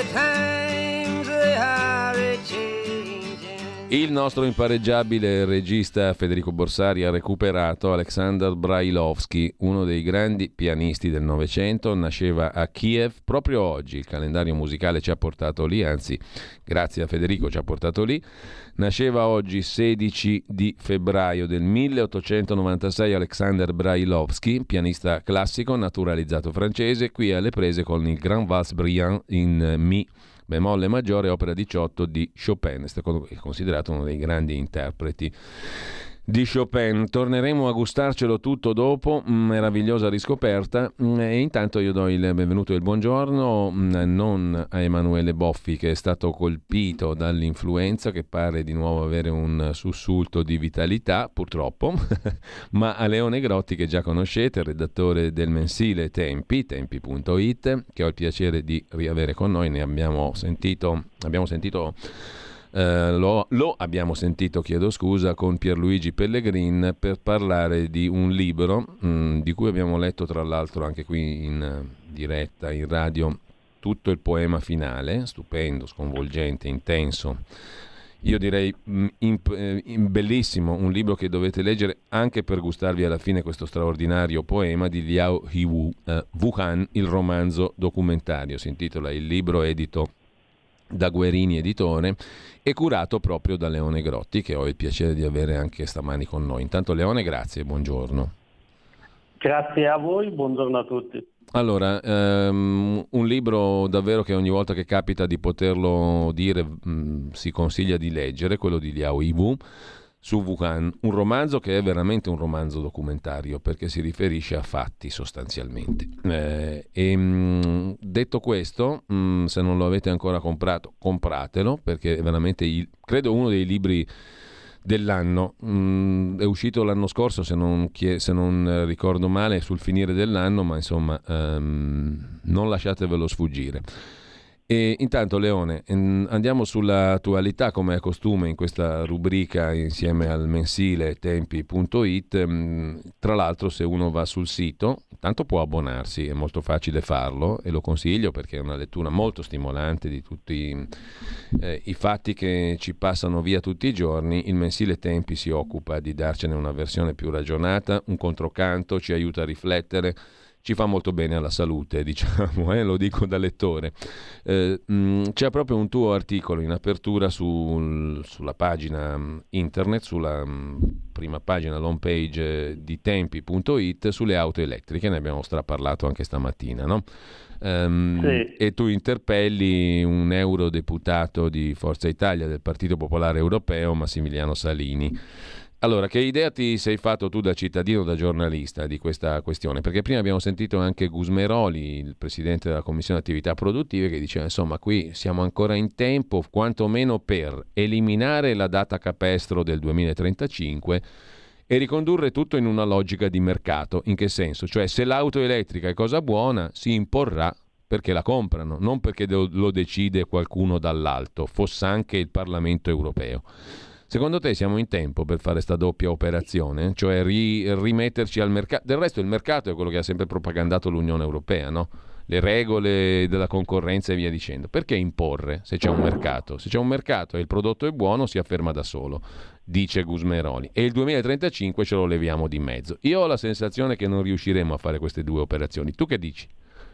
Speaker 2: Il nostro impareggiabile regista Federico Borsari ha recuperato Alexander Brailovsky, uno dei grandi pianisti del Novecento. Nasceva a Kiev proprio oggi, il calendario musicale ci ha portato lì, anzi grazie a Federico ci ha portato lì. Nasceva oggi sedici di febbraio del milleottocentonovantasei Alexander Brailovsky, pianista classico naturalizzato francese, qui alle prese con il Grand Valse Brillant in Mi bemolle maggiore, opera diciotto di Chopin, è considerato uno dei grandi interpreti di Chopin. Torneremo a gustarcelo tutto dopo, meravigliosa riscoperta, e intanto io do il benvenuto e il buongiorno non a Emanuele Boffi, che è stato colpito dall'influenza, che pare di nuovo avere un sussulto di vitalità purtroppo, ma a Leone Grotti, che già conoscete, redattore del mensile Tempi, tempi punto it, che ho il piacere di riavere con noi. Ne abbiamo sentito abbiamo sentito Uh, lo, lo abbiamo sentito, chiedo scusa, con Pierluigi Pellegrin per parlare di un libro mh, di cui abbiamo letto tra l'altro anche qui in uh, diretta in radio tutto il poema finale, stupendo, sconvolgente, intenso, io direi mh, imp, eh, bellissimo, un libro che dovete leggere anche per gustarvi alla fine questo straordinario poema di Liao Hiwu, uh, Wuhan, il romanzo documentario. Si intitola Il libro, edito da Guerini Editore e curato proprio da Leone Grotti, che ho il piacere di avere anche stamani con noi. Intanto Leone, grazie, buongiorno.
Speaker 7: Grazie a voi, buongiorno a tutti.
Speaker 2: Allora, um, un libro davvero che ogni volta che capita di poterlo dire mh, si consiglia di leggere, quello di Liao Hiwu, su Wuhan, un romanzo che è veramente un romanzo documentario perché si riferisce a fatti sostanzialmente. Eh, e, mh, detto questo, mh, se non lo avete ancora comprato, compratelo perché è veramente, il, credo, uno dei libri dell'anno. Mm, è uscito l'anno scorso, se non, se non ricordo male, sul finire dell'anno, ma insomma um, non lasciatevelo sfuggire. E intanto, Leone, andiamo sull'attualità come è costume in questa rubrica insieme al mensile tempi punto it. Tra l'altro, se uno va sul sito, intanto può abbonarsi, è molto facile farlo e lo consiglio perché è una lettura molto stimolante di tutti eh, i fatti che ci passano via tutti i giorni. Il mensile Tempi si occupa di darcene una versione più ragionata, un controcanto, ci aiuta a riflettere, ci fa molto bene alla salute, diciamo, eh, lo dico da lettore. Eh, mh, c'è proprio un tuo articolo in apertura sul, sulla pagina mh, internet, sulla mh, prima pagina, l'home page di tempi punto it, sulle auto elettriche, ne abbiamo straparlato anche stamattina, no? Um, sì. E tu interpelli un eurodeputato di Forza Italia del Partito Popolare Europeo, Massimiliano Salini. Allora, che idea ti sei fatto tu da cittadino, da giornalista di questa questione? Perché prima abbiamo sentito anche Gusmeroli, il presidente della Commissione Attività Produttive, che diceva, insomma, qui siamo ancora in tempo, quantomeno per eliminare la data capestro del duemilatrentacinque e ricondurre tutto in una logica di mercato. In che senso? Cioè, se l'auto elettrica è cosa buona, si imporrà perché la comprano, non perché lo decide qualcuno dall'alto, fosse anche il Parlamento europeo. Secondo te siamo in tempo per fare sta doppia operazione? Cioè ri- rimetterci al mercato? Del resto il mercato è quello che ha sempre propagandato l'Unione Europea, no? Le regole della concorrenza e via dicendo. Perché imporre se c'è un mercato? Se c'è un mercato e il prodotto è buono si afferma da solo, dice Gusmeroli. E il duemilatrentacinque ce lo leviamo di mezzo. Io ho la sensazione che non riusciremo a fare queste due operazioni. Tu che dici?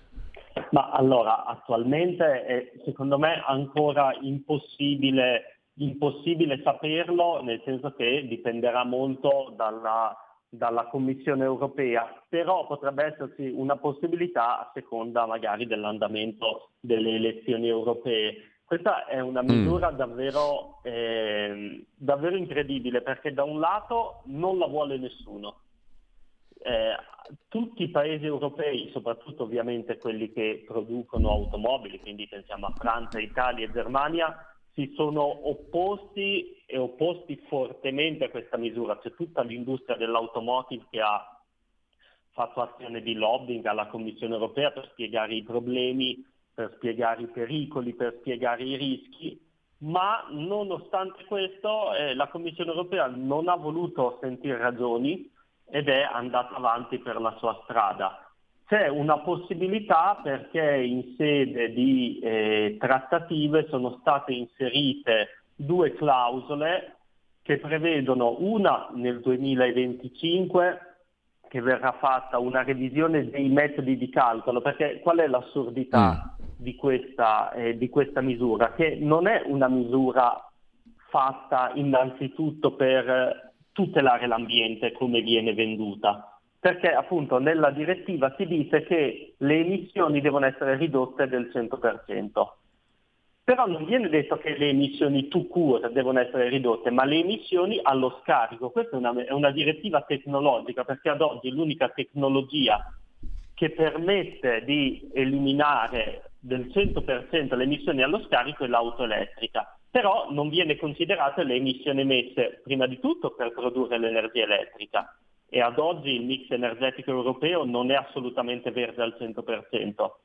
Speaker 7: Ma allora, attualmente è secondo me ancora impossibile... Impossibile saperlo, nel senso che dipenderà molto dalla, dalla Commissione europea, però potrebbe esserci una possibilità a seconda magari dell'andamento delle elezioni europee. Questa è una misura mm. davvero, eh, davvero incredibile, perché da un lato non la vuole nessuno. Eh, tutti i paesi europei, soprattutto ovviamente quelli che producono automobili, quindi pensiamo a Francia, Italia e Germania, si sono opposti e opposti fortemente a questa misura. C'è tutta l'industria dell'automotive che ha fatto azione di lobbying alla Commissione europea per spiegare i problemi, per spiegare i pericoli, per spiegare i rischi, ma nonostante questo eh, la Commissione europea non ha voluto sentire ragioni ed è andata avanti per la sua strada. C'è una possibilità perché in sede di eh, trattative sono state inserite due clausole che prevedono una nel duemilaventicinque che verrà fatta una revisione dei metodi di calcolo, perché qual è l'assurdità mm. di questa, eh, di questa misura? Che non è una misura fatta innanzitutto per tutelare l'ambiente come viene venduta, perché appunto nella direttiva si dice che le emissioni devono essere ridotte del cento per cento. Però non viene detto che le emissioni tout court devono essere ridotte, ma le emissioni allo scarico. Questa è una, è una direttiva tecnologica, perché ad oggi l'unica tecnologia che permette di eliminare del cento per cento le emissioni allo scarico è l'auto elettrica. Però non viene considerate le emissioni emesse prima di tutto per produrre l'energia elettrica. E ad oggi il mix energetico europeo non è assolutamente verde al cento per cento.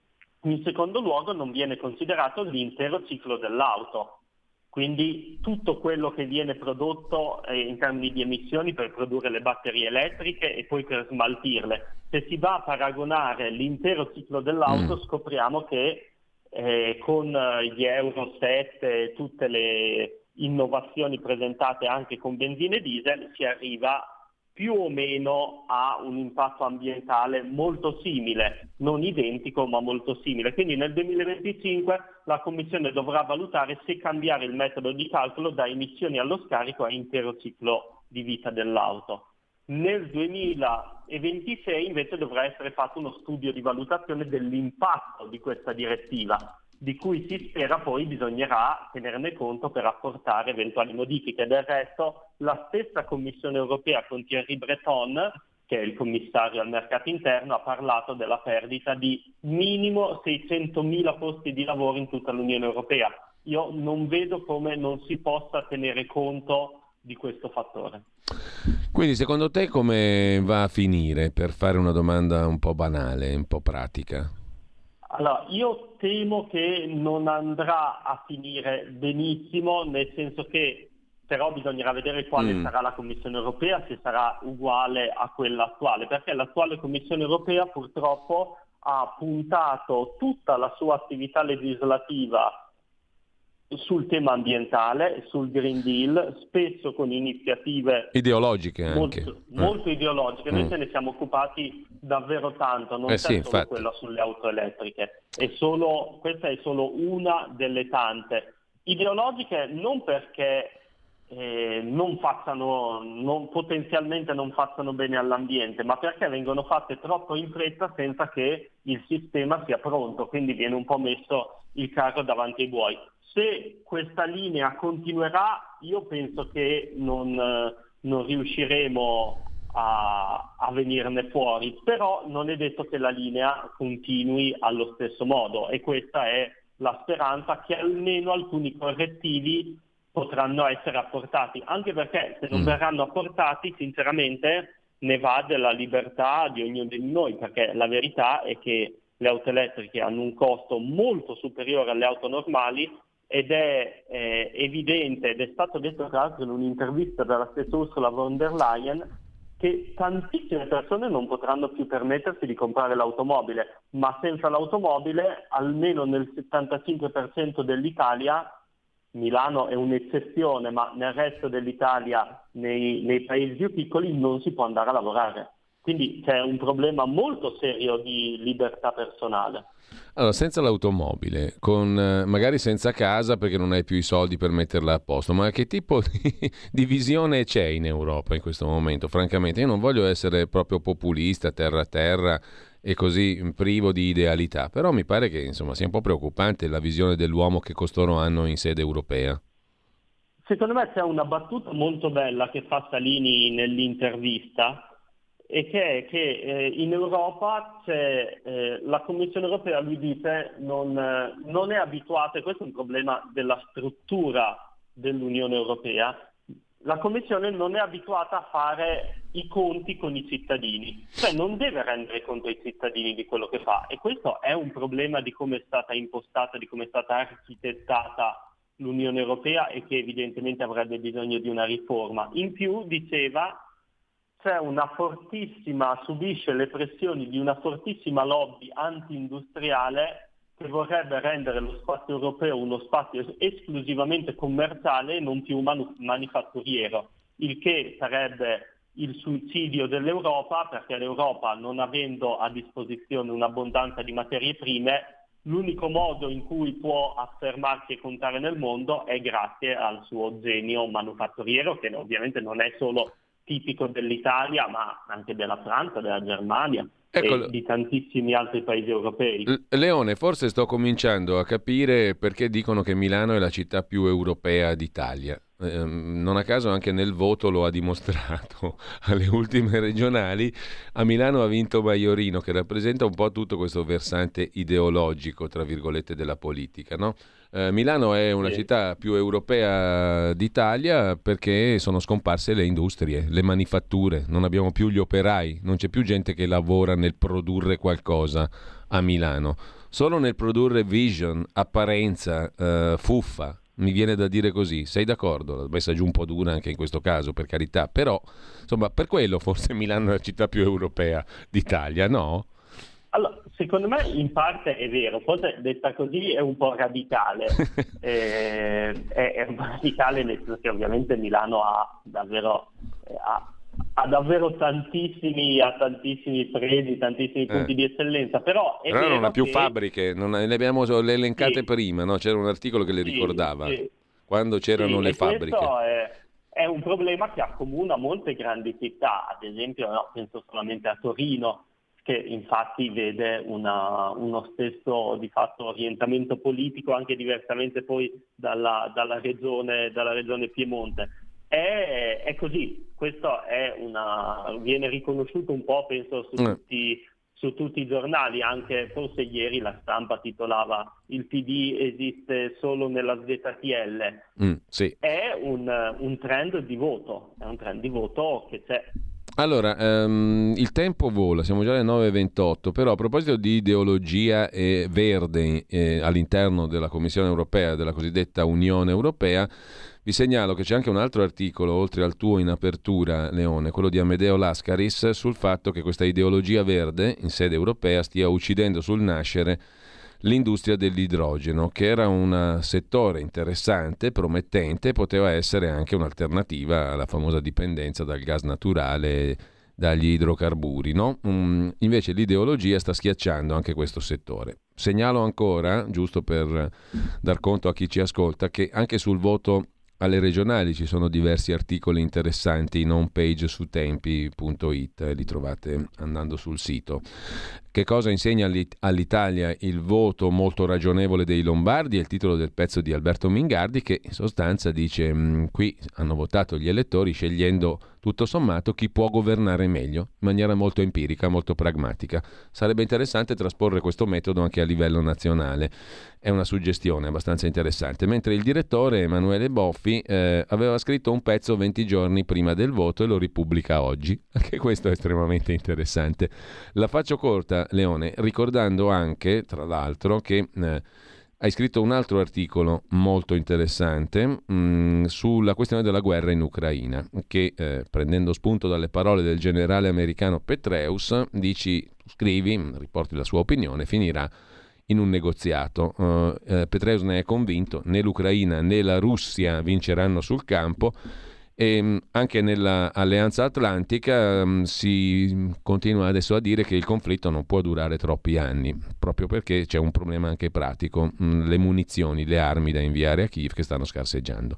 Speaker 7: In secondo luogo non viene considerato l'intero ciclo dell'auto, quindi tutto quello che viene prodotto eh, in termini di emissioni per produrre le batterie elettriche e poi per smaltirle. Se si va a paragonare l'intero ciclo dell'auto mm. scopriamo che eh, con gli Euro sette e tutte le innovazioni presentate anche con benzina e diesel si arriva più o meno ha un impatto ambientale molto simile, non identico ma molto simile. Quindi nel duemilaventicinque la Commissione dovrà valutare se cambiare il metodo di calcolo da emissioni allo scarico a intero ciclo di vita dell'auto. Nel duemilaventisei invece dovrà essere fatto uno studio di valutazione dell'impatto di questa direttiva, di cui si spera poi bisognerà tenerne conto per apportare eventuali modifiche. Del resto la stessa Commissione europea con Thierry Breton, che è il commissario al mercato interno, ha parlato della perdita di minimo seicentomila posti di lavoro in tutta l'Unione Europea. Io non vedo come non si possa tenere conto di questo fattore.
Speaker 2: Quindi secondo te come va a finire, per fare una domanda un po' banale, un po' pratica?
Speaker 7: Allora, io temo che non andrà a finire benissimo, nel senso che però bisognerà vedere quale mm. sarà la Commissione europea, se sarà uguale a quella attuale, perché l'attuale Commissione europea purtroppo ha puntato tutta la sua attività legislativa sul tema ambientale, sul Green Deal, spesso con iniziative
Speaker 2: ideologiche
Speaker 7: molto,
Speaker 2: anche.
Speaker 7: molto
Speaker 2: eh.
Speaker 7: ideologiche. Noi
Speaker 2: mm.
Speaker 7: ce ne siamo occupati davvero tanto, non
Speaker 2: eh
Speaker 7: c'è
Speaker 2: sì,
Speaker 7: solo
Speaker 2: infatti.
Speaker 7: quella sulle auto elettriche, è solo, questa è solo una delle tante. Ideologiche non perché eh, non facciano, non, potenzialmente non facciano bene all'ambiente, ma perché vengono fatte troppo in fretta senza che il sistema sia pronto, quindi viene un po' messo il carro davanti ai buoi. Se questa linea continuerà, io penso che non, non riusciremo a, a venirne fuori, però non è detto che la linea continui allo stesso modo, e questa è la speranza, che almeno alcuni correttivi potranno essere apportati, anche perché se non
Speaker 2: mm.
Speaker 7: verranno apportati, sinceramente ne va della libertà di ognuno di noi, perché la verità è che le auto elettriche hanno un costo molto superiore alle auto normali, ed è eh, evidente, ed è stato detto tra l'altro in un'intervista dalla stessa Ursula von der Leyen, che tantissime persone non potranno più permettersi di comprare l'automobile, ma senza l'automobile, almeno nel settantacinque per cento dell'Italia, Milano è un'eccezione, ma nel resto dell'Italia, nei, nei paesi più piccoli, non si può andare a lavorare. Quindi c'è un problema molto serio di libertà personale.
Speaker 2: Allora, senza l'automobile, con magari senza casa perché non hai più i soldi per metterla a posto, ma che tipo di, di visione c'è in Europa in questo momento? Francamente, io non voglio essere proprio populista, terra a terra e così privo di idealità, però mi pare che insomma sia un po' preoccupante la visione dell'uomo che costoro hanno in sede europea.
Speaker 7: Secondo me c'è una battuta molto bella che fa Salini nell'intervista, e che è che eh, in Europa c'è eh, la Commissione europea, lui dice, non, eh, non è abituata, e questo è un problema della struttura dell'Unione Europea, la Commissione non è abituata a fare i conti con i cittadini, cioè non deve rendere conto ai cittadini di quello che fa, e questo è un problema di come è stata impostata, di come è stata architettata l'Unione Europea, e che evidentemente avrebbe bisogno di una riforma. In più, diceva, c'è una fortissima, subisce le pressioni di una fortissima lobby anti-industriale che vorrebbe rendere lo spazio europeo uno spazio esclusivamente commerciale e non più manu- manifatturiero, il che sarebbe il suicidio dell'Europa, perché l'Europa, non avendo a disposizione un'abbondanza di materie prime, l'unico modo in cui può affermarsi e contare nel mondo è grazie al suo genio manufatturiero, che ovviamente non è solo tipico dell'Italia, ma anche della Francia, della Germania,
Speaker 2: Eccolo.
Speaker 7: E di tantissimi altri paesi europei.
Speaker 2: Leone, forse sto cominciando a capire perché dicono che Milano è la città più europea d'Italia. Eh, non a caso anche nel voto lo ha dimostrato alle ultime regionali. A Milano ha vinto Maiorino, che rappresenta un po' tutto questo versante ideologico, tra virgolette, della politica, no? Eh, Milano è una
Speaker 7: Sì.
Speaker 2: città più europea d'Italia perché sono scomparse le industrie, le manifatture, non abbiamo più gli operai, non c'è più gente che lavora nel produrre qualcosa a Milano, solo nel produrre vision, apparenza, eh, fuffa. Mi viene da dire così, sei d'accordo? L'ho messa giù un po' dura anche in questo caso, per carità, però insomma per quello forse Milano è la città più europea d'Italia, no?
Speaker 7: Allora, secondo me in parte è vero, forse detta così è un po' radicale, eh, è, è un po' radicale nel senso che ovviamente Milano ha davvero, ha, ha davvero tantissimi, ha tantissimi pregi, tantissimi punti
Speaker 2: Eh.
Speaker 7: di eccellenza, però è
Speaker 2: Però
Speaker 7: vero
Speaker 2: non ha più
Speaker 7: che...
Speaker 2: fabbriche, non le abbiamo le elencate
Speaker 7: Sì.
Speaker 2: prima, no? C'era un articolo che le
Speaker 7: Sì,
Speaker 2: ricordava,
Speaker 7: sì.
Speaker 2: quando c'erano
Speaker 7: Sì,
Speaker 2: le
Speaker 7: e
Speaker 2: fabbriche.
Speaker 7: Questo è, è un problema che accomuna molte grandi città, ad esempio no, penso solamente a Torino, che infatti vede una, uno stesso di fatto orientamento politico anche diversamente poi dalla, dalla, regione, dalla regione Piemonte. È, è così, questo è una, viene riconosciuto un po', penso, su tutti, su tutti i giornali, anche forse ieri la Stampa titolava "Il P D esiste solo nella Z T L".
Speaker 2: Mm, sì.
Speaker 7: È un, un trend di voto, è un trend di voto che c'è.
Speaker 2: Allora, um, il tempo vola, siamo già alle nove e ventotto, però a proposito di ideologia eh, verde eh, all'interno della Commissione europea, della cosiddetta Unione Europea, vi segnalo che c'è anche un altro articolo, oltre al tuo in apertura, Leone, quello di Amedeo Lascaris, sul fatto che questa ideologia verde in sede europea stia uccidendo sul nascere l'industria dell'idrogeno, che era un settore interessante, promettente, poteva essere anche un'alternativa alla famosa dipendenza dal gas naturale, dagli idrocarburi, no? Um, invece l'ideologia sta schiacciando anche questo settore. Segnalo ancora, giusto per dar conto a chi ci ascolta, che anche sul voto alle regionali ci sono diversi articoli interessanti in home page su tempi punto it, li trovate andando sul sito. Che cosa insegna all'Italia il voto molto ragionevole dei lombardi? È il titolo del pezzo di Alberto Mingardi, che in sostanza dice mh, qui hanno votato gli elettori scegliendo tutto sommato chi può governare meglio, in maniera molto empirica, molto pragmatica. Sarebbe interessante trasporre questo metodo anche a livello nazionale. È una suggestione abbastanza interessante. Mentre il direttore Emanuele Boffi eh, aveva scritto un pezzo venti giorni prima del voto e lo ripubblica oggi. Anche questo è estremamente interessante. La faccio corta, Leone, ricordando anche, tra l'altro, che eh, hai scritto un altro articolo molto interessante mh, sulla questione della guerra in Ucraina, che eh, prendendo spunto dalle parole del generale americano Petraeus, dici, scrivi, riporti la sua opinione, finirà in un negoziato. Uh, eh, Petraeus ne è convinto, né l'Ucraina né la Russia vinceranno sul campo. E anche nell'Alleanza Atlantica um, si continua adesso a dire che il conflitto non può durare troppi anni, proprio perché c'è un problema anche pratico, mh, le munizioni, le armi da inviare a Kiev che stanno scarseggiando.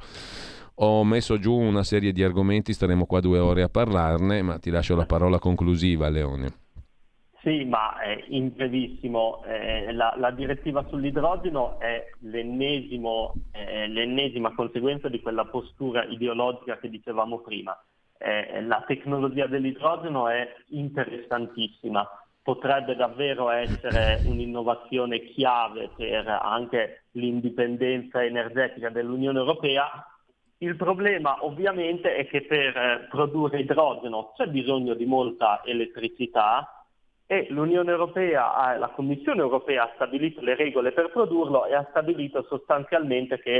Speaker 2: Ho messo giù una serie di argomenti, staremo qua due ore a parlarne, ma ti lascio la parola conclusiva, Leone.
Speaker 7: Sì, ma è in brevissimo, eh, la, la direttiva sull'idrogeno è l'ennesimo, eh, l'ennesima conseguenza di quella postura ideologica che dicevamo prima. Eh, la tecnologia dell'idrogeno è interessantissima, potrebbe davvero essere un'innovazione chiave per anche l'indipendenza energetica dell'Unione Europea. Il problema ovviamente è che per produrre idrogeno c'è bisogno di molta elettricità, e l'Unione Europea, la Commissione Europea ha stabilito le regole per produrlo e ha stabilito sostanzialmente che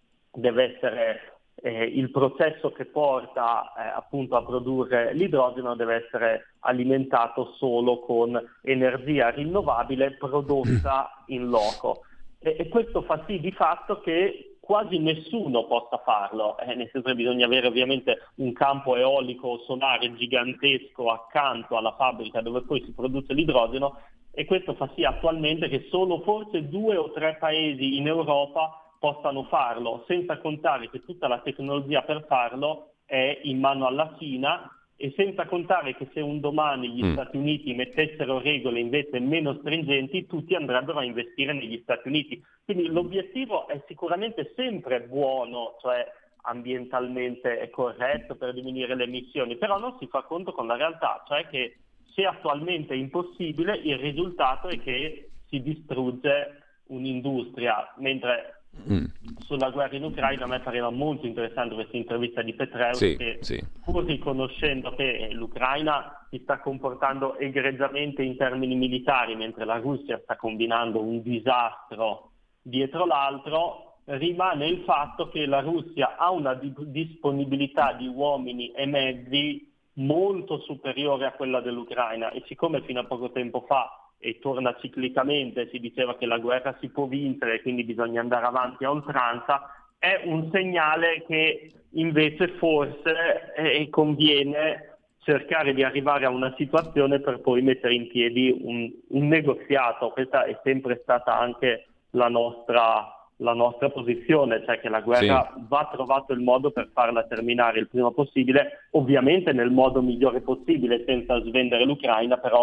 Speaker 7: deve essere eh, il processo che porta eh, appunto a produrre l'idrogeno deve essere alimentato solo con energia rinnovabile prodotta in loco. E, e questo fa sì di fatto che quasi nessuno possa farlo, eh, nel senso che bisogna avere ovviamente un campo eolico o solare gigantesco accanto alla fabbrica dove poi si produce l'idrogeno, e questo fa sì attualmente che solo forse due o tre paesi in Europa possano farlo, senza contare che tutta la tecnologia per farlo è in mano alla Cina, e senza contare che se un domani gli mm. Stati Uniti mettessero regole invece meno stringenti, tutti andrebbero a investire negli Stati Uniti. Quindi l'obiettivo è sicuramente sempre buono, cioè ambientalmente è corretto per diminuire le emissioni, però non si fa conto con la realtà, cioè che se attualmente è impossibile, il risultato è che si distrugge un'industria, mentre Mm. sulla guerra in Ucraina a me pareva molto interessante questa intervista di Petraeus,
Speaker 2: sì,
Speaker 7: che
Speaker 2: sì.
Speaker 7: pur riconoscendo che l'Ucraina si sta comportando egregiamente in termini militari mentre la Russia sta combinando un disastro dietro l'altro, rimane il fatto che la Russia ha una di- disponibilità di uomini e mezzi molto superiore a quella dell'Ucraina, e siccome fino a poco tempo fa, e torna ciclicamente, si diceva che la guerra si può vincere e quindi bisogna andare avanti a oltranza, è un segnale che invece forse eh, conviene cercare di arrivare a una situazione per poi mettere in piedi un, un negoziato. Questa è sempre stata anche la nostra, la nostra posizione, cioè che la guerra sì. va trovato il modo per farla terminare il prima possibile, ovviamente nel modo migliore possibile, senza svendere l'Ucraina, però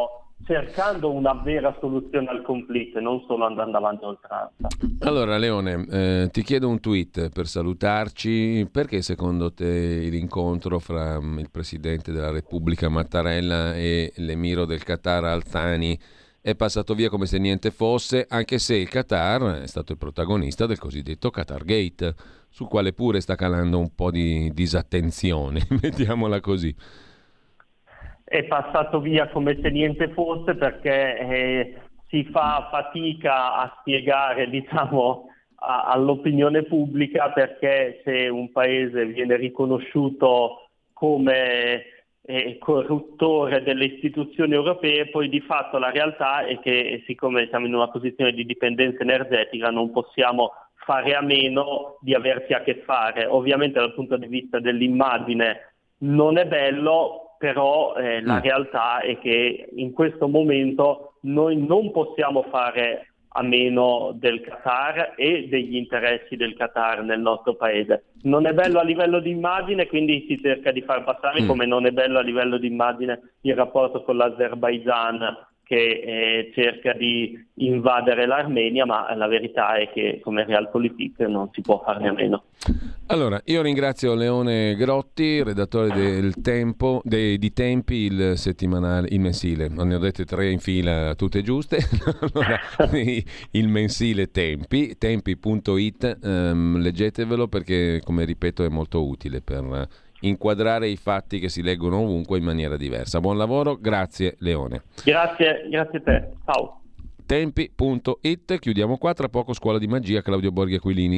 Speaker 7: cercando una vera soluzione al conflitto e non solo andando avanti a oltranza.
Speaker 2: Allora Leone, eh, ti chiedo un tweet per salutarci. Perché secondo te l'incontro fra il Presidente della Repubblica Mattarella e l'Emiro del Qatar Al Thani è passato via come se niente fosse, anche se il Qatar è stato il protagonista del cosiddetto Qatar Gate, sul quale pure sta calando un po' di disattenzione, mettiamola così?
Speaker 7: È passato via come se niente fosse perché eh, si fa fatica a spiegare, diciamo, a, all'opinione pubblica perché se un paese viene riconosciuto come eh, corruttore delle istituzioni europee, poi di fatto la realtà è che siccome siamo in una posizione di dipendenza energetica non possiamo fare a meno di averci a che fare. Ovviamente dal punto di vista dell'immagine non è bello, però eh, la realtà è che in questo momento noi non possiamo fare a meno del Qatar e degli interessi del Qatar nel nostro paese. Non è bello a livello di immagine, quindi si cerca di far passare, mm. come non è bello a livello di immagine il rapporto con l'Azerbaigian che eh, cerca di invadere l'Armenia, ma la verità è che come Realpolitik non si può farne a meno.
Speaker 2: Allora, io ringrazio Leone Grotti, redattore del Tempo, dei, di Tempi, il settimanale, il mensile, ne ho dette tre in fila tutte giuste, allora, il mensile Tempi, tempi punto it, ehm, leggetevelo perché, come ripeto, è molto utile per inquadrare i fatti che si leggono ovunque in maniera diversa. Buon lavoro, grazie Leone.
Speaker 7: Grazie, grazie a te, ciao.
Speaker 2: tempi punto it, chiudiamo qua, tra poco Scuola di Magia, Claudio Borghi Aquilini.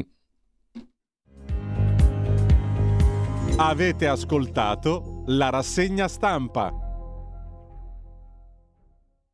Speaker 1: Avete ascoltato la rassegna stampa.